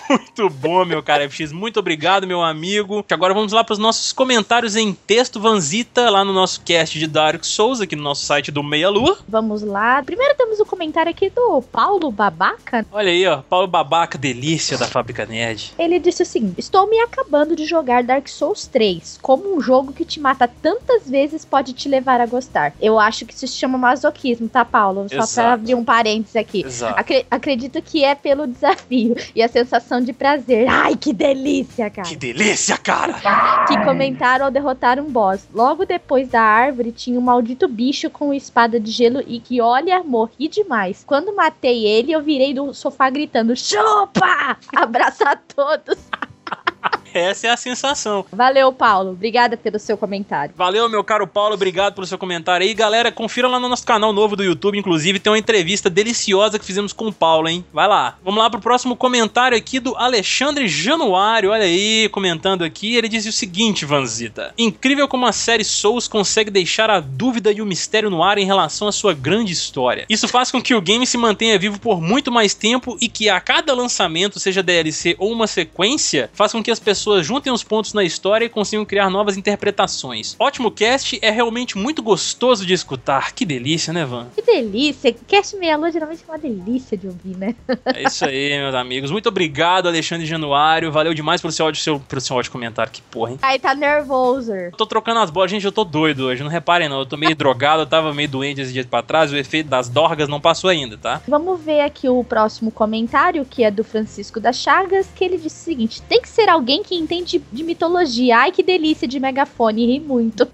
Muito bom, meu cara F X. Muito obrigado, meu amigo. Agora vamos lá para os nossos comentários em texto, Vanzita, lá no nosso cast de Dark Souls, aqui no nosso site do Meia Lua. Vamos lá. Primeiro temos o comentário aqui do Paulo Babaca. Olha aí, ó. Paulo Babaca, delícia da Fábrica Nerd. Ele disse assim: estou me acabando de jogar Dark Souls três. Como um jogo que te mata tantas vezes pode te levar a gostar. Eu acho que isso se chama masoquismo, tá, Paulo? Só Exato. pra abrir um parênteses aqui. Exato. Acre- acredito que é pelo desafio e a sensação de prazer. Ai, que delícia, cara. Que delícia, cara! Que comentaram ao derrotar um boss. Logo depois da árvore tinha um maldito bicho com espada de gelo e que, olha, morri demais. Quando matei ele, eu virei do sofá gritando: chupa! Abraço a todos. Essa é a sensação. Valeu, Paulo. Obrigada pelo seu comentário. Valeu, meu caro Paulo. Obrigado pelo seu comentário aí. Galera, confira lá no nosso canal novo do YouTube. Inclusive, tem uma entrevista deliciosa que fizemos com o Paulo, hein? Vai lá. Vamos lá pro próximo comentário aqui do Alexandre Januário. Olha aí, comentando aqui. Ele diz o seguinte, Vanzita. Incrível como a série Souls consegue deixar a dúvida e o mistério no ar em relação à sua grande história. Isso faz com que o game se mantenha vivo por muito mais tempo e que a cada lançamento, seja D L C ou uma sequência, faz com que as pessoas juntem os pontos na história e consigam criar novas interpretações. Ótimo cast, é realmente muito gostoso de escutar. Que delícia, né, Van? Que delícia. Cast Meia Lua geralmente é uma delícia de ouvir, né? É isso aí, meus amigos. Muito obrigado, Alexandre Januário. Valeu demais pelo seu ódio, seu, pelo seu ódio comentário. Que porra, hein? Aí tá nervoso. Eu tô trocando as bolas. Gente, eu tô doido hoje. Não reparem, não. Eu tô meio drogado, eu tava meio doente esse dia pra trás. O efeito das dorgas não passou ainda, tá? Vamos ver aqui o próximo comentário, que é do Francisco das Chagas, que ele disse o seguinte: tem que ser alguém que entende de mitologia. Ai, que delícia de megafone, ri muito.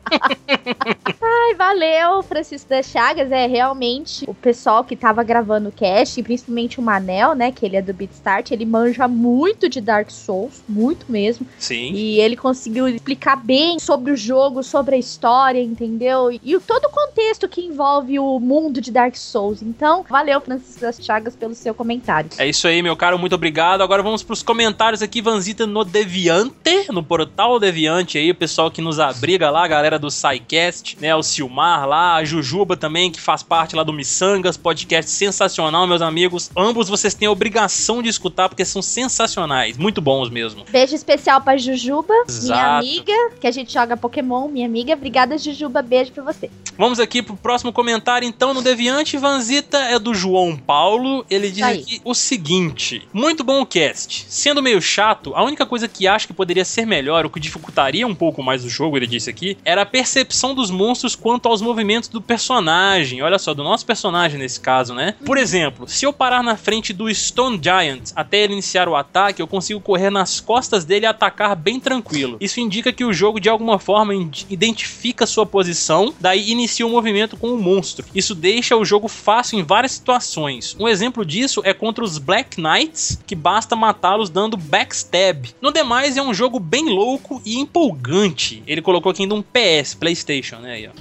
Ai, valeu, Francisco das Chagas. É realmente o pessoal que tava gravando o cast, principalmente o Manel, né, que ele é do Beatstart, ele manja muito de Dark Souls, muito mesmo. Sim. E ele conseguiu explicar bem sobre o jogo, sobre a história, entendeu? E o, todo o contexto que envolve o mundo de Dark Souls. Então, valeu, Francisco das Chagas, pelo seu comentário. É isso aí, meu caro, muito obrigado. Agora vamos pros comentários aqui, Vanzita, no Deviante, no portal Deviante aí, o pessoal que nos abriga lá, a galera do SciCast, né, o Silmar lá, a Jujuba também, que faz parte lá do Missangas, podcast sensacional, meus amigos. Ambos vocês têm a obrigação de escutar, porque são sensacionais, muito bons mesmo. Beijo especial pra Jujuba, Exato. minha amiga, que a gente joga Pokémon, minha amiga. Obrigada, Jujuba, beijo pra você. Vamos aqui pro próximo comentário, então, no Deviante. Vanzita é do João Paulo. Ele diz Aí. aqui o seguinte: muito bom o cast. Sendo meio chato, a única coisa que acho que poderia ser melhor, o que dificultaria um pouco mais o jogo, ele disse aqui, era a percepção dos monstros quanto aos movimentos do personagem. Olha só, do nosso personagem nesse caso, né? Por exemplo, se eu parar na frente do Stone Giant até ele iniciar o ataque, eu consigo correr nas costas dele e atacar bem tranquilo. Isso indica que o jogo de alguma forma identifica sua posição, daí inicia o movimento com o monstro. Isso deixa o jogo fácil em várias situações. Um exemplo disso é contra os Black Knights, que basta matá-los dando backstab. No demais, é um jogo bem louco e empolgante. Ele colocou aqui ainda um P S, PlayStation, né? Aí,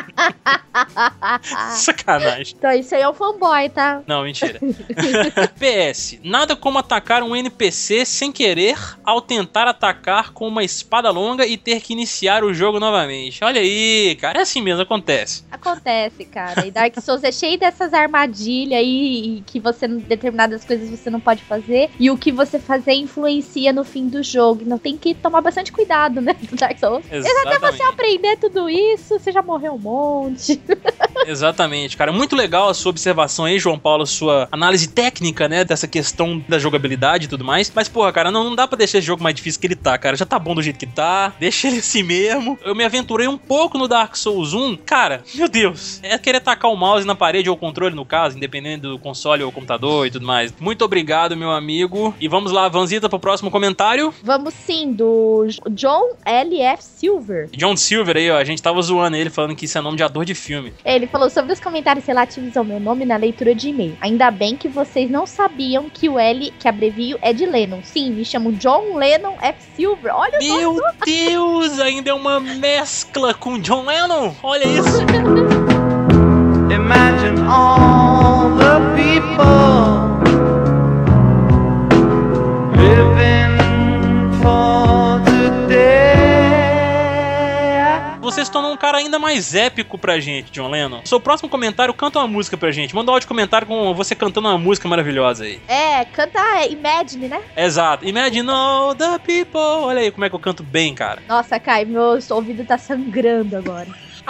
ó. Sacanagem. Então isso aí é um fanboy, tá? Não, mentira. P S. Nada como atacar um N P C sem querer ao tentar atacar com uma espada longa e ter que iniciar o jogo novamente. Olha aí, cara. É assim mesmo, acontece. Acontece, cara. E Dark Souls é cheio dessas armadilhas aí, e que você, determinadas coisas você não pode fazer, e o que você fazer influencia no fim do jogo. Então tem que tomar bastante cuidado, né, do Dark Souls. Exatamente. Até você aprender tudo isso, você já morreu um monte. Exatamente, cara. Muito legal a sua observação aí, João Paulo, sua análise técnica, né, dessa questão da jogabilidade e tudo mais. Mas, porra, cara, não, não dá pra deixar esse jogo mais difícil que ele tá, cara. Já tá bom do jeito que tá. Deixa ele assim mesmo. Eu me aventurei um pouco no Dark Souls um. Cara, meu Deus. É querer tacar o mouse na parede ou o controle, no caso, independente do console ou computador e tudo mais. Muito obrigado, meu amigo. E vamos lá, Vanzita, pro próximo comentário. Vamos sim, do John L F Silver. John Silver aí, ó. A gente tava zoando ele, falando que isso é nome de ator de filme. Ele falou sobre os comentários relativos ao meu nome na leitura de e-mail. Ainda bem que vocês não sabiam que o L, que abrevio, é de Lennon. Sim, me chamo John Lennon F. Silver. Olha só. Meu Deus, ainda é uma mescla com John Lennon. Olha isso. Imagine all the people living for today. Você você se tornou um cara ainda mais épico pra gente, John Lennon. Seu próximo comentário, canta uma música pra gente. Manda um áudio comentário com você cantando uma música maravilhosa aí. É, canta Imagine, né? Exato. Imagine all the people. Olha aí como é que eu canto bem, cara. Nossa, Kai, meu ouvido tá sangrando agora.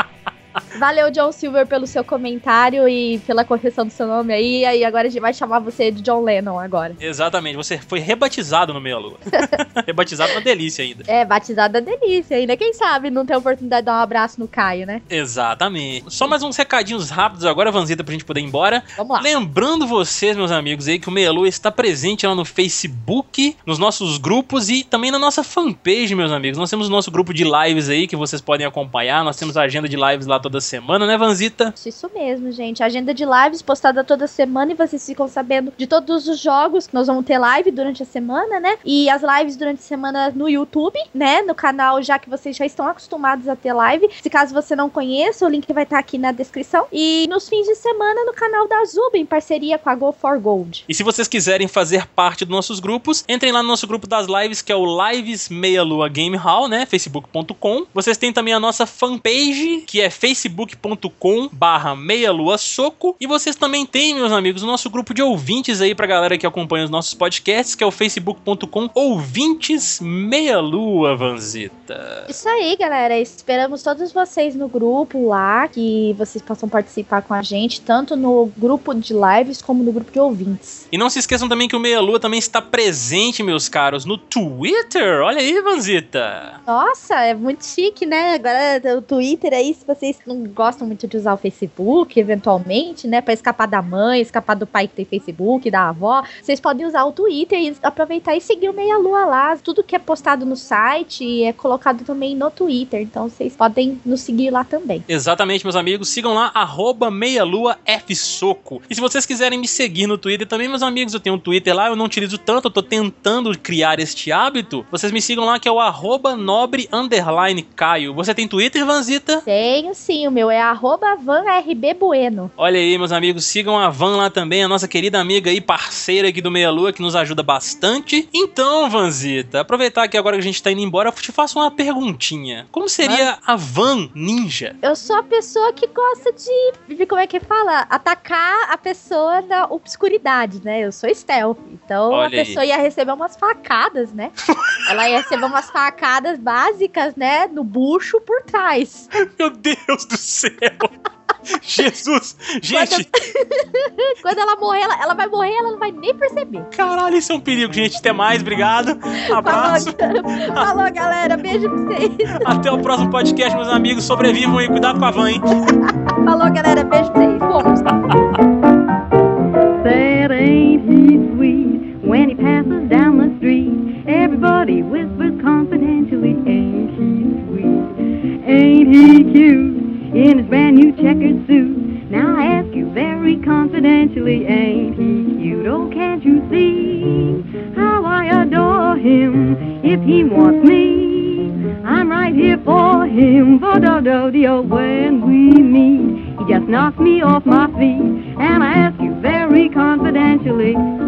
Valeu, John Silver, pelo seu comentário e pela correção do seu nome aí. E aí agora a gente vai chamar você de John Lennon agora. Exatamente, você foi rebatizado no Meia Lua. Rebatizado na delícia ainda. É, batizado da delícia ainda. Quem sabe não tem a oportunidade de dar um abraço no Caio, né? Exatamente. Só mais uns recadinhos rápidos agora, Vanzita, pra gente poder ir embora. Vamos lá. Lembrando vocês, meus amigos, aí que o Meia Lua está presente lá no Facebook, nos nossos grupos e também na nossa fanpage, meus amigos. Nós temos o nosso grupo de lives aí que vocês podem acompanhar. Nós temos a agenda de lives lá toda semana, né, Vanzita? Isso mesmo, gente. Agenda de lives postada toda semana e vocês ficam sabendo de todos os jogos que nós vamos ter live durante a semana, né? E as lives durante a semana no YouTube, né? No canal, já que vocês já estão acostumados a ter live. Se caso você não conheça, o link vai estar aqui na descrição. E nos fins de semana no canal da Zuba, em parceria com a Go for Gold. E se vocês quiserem fazer parte dos nossos grupos, entrem lá no nosso grupo das lives, que é o Lives Meia Lua Game Hall, né? facebook ponto com. Vocês têm também a nossa fanpage, que é facebook ponto com barra meia lua soco, e vocês também têm, meus amigos, o nosso grupo de ouvintes aí pra galera que acompanha os nossos podcasts, que é o facebook ponto com ouvintes meia lua, Vanzita. Isso aí, galera, esperamos todos vocês no grupo lá, que vocês possam participar com a gente, tanto no grupo de lives como no grupo de ouvintes. E não se esqueçam também que o Meia Lua também está presente, meus caros, no Twitter. Olha aí, Vanzita. Nossa, é muito chique, né? Agora o Twitter aí, se vocês não gostam muito de usar o Facebook, eventualmente, né, pra escapar da mãe, escapar do pai que tem Facebook, da avó, vocês podem usar o Twitter e aproveitar e seguir o Meia Lua lá. Tudo que é postado no site é colocado também no Twitter, então vocês podem nos seguir lá também. Exatamente, meus amigos, sigam lá, arroba Meia Lua F Soco. E se vocês quiserem me seguir no Twitter também, meus amigos, eu tenho um Twitter lá, eu não utilizo tanto, eu tô tentando criar este hábito. Vocês me sigam lá, que é o arroba nobre underline Caio. Você tem Twitter, Vanzita? Tenho sim, o meu é arroba Van R B Bueno. Olha aí, meus amigos, sigam a Van lá também, a nossa querida amiga e parceira aqui do Meia Lua, que nos ajuda bastante. Então, Vanzita, aproveitar que agora que a gente tá indo embora, eu te faço uma perguntinha. Como seria a Van Ninja? Eu sou a pessoa que gosta de, como é que fala? Atacar a pessoa na obscuridade, né? Eu sou stealth. Então Olha a pessoa aí. ia receber umas facadas, né? Ela ia receber umas facadas básicas, né? No bucho por trás. Meu Deus do céu! Jesus! Gente! Quando, Quando ela morrer, ela, ela vai morrer, ela não vai nem perceber. Caralho, isso é um perigo, gente. Até mais, obrigado. Abraço. Falou, falou, galera. Beijo pra vocês. Até o próximo podcast, meus amigos. Sobrevivam e cuidado com a Van, hein? Falou, galera. Beijo pra vocês. Fomos. Said ain't he sweet when he passes down the street? Everybody whispers confidentially, ain't he sweet? Ain't he cute in his brand new checkered suit? Now I ask you very confidentially, ain't he cute? Oh, can't you see how I adore him? If he wants me, I'm right here for him. Bo-do-do-de-o, when we meet, he just knocks me off my feet. And I ask you very confidentially,